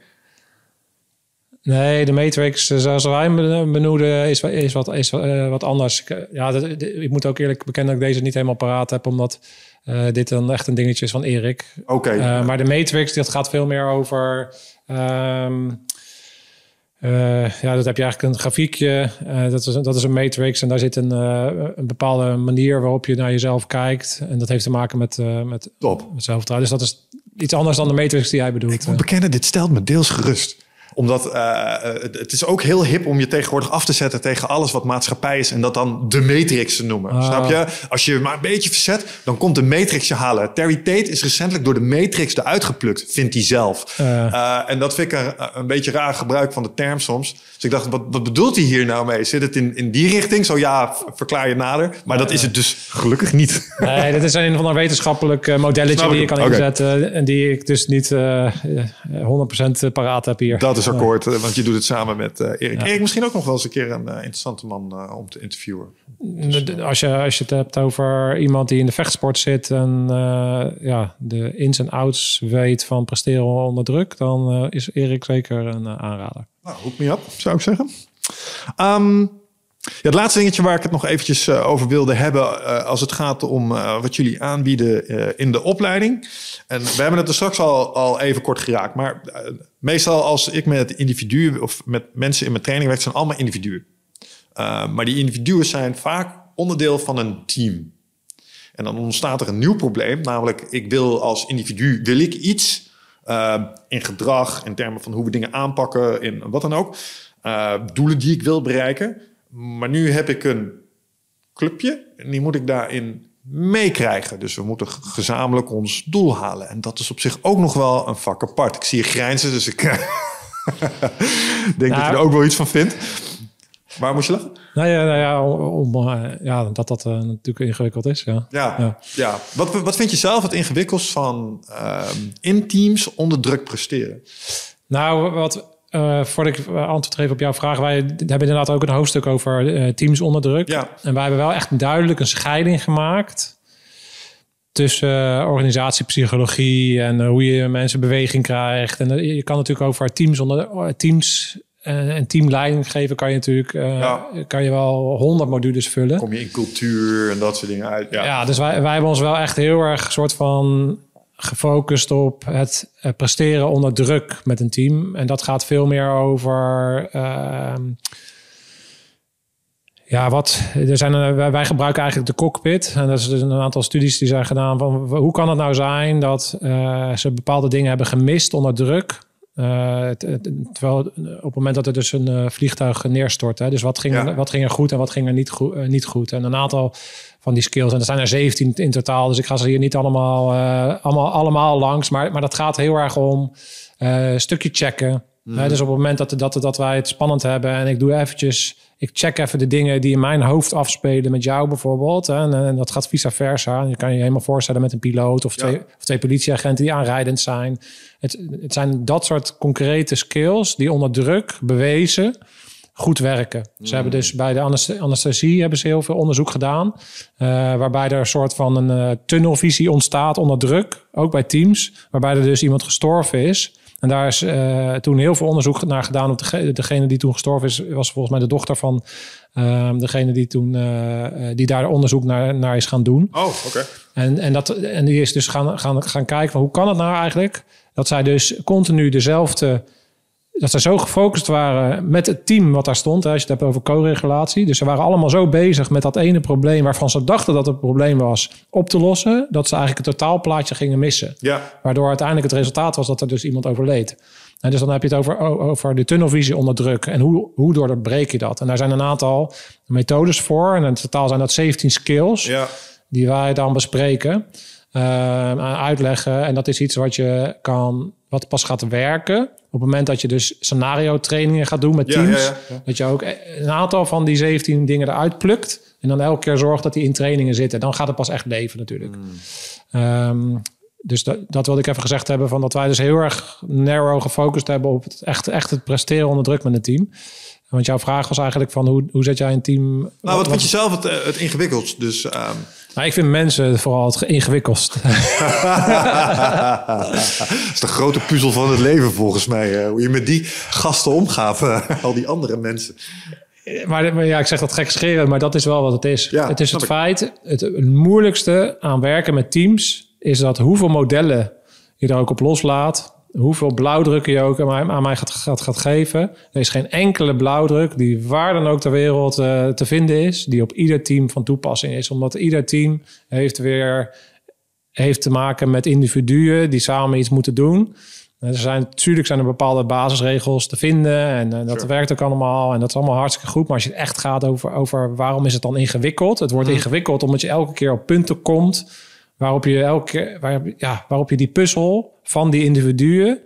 Nee, de Matrix, zoals wij hem benoemen, is, is, wat, is uh, wat anders. Ik, ja, dat, ik moet ook eerlijk bekennen dat ik deze niet helemaal paraat heb, omdat uh, dit dan echt een dingetje is van Erik. Oké. Okay. Uh, maar de Matrix, dat gaat veel meer over... Um, uh, ja, dat heb je eigenlijk een grafiekje. Uh, dat, is, dat is een Matrix en daar zit een, uh, een bepaalde manier waarop je naar jezelf kijkt. En dat heeft te maken met, uh, met, met zelfvertrouwen. Dus dat is iets anders dan de Matrix die jij bedoelt. Ik moet bekennen, dit stelt me deels gerust. Omdat uh, het is ook heel hip om je tegenwoordig af te zetten tegen alles wat maatschappij is en dat dan de Matrix te noemen. Ah. Snap je? Als je maar een beetje verzet, dan komt de Matrix je halen. Terry Tate is recentelijk door de Matrix eruit geplukt, vindt hij zelf. Uh. Uh, en dat vind ik een, een beetje raar gebruik van de term soms. Dus ik dacht, wat, wat bedoelt hij hier nou mee? Zit het in, in die richting? Zo ja, verklaar je nader. Maar uh. dat is het dus gelukkig niet. Nee, dat is een van de wetenschappelijk modelletje die je kan inzetten. Okay. En die ik dus niet uh, honderd procent paraat heb hier. Dat is akkoord, uh, want je doet het samen met uh, Erik. Ja. Erik misschien ook nog wel eens een keer een uh, interessante man uh, om te interviewen. Dus, uh, als, je, als je het hebt over iemand die in de vechtsport zit en uh, ja, de ins en outs weet van presteren onder druk, dan uh, is Erik zeker een uh, aanrader. Nou, hoek me op, zou ik zeggen. Um, ja, het laatste dingetje waar ik het nog eventjes uh, over wilde hebben, uh, als het gaat om uh, wat jullie aanbieden uh, in de opleiding. En we hebben het er straks al, al even kort geraakt. Maar uh, meestal als ik met individuen of met mensen in mijn training werk, zijn allemaal individuen. Uh, maar die individuen zijn vaak onderdeel van een team. En dan ontstaat er een nieuw probleem. Namelijk, ik wil als individu, wil ik iets uh, in gedrag, in termen van hoe we dingen aanpakken, in wat dan ook. Uh, doelen die ik wil bereiken. Maar nu heb ik een clubje en die moet ik daarin meekrijgen. Dus we moeten gezamenlijk ons doel halen. En dat is op zich ook nog wel een vak apart. Ik zie je grijnzen, dus ik denk nou, dat je er ook wel iets van vindt. Waar moest je lachen? Nou ja, nou ja, om, om, ja dat dat uh, natuurlijk ingewikkeld is. Ja. Ja, ja. ja. Wat, wat vind je zelf het ingewikkeldst van uh, in teams onder druk presteren? Nou, wat... Uh, voordat ik antwoord geef op jouw vraag. Wij hebben inderdaad ook een hoofdstuk over uh, teams onder druk. Ja. En wij hebben wel echt duidelijk een scheiding gemaakt tussen uh, organisatiepsychologie en uh, hoe je mensen beweging krijgt. En uh, je kan natuurlijk over teams onder uh, teams uh, en teamleiding geven. Kan je natuurlijk uh, ja. kan je wel honderd modules vullen. Kom je in cultuur en dat soort dingen uit. Ja, ja dus wij, wij hebben ons wel echt heel erg soort van gefocust op het presteren onder druk met een team. En dat gaat veel meer over... Uh, Ja, wat, er zijn, wij, wij gebruiken eigenlijk de cockpit. En dat is dus een aantal studies die zijn gedaan van hoe kan het nou zijn dat uh, ze bepaalde dingen hebben gemist onder druk. Uh, het, het, terwijl op het moment dat er dus een uh, vliegtuig neerstort. Hè, dus wat ging, ja. wat ging er goed en wat ging er niet, go- uh, niet goed. En een aantal van die skills. En er zijn er zeventien in totaal. Dus ik ga ze hier niet allemaal, uh, allemaal, allemaal langs. Maar, maar dat gaat heel erg om uh, een stukje checken. Mm. Hè, dus op het moment dat, dat, dat wij het spannend hebben en ik doe eventjes... Ik check even de dingen die in mijn hoofd afspelen met jou bijvoorbeeld. Hè, en, en dat gaat vice versa. Je kan je helemaal voorstellen met een piloot of twee, ja. of twee politieagenten die aanrijdend zijn. Het, het zijn dat soort concrete skills die onder druk bewezen goed werken. Mm. Ze hebben dus bij de anesthesie hebben ze heel veel onderzoek gedaan. Uh, waarbij er een soort van een uh, tunnelvisie ontstaat onder druk. Ook bij teams. Waarbij er dus iemand gestorven is. En daar is uh, toen heel veel onderzoek naar gedaan. Op de, degene die toen gestorven is, was volgens mij de dochter van uh, degene die toen uh, die daar onderzoek naar, naar is gaan doen. Oh, oké. Okay. En, en, dat, en die is dus gaan, gaan, gaan kijken van hoe kan het nou eigenlijk dat zij dus continu dezelfde... Dat ze zo gefocust waren met het team wat daar stond. Hè, als je het hebt over co-regulatie. Dus ze waren allemaal zo bezig met dat ene probleem... waarvan ze dachten dat het een probleem was op te lossen... dat ze eigenlijk het totaalplaatje gingen missen. Ja. Waardoor uiteindelijk het resultaat was dat er dus iemand overleed. En dus dan heb je het over, over de tunnelvisie onder druk. En hoe, hoe doorbreek je dat? En daar zijn een aantal methodes voor. En in totaal zijn dat zeventien skills... Ja. die wij dan bespreken... Uh, uitleggen. En dat is iets wat je kan, wat pas gaat werken op het moment dat je dus scenario trainingen gaat doen met teams. Ja, ja, ja. Dat je ook een aantal van die zeventien dingen eruit plukt en dan elke keer zorgt dat die in trainingen zitten. Dan gaat het pas echt leven natuurlijk. Mm. Um, dus dat, dat wilde ik even gezegd hebben van dat wij dus heel erg narrow gefocust hebben op het echt, echt het presteren onder druk met een team. Want jouw vraag was eigenlijk van hoe, hoe zet jij een team... Nou, wat, wat vind je zelf het, het ingewikkeldst? Dus, um... nou, ik vind mensen vooral het ingewikkeldst. Dat is de grote puzzel van het leven volgens mij. Hoe je met die gasten omgaat. Al die andere mensen. Maar, maar ja, ik zeg dat gekscherend, maar dat is wel wat het is. Ja, het is het ik. feit, het, het moeilijkste aan werken met teams... is dat hoeveel modellen je er ook op loslaat... hoeveel blauwdrukken je ook aan mij gaat, gaat, gaat geven. Er is geen enkele blauwdruk die waar dan ook ter wereld uh, te vinden is... die op ieder team van toepassing is. Omdat ieder team heeft weer heeft te maken met individuen... die samen iets moeten doen. Er zijn, natuurlijk zijn er bepaalde basisregels te vinden... en uh, dat sure. werkt ook allemaal en dat is allemaal hartstikke goed. Maar als je het echt gaat over, over waarom is het dan ingewikkeld... het wordt mm. ingewikkeld omdat je elke keer op punten komt... waarop je, elke keer, waar, ja, waarop je die puzzel... van die individuen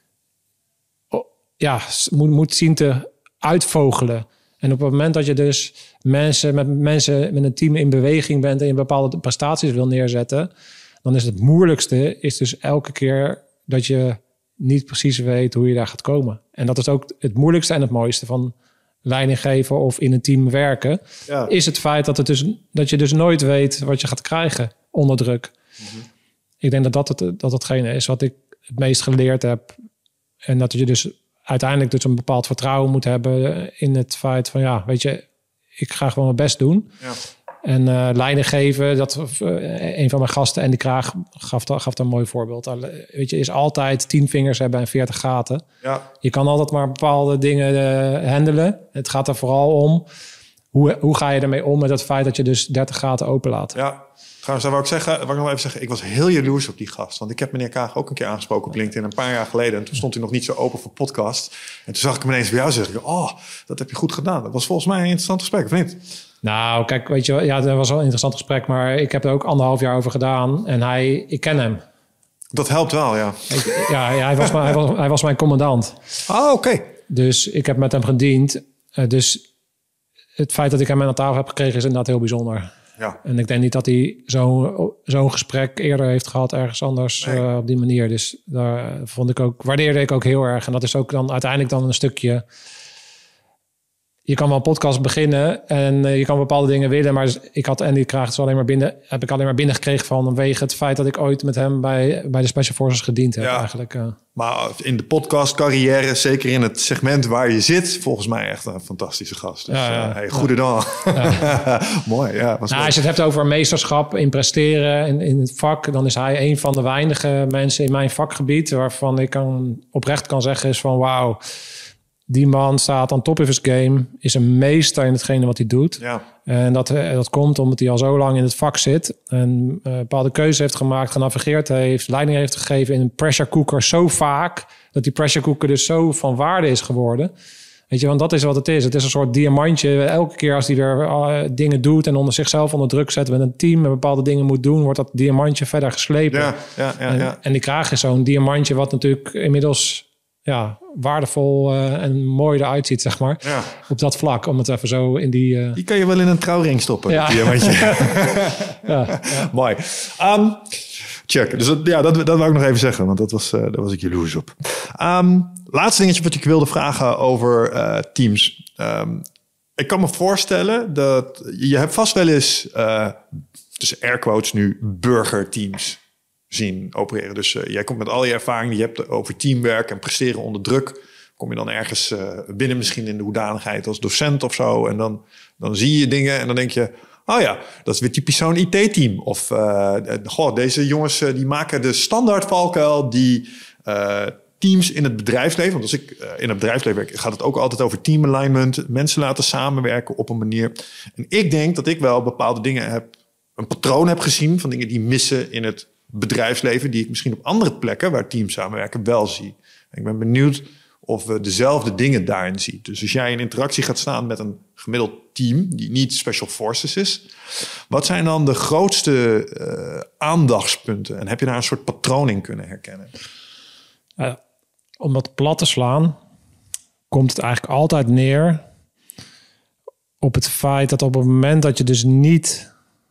ja, moet, moet zien te uitvogelen. En op het moment dat je dus mensen met mensen met een team in beweging bent... en je bepaalde prestaties wil neerzetten... dan is het moeilijkste is dus elke keer dat je niet precies weet hoe je daar gaat komen. En dat is ook het moeilijkste en het mooiste van leiding geven of in een team werken... Ja. is het feit dat, het dus, dat je dus nooit weet wat je gaat krijgen onder druk. Mm-hmm. Ik denk dat dat, het, dat hetgene is wat ik het meest geleerd heb. En dat je dus uiteindelijk dus een bepaald vertrouwen moet hebben... in het feit van, ja, weet je, ik ga gewoon mijn best doen. Ja. En uh, leiding geven, dat uh, een van mijn gasten, Andy Kraag, gaf, gaf daar een mooi voorbeeld. Uh, weet je, is altijd tien vingers hebben en veertig gaten. Ja. Je kan altijd maar bepaalde dingen uh, handelen. Het gaat er vooral om, hoe, hoe ga je ermee om met het feit dat je dus dertig gaten openlaat. Ja. Trouwens, daar wou ik, zeggen, wou ik nog even zeggen... ik was heel jaloers op die gast. Want ik heb meneer Kaag ook een keer aangesproken op LinkedIn... een paar jaar geleden. En toen stond hij nog niet zo open voor podcast. En toen zag ik hem ineens bij jou zeggen... oh, dat heb je goed gedaan. Dat was volgens mij een interessant gesprek, of niet? Nou, kijk, weet je, ja, dat was wel een interessant gesprek... maar ik heb er ook anderhalf jaar over gedaan. En hij, ik ken hem. Dat helpt wel, ja. Ik, ja, ja hij, was, hij, was, hij was mijn commandant. Ah, oké. Okay. Dus ik heb met hem gediend. Uh, dus het feit dat ik hem aan tafel heb gekregen... is inderdaad heel bijzonder. Ja. En ik denk niet dat hij zo'n zo'n gesprek eerder heeft gehad ergens anders nee. uh, op die manier. Dus daar vond ik ook, waardeerde ik ook heel erg. En dat is ook dan uiteindelijk dan een stukje... Je kan wel een podcast beginnen en uh, je kan bepaalde dingen willen. Maar ik had Andy Kraag dus alleen maar binnen, heb ik alleen maar binnengekregen vanwege het feit dat ik ooit met hem bij, bij de Special Forces gediend heb. Ja. Eigenlijk. Uh. Maar in de podcastcarrière, zeker in het segment waar je zit, volgens mij echt een fantastische gast. Dus, ja, ja. Uh, hey, goedendag. Ja. Mooi, ja. Was nou, als je het hebt over meesterschap in presteren in, in het vak, dan is hij een van de weinige mensen in mijn vakgebied waarvan ik kan, oprecht kan zeggen is van wauw. die man staat aan top of his game, is een meester in hetgene wat hij doet. Ja. En dat, dat komt omdat hij al zo lang in het vak zit en uh, bepaalde keuzes heeft gemaakt, genavigeerd heeft, leiding heeft gegeven in een pressure cooker zo vaak, dat die pressure cooker dus zo van waarde is geworden. Weet je, want dat is wat het is. Het is een soort diamantje. Elke keer als hij weer uh, dingen doet en onder zichzelf onder druk zet met een team en bepaalde dingen moet doen, wordt dat diamantje verder geslepen. Ja, ja, ja, en, ja. en die kraag is zo'n diamantje wat natuurlijk inmiddels ja, waardevol uh, en mooi eruit ziet, zeg maar. Ja. Op dat vlak, om het even zo in die... Uh... Die kan je wel in een trouwring stoppen. Ja. Diamantje. ja, ja. Mooi. Um, check. Dus dat, ja, dat, dat wou ik nog even zeggen, want dat was, uh, daar was ik jaloers op. Um, laatste dingetje wat ik wilde vragen over uh, teams. Um, ik kan me voorstellen dat je hebt vast wel eens, uh, tussen air quotes nu, burgerteams zien opereren. Dus uh, jij komt met al je ervaring die je hebt over teamwerk en presteren onder druk. Kom je dan ergens uh, binnen, misschien in de hoedanigheid als docent of zo. En dan, dan zie je dingen en dan denk je, oh ja, dat is weer typisch zo'n I T-team. Of uh, goh, deze jongens uh, die maken de standaard valkuil die uh, teams in het bedrijfsleven. Want als ik uh, in het bedrijfsleven werk, gaat het ook altijd over team alignment. Mensen laten samenwerken op een manier. En ik denk dat ik wel bepaalde dingen heb, een patroon heb gezien van dingen die missen in het bedrijfsleven, die ik misschien op andere plekken waar teams samenwerken wel zie. En ik ben benieuwd of we dezelfde dingen daarin zien. Dus als jij in interactie gaat staan met een gemiddeld team die niet Special Forces is, wat zijn dan de grootste uh, aandachtspunten? En heb je daar een soort patroon in kunnen herkennen? Uh, om dat plat te slaan, komt het eigenlijk altijd neer op het feit dat op het moment dat je dus niet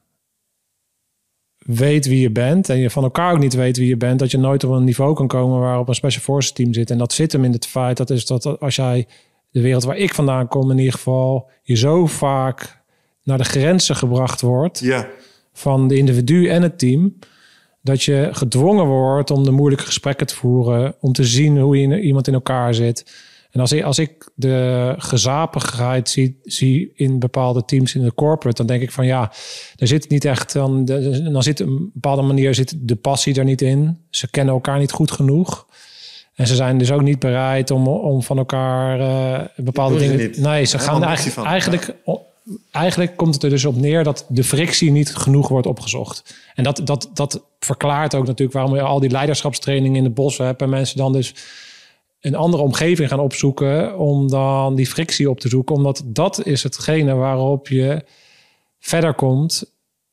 weet wie je bent en je van elkaar ook niet weet wie je bent, dat je nooit op een niveau kan komen waarop een Special Forces team zit. En dat zit hem in het feit, dat is dat als jij de wereld waar ik vandaan kom in ieder geval, je zo vaak naar de grenzen gebracht wordt ja. van de individu en het team, dat je gedwongen wordt om de moeilijke gesprekken te voeren, om te zien hoe je iemand in elkaar zit. En als ik, als ik de gezapigheid zie, zie in bepaalde teams in de corporate, dan denk ik van ja, er zit niet echt, dan, dan zit op een bepaalde manier zit de passie er niet in. Ze kennen elkaar niet goed genoeg. En ze zijn dus ook niet bereid om, om van elkaar uh, bepaalde dingen... Niet. Nee, ze gaan eigenlijk... Eigenlijk, ja. eigenlijk komt het er dus op neer dat de frictie niet genoeg wordt opgezocht. En dat, dat, dat verklaart ook natuurlijk waarom je al die leiderschapstrainingen in de bossen hebt en mensen dan dus een andere omgeving gaan opzoeken om dan die frictie op te zoeken. Omdat dat is hetgene waarop je verder komt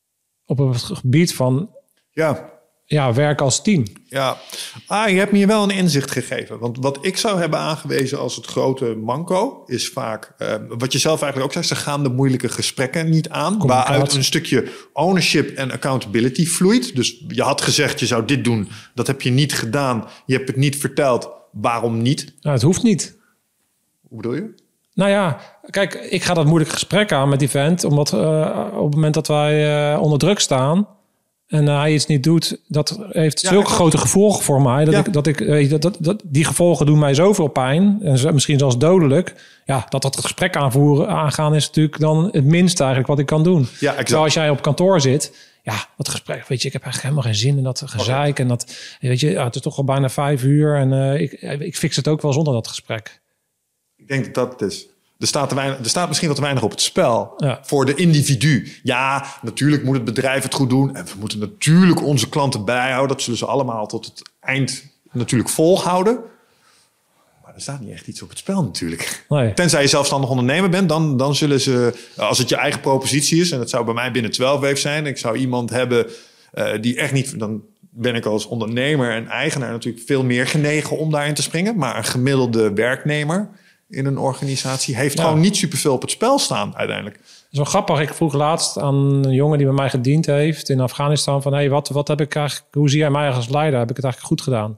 op het gebied van ja. Ja, werken als team. Ja, ah, je hebt me hier wel een inzicht gegeven. Want wat ik zou hebben aangewezen als het grote manco is vaak, uh, wat je zelf eigenlijk ook zegt, ze gaan de moeilijke gesprekken niet aan. Waaruit een stukje ownership en accountability vloeit. Dus je had gezegd, je zou dit doen. Dat heb je niet gedaan. Je hebt het niet verteld. Waarom niet? Nou, het hoeft niet. Hoe bedoel je? Nou ja, kijk, ik ga dat moeilijke gesprek aan met die vent. Omdat uh, op het moment dat wij uh, onder druk staan en uh, hij iets niet doet, dat heeft ja, zulke grote gevolgen voor mij. Dat, ja. ik, dat ik, uh, dat, dat, dat, die gevolgen doen mij zoveel pijn. En misschien zelfs dodelijk. Ja, dat dat gesprek aanvoeren, aangaan is natuurlijk dan het minste eigenlijk wat ik kan doen. Ja, exact. Terwijl als jij op kantoor zit, ja, dat gesprek, weet je, ik heb eigenlijk helemaal geen zin in dat gezeik. Okay. En dat, weet je, ja, het is toch al bijna vijf uur en uh, ik, ik fix het ook wel zonder dat gesprek. Ik denk dat dat het is. Er staat, te weinig, er staat misschien wat te weinig op het spel ja. voor de individu. Ja, natuurlijk moet het bedrijf het goed doen. En we moeten natuurlijk onze klanten bijhouden. Dat zullen ze allemaal tot het eind natuurlijk volhouden. Maar er staat niet echt iets op het spel natuurlijk. Nee. Tenzij je zelfstandig ondernemer bent, dan, dan zullen ze, als het je eigen propositie is, en dat zou bij mij binnen twaalf weef zijn. Ik zou iemand hebben uh, die echt niet, dan ben ik als ondernemer en eigenaar natuurlijk veel meer genegen om daarin te springen. Maar een gemiddelde werknemer in een organisatie heeft ja. gewoon niet superveel op het spel staan uiteindelijk. Dat is wel grappig. Ik vroeg laatst aan een jongen die bij mij gediend heeft in Afghanistan van, hey, wat, wat heb ik eigenlijk, hoe zie jij mij als leider? Heb ik het eigenlijk goed gedaan?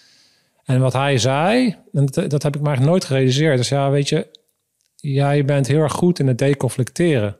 En wat hij zei, en dat, dat heb ik me eigenlijk nooit gerealiseerd. Dus ja, weet je, jij bent heel erg goed in het deconflicteren.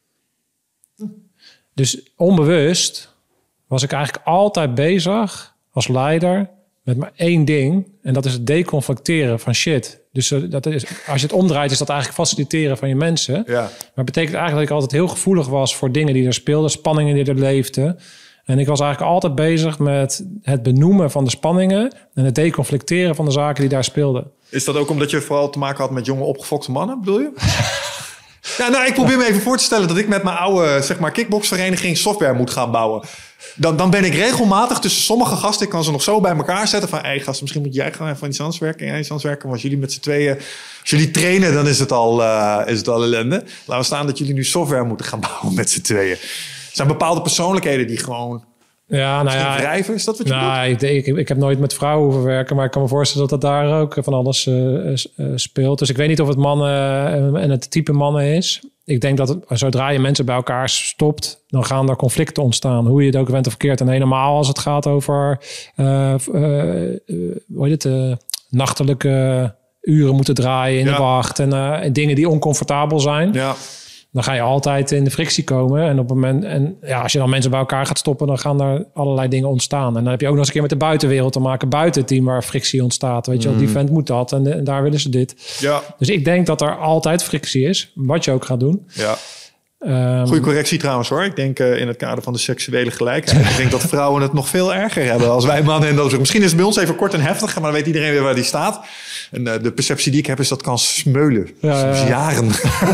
Hm. Dus onbewust was ik eigenlijk altijd bezig als leider met maar één ding. En dat is het deconflicteren van shit. Dus dat is, als je het omdraait, is dat eigenlijk faciliteren van je mensen. Ja. Maar het betekent eigenlijk dat ik altijd heel gevoelig was voor dingen die er speelden, spanningen die er leefden. En ik was eigenlijk altijd bezig met het benoemen van de spanningen en het deconflicteren van de zaken die daar speelden. Is dat ook omdat je vooral te maken had met jonge opgefokte mannen, bedoel je? Ja, nou, ik probeer me even voor te stellen dat ik met mijn oude, zeg maar, kickboxvereniging software moet gaan bouwen. Dan, dan ben ik regelmatig tussen sommige gasten, ik kan ze nog zo bij elkaar zetten van, hey gasten, misschien moet jij gewoon even iets anders werken, jij iets anders werken. Want als jullie met z'n tweeën, als jullie trainen, dan is het al, uh, is het al ellende. Laten we staan dat jullie nu software moeten gaan bouwen met z'n tweeën. Er zijn bepaalde persoonlijkheden die gewoon... Ja, nou ja, wrijven, is dat wat je nou, ik, ik, ik heb nooit met vrouwen hoeven werken, maar ik kan me voorstellen dat dat daar ook van alles uh, uh, speelt. Dus ik weet niet of het mannen uh, en het type mannen is. Ik denk dat het, zodra je mensen bij elkaar stopt, dan gaan er conflicten ontstaan. Hoe je het ook bent of verkeerd. En helemaal als het gaat over uh, uh, uh, hoe heet het, uh, nachtelijke uren moeten draaien in ja. de wacht. En uh, dingen die oncomfortabel zijn. Ja. Dan ga je altijd in de frictie komen. En op het moment, en ja, als je dan mensen bij elkaar gaat stoppen, dan gaan er allerlei dingen ontstaan. En dan heb je ook nog eens een keer met de buitenwereld te maken. Buiten het team waar frictie ontstaat. Weet je wel, mm. die vent moet dat en, en daar willen ze dit. Ja. Dus ik denk dat er altijd frictie is, wat je ook gaat doen. Ja. Um, Goeie correctie trouwens hoor. Ik denk uh, in het kader van de seksuele gelijkheid. Ik denk dat vrouwen het nog veel erger hebben als wij mannen. En dat misschien is het bij ons even kort en heftig, maar dan weet iedereen weer waar die staat. En uh, de perceptie die ik heb is dat kan smeulen. Ja, soms ja. jaren.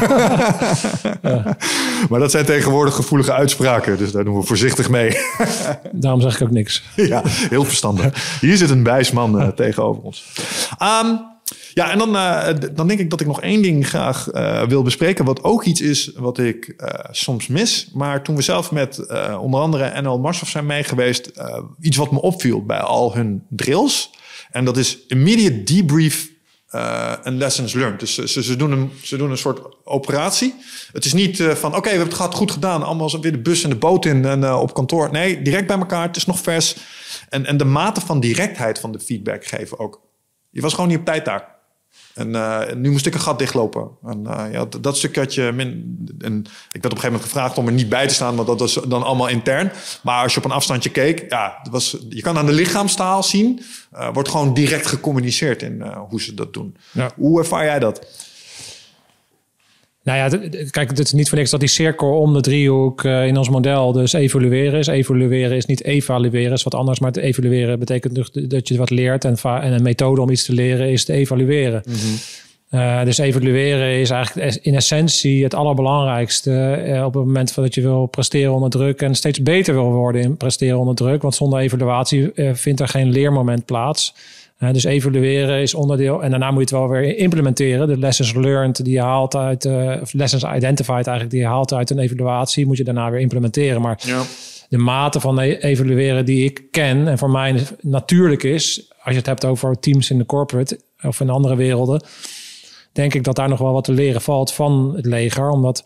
Ja. Maar dat zijn tegenwoordig gevoelige uitspraken. Dus daar doen we voorzichtig mee. Daarom zeg ik ook niks. Ja, heel verstandig. Hier zit een wijs man uh, tegenover ons. Um, Ja, en dan, uh, dan denk ik dat ik nog één ding graag uh, wil bespreken. Wat ook iets is wat ik uh, soms mis. Maar toen we zelf met uh, onder andere N L Marshof zijn mee geweest. Uh, iets wat me opviel bij al hun drills. En dat is immediate debrief uh, en lessons learned. Dus ze, ze, doen een, ze doen een soort operatie. Het is niet uh, van oké, okay, we hebben het goed gedaan. Allemaal weer de bus en de boot in en uh, op kantoor. Nee, direct bij elkaar. Het is nog vers. En, en de mate van directheid van de feedback geven ook. Je was gewoon niet op tijd daar. En uh, nu moest ik een gat dichtlopen. En uh, ja, dat, dat stukje had je... Min, en ik werd op een gegeven moment gevraagd om er niet bij te staan, want dat was dan allemaal intern. Maar als je op een afstandje keek, ja, dat was, je kan aan de lichaamstaal zien, uh, wordt gewoon direct gecommuniceerd in uh, hoe ze dat doen. Ja. Hoe ervaar jij dat? Nou ja, kijk, het is niet voor niks dat die cirkel om de driehoek uh, in ons model dus evalueren is. Evalueren is niet evalueren, is wat anders. Maar het evalueren betekent dat je wat leert. En, en een methode om iets te leren is te evalueren. Mm-hmm. Uh, dus evalueren is eigenlijk in essentie het allerbelangrijkste. Uh, op het moment dat je wil presteren onder druk en steeds beter wil worden in presteren onder druk. Want zonder evaluatie uh, vindt er geen leermoment plaats. Uh, dus evalueren is onderdeel. En daarna moet je het wel weer implementeren. De lessons learned die je haalt uit... Uh, of lessons identified eigenlijk die je haalt uit een evaluatie, moet je daarna weer implementeren. Maar ja. de mate van e- evalueren die ik ken en voor mij natuurlijk is, als je het hebt over teams in de corporate of in andere werelden, denk ik dat daar nog wel wat te leren valt van het leger. Omdat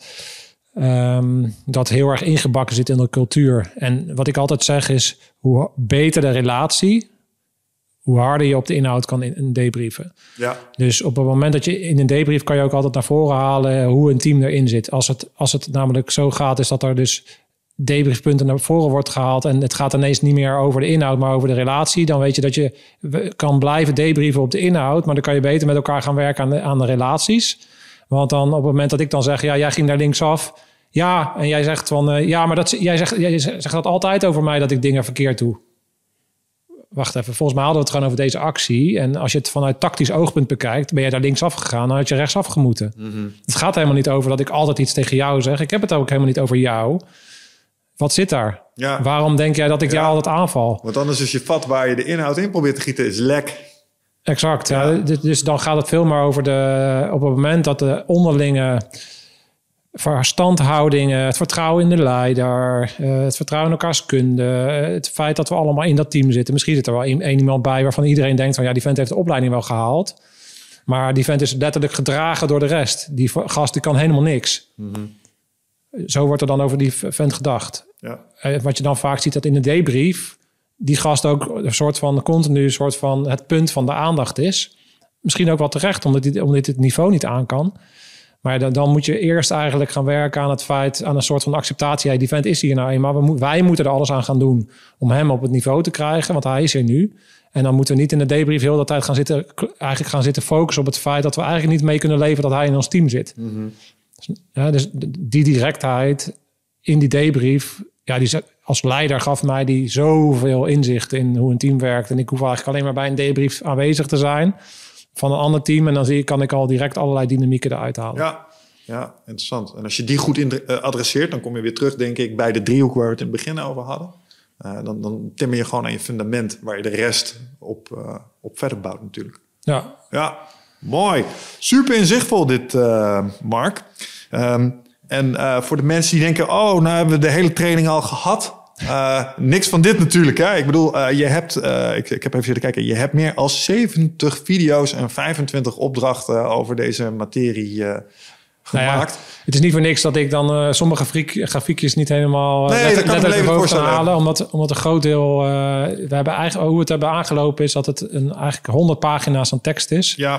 um, dat heel erg ingebakken zit in de cultuur. En wat ik altijd zeg is, hoe beter de relatie, hoe harder je op de inhoud kan in debriefen. Ja. Dus op het moment dat je in een debrief kan je ook altijd naar voren halen hoe een team erin zit. Als het, als het namelijk zo gaat, is dat er dus debriefpunten naar voren wordt gehaald en het gaat ineens niet meer over de inhoud, maar over de relatie. Dan weet je dat je kan blijven debriefen op de inhoud, maar dan kan je beter met elkaar gaan werken aan de, aan de relaties. Want dan op het moment dat ik dan zeg, ja, jij ging daar linksaf. Ja, en jij zegt van, uh, ja, maar dat, jij, zegt, jij zegt dat altijd over mij dat ik dingen verkeerd doe. Wacht even, volgens mij hadden we het gewoon over deze actie. En als je het vanuit tactisch oogpunt bekijkt, ben je daar linksaf gegaan, dan had je rechtsaf gemoeten. Mm-hmm. Het gaat helemaal niet over dat ik altijd iets tegen jou zeg. Ik heb het ook helemaal niet over jou. Wat zit daar? Ja. Waarom denk jij dat ik ja. jou altijd aanval? Want anders is je vat waar je de inhoud in probeert te gieten, is lek. Exact. Ja. Ja. Dus dan gaat het veel meer over de, op het moment dat de onderlinge verstandhoudingen, het vertrouwen in de leider, het vertrouwen in elkaars kunde, het feit dat we allemaal in dat team zitten. Misschien zit er wel één iemand bij waarvan iedereen denkt van ja, die vent heeft de opleiding wel gehaald. Maar die vent is letterlijk gedragen door de rest. Die gast die kan helemaal niks. Mm-hmm. Zo wordt er dan over die vent gedacht. Ja. Wat je dan vaak ziet dat in de debrief die gast ook een soort van continu een soort van het punt van de aandacht is. Misschien ook wel terecht, omdat dit, omdat dit het niveau niet aan kan. Maar dan, dan moet je eerst eigenlijk gaan werken aan het feit, aan een soort van acceptatie. Hey, die vent is hier nou eenmaal. We mo- wij moeten er alles aan gaan doen om hem op het niveau te krijgen, want hij is er nu. En dan moeten we niet in de debrief heel de tijd gaan zitten, eigenlijk gaan zitten focussen op het feit dat we eigenlijk niet mee kunnen leven dat hij in ons team zit. Mm-hmm. Ja, dus die directheid in die debrief, ja, die als leider gaf mij die zoveel inzicht in hoe een team werkt. En ik hoef eigenlijk alleen maar bij een debrief aanwezig te zijn. van een ander team. En dan zie ik, kan ik al direct allerlei dynamieken eruit halen. Ja, ja, interessant. En als je die goed in, uh, adresseert, dan kom je weer terug, denk ik, bij de driehoek waar we het in het begin over hadden. Uh, dan, dan timmer je gewoon aan je fundament waar je de rest op, uh, op verder bouwt natuurlijk. Ja. Ja, mooi. Super inzichtvol dit, uh, Mark. Um, en uh, voor de mensen die denken, oh, nou hebben we de hele training al gehad. Uh, niks van dit natuurlijk. Hè? Ik bedoel, uh, je hebt, uh, ik, ik heb even zitten kijken, je hebt meer dan zeventig video's en vijfentwintig opdrachten over deze materie uh, gemaakt. Nou ja, het is niet voor niks dat ik dan uh, sommige grafiek, grafiekjes niet helemaal uh, nee, let, dat kan letterlijk ik me boven kan voorstellen. halen. Omdat, omdat een groot deel, uh, we hebben eigenlijk, hoe we het hebben aangelopen is dat het een, eigenlijk honderd pagina's aan tekst is. Ja.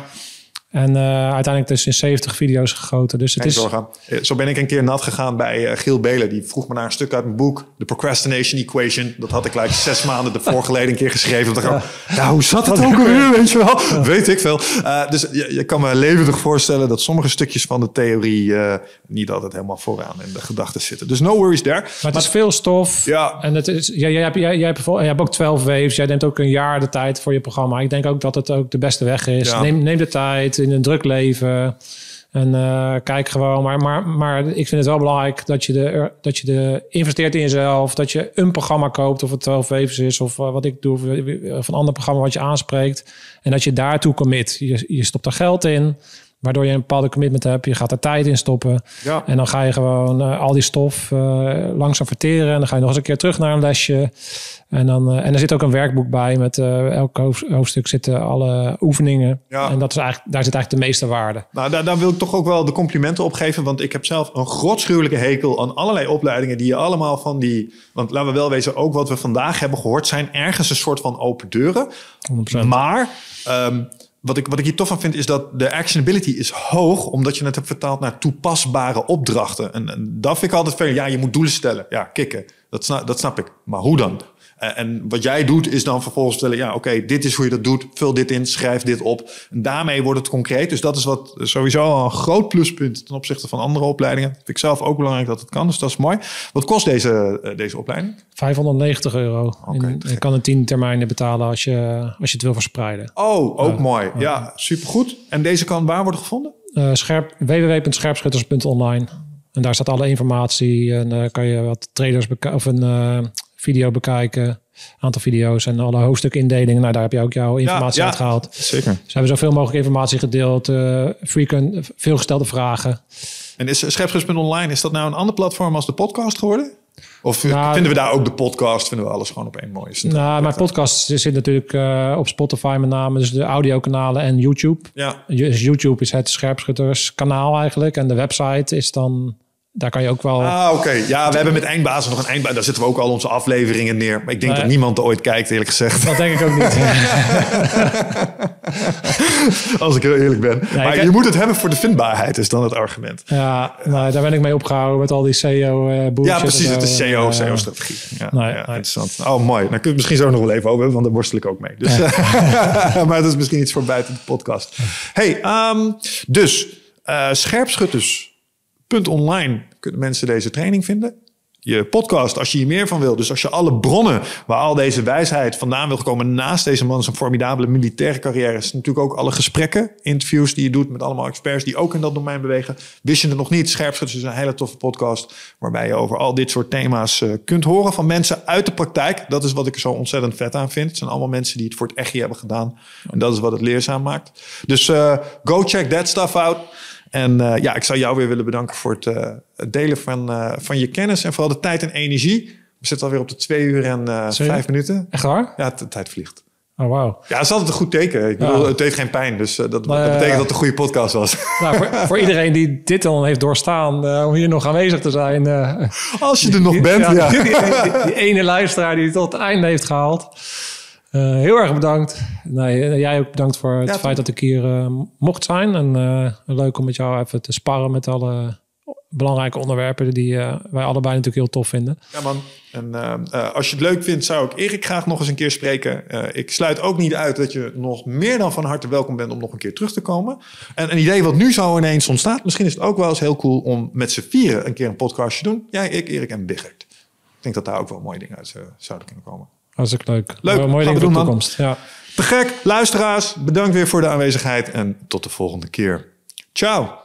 En uh, uiteindelijk dus in zeventig video's gegoten. Dus het Geen is... zorgen. Zo ben ik een keer nat gegaan bij uh, Giel Belen. Die vroeg me naar een stuk uit mijn boek. The Procrastination Equation. Dat had ik like zes maanden ervoor geleden een keer geschreven. Dat ik ook, ja, hoe zat het ook alweer, weet je wel? Ja. Weet ik veel. Uh, dus je, je kan me levendig voorstellen dat sommige stukjes van de theorie uh, niet altijd helemaal vooraan in de gedachten zitten. Dus no worries there. Maar het maar, is veel stof. Ja. En het is, ja, jij, hebt, jij, jij, hebt, jij hebt ook twaalf waves. Jij neemt ook een jaar de tijd voor je programma. Ik denk ook dat het ook de beste weg is. Ja. Neem, neem de tijd in een druk leven. En uh, kijk gewoon. Maar, maar, maar ik vind het wel belangrijk dat je, de, dat je de investeert in jezelf. Dat je een programma koopt. Of het twaalf waves is. Of uh, wat ik doe. Of een ander programma wat je aanspreekt. En dat je daartoe commit. Je, je stopt er geld in. Waardoor je een bepaalde commitment hebt. Je gaat er tijd in stoppen. Ja. En dan ga je gewoon uh, al die stof uh, langzaam verteren. En dan ga je nog eens een keer terug naar een lesje. En, dan, uh, en er zit ook een werkboek bij. Met uh, elk hoofdstuk zitten alle oefeningen. Ja. En dat is eigenlijk, daar zit eigenlijk de meeste waarde. Nou, daar, daar wil ik toch ook wel de complimenten op geven. Want ik heb zelf een godschuwelijke hekel aan allerlei opleidingen die je allemaal van die... Want laten we wel wezen, ook wat we vandaag hebben gehoord zijn ergens een soort van open deuren. honderd procent. Maar... Um, Wat ik, wat ik hier tof van vind, is dat de actionability is hoog, omdat je het hebt vertaald naar toepasbare opdrachten. En, en dat vind ik altijd veel. Ja, je moet doelen stellen. Ja, kicken. Dat snap, dat snap ik. Maar hoe dan? En, en wat jij doet, is dan vervolgens vertellen, ja, oké, okay, dit is hoe je dat doet. Vul dit in, schrijf dit op. En daarmee wordt het concreet. Dus dat is wat sowieso al een groot pluspunt ten opzichte van andere opleidingen. Dat vind ik zelf ook belangrijk dat het kan. Dus dat is mooi. Wat kost deze, uh, deze opleiding? vijfhonderdnegentig euro. Okay, je kan in tien termijnen betalen als je, als je het wil verspreiden. Oh, ook uh, mooi. Uh, ja, supergoed. En deze kan waar worden gevonden? Uh, scherp, w w w punt scherpschutters punt online. En daar staat alle informatie. En uh, kan je wat traders beka- of een uh, video bekijken. Aantal video's en alle hoofdstukindelingen. Nou, daar heb je ook jouw informatie ja, ja, uitgehaald. Zeker. Ze hebben zoveel mogelijk informatie gedeeld. Uh, frequent, veel gestelde vragen. En is scherpschutters punt online, is dat nou een ander platform als de podcast geworden? Of nou, vinden we daar ook de podcast? Vinden we alles gewoon op één mooie stuk? Nou, mijn podcast zit natuurlijk uh, op Spotify met name. Dus de audiokanalen en YouTube. Ja. Dus YouTube is het Scherpschutters kanaal eigenlijk. En de website is dan... Daar kan je ook wel... Ah, oké. Okay. Ja, we hebben met Eindbazen nog een Eindbazen. Daar zitten we ook al onze afleveringen neer. Maar ik denk nee. dat niemand er ooit kijkt, eerlijk gezegd. Dat denk ik ook niet. Als ik heel eerlijk ben. Nee, maar je heb... moet het hebben voor de vindbaarheid, is dan het argument. Ja, nou, daar ben ik mee opgehouden met al die S E O-boeltjes. Uh, ja, precies. Het is S E O, S E O-strategie. Ja, nee, ja, nee. Interessant. Oh, mooi. Dan kun je het misschien zo nog wel even over hebben, want daar worstel ik ook mee. Dus, ja. Maar dat is misschien iets voor buiten de podcast. Hey, um, dus uh, scherpschutters. Online kunnen mensen deze training vinden. Je podcast, als je hier meer van wil. Dus als je alle bronnen waar al deze wijsheid vandaan wil komen... naast deze man zijn formidabele militaire carrière... is natuurlijk ook alle gesprekken, interviews die je doet... met allemaal experts die ook in dat domein bewegen. Wist je het nog niet? Scherpschutters is een hele toffe podcast... waarbij je over al dit soort thema's uh, kunt horen van mensen uit de praktijk. Dat is wat ik er zo ontzettend vet aan vind. Het zijn allemaal mensen die het voor het echtje hebben gedaan. En dat is wat het leerzaam maakt. Dus uh, go check that stuff out... En uh, ja, ik zou jou weer willen bedanken voor het, uh, het delen van, uh, van je kennis en vooral de tijd en energie. We zitten alweer op de twee uur en uh, vijf minuten. Echt waar? Ja, de tijd vliegt. Oh, wauw. Ja, dat is altijd een goed teken. Ik bedoel, ja. Het deed geen pijn, dus uh, dat, maar, dat betekent uh, dat het een goede podcast was. Nou, voor, voor iedereen die dit dan heeft doorstaan, uh, om hier nog aanwezig te zijn. Uh, Als je er nog die, bent, ja. ja. Die, die, die, die ene luisteraar die het tot het einde heeft gehaald. Uh, heel erg bedankt. Nee, jij ook bedankt voor het ja, feit dat ik hier uh, mocht zijn. En uh, leuk om met jou even te sparren met alle belangrijke onderwerpen die uh, wij allebei natuurlijk heel tof vinden. Ja man, en uh, uh, als je het leuk vindt zou ik Erik graag nog eens een keer spreken. Uh, ik sluit ook niet uit dat je nog meer dan van harte welkom bent om nog een keer terug te komen. En een idee wat nu zo ineens ontstaat, misschien is het ook wel eens heel cool om met z'n vieren een keer een podcastje te doen. Jij, ik, Erik en Biggert. Ik denk dat daar ook wel mooie dingen uit uh, zouden kunnen komen. Hartstikke leuk. Leuk, mooie dingen voor de toekomst. Ja. Te gek. Luisteraars, bedankt weer voor de aanwezigheid en tot de volgende keer. Ciao.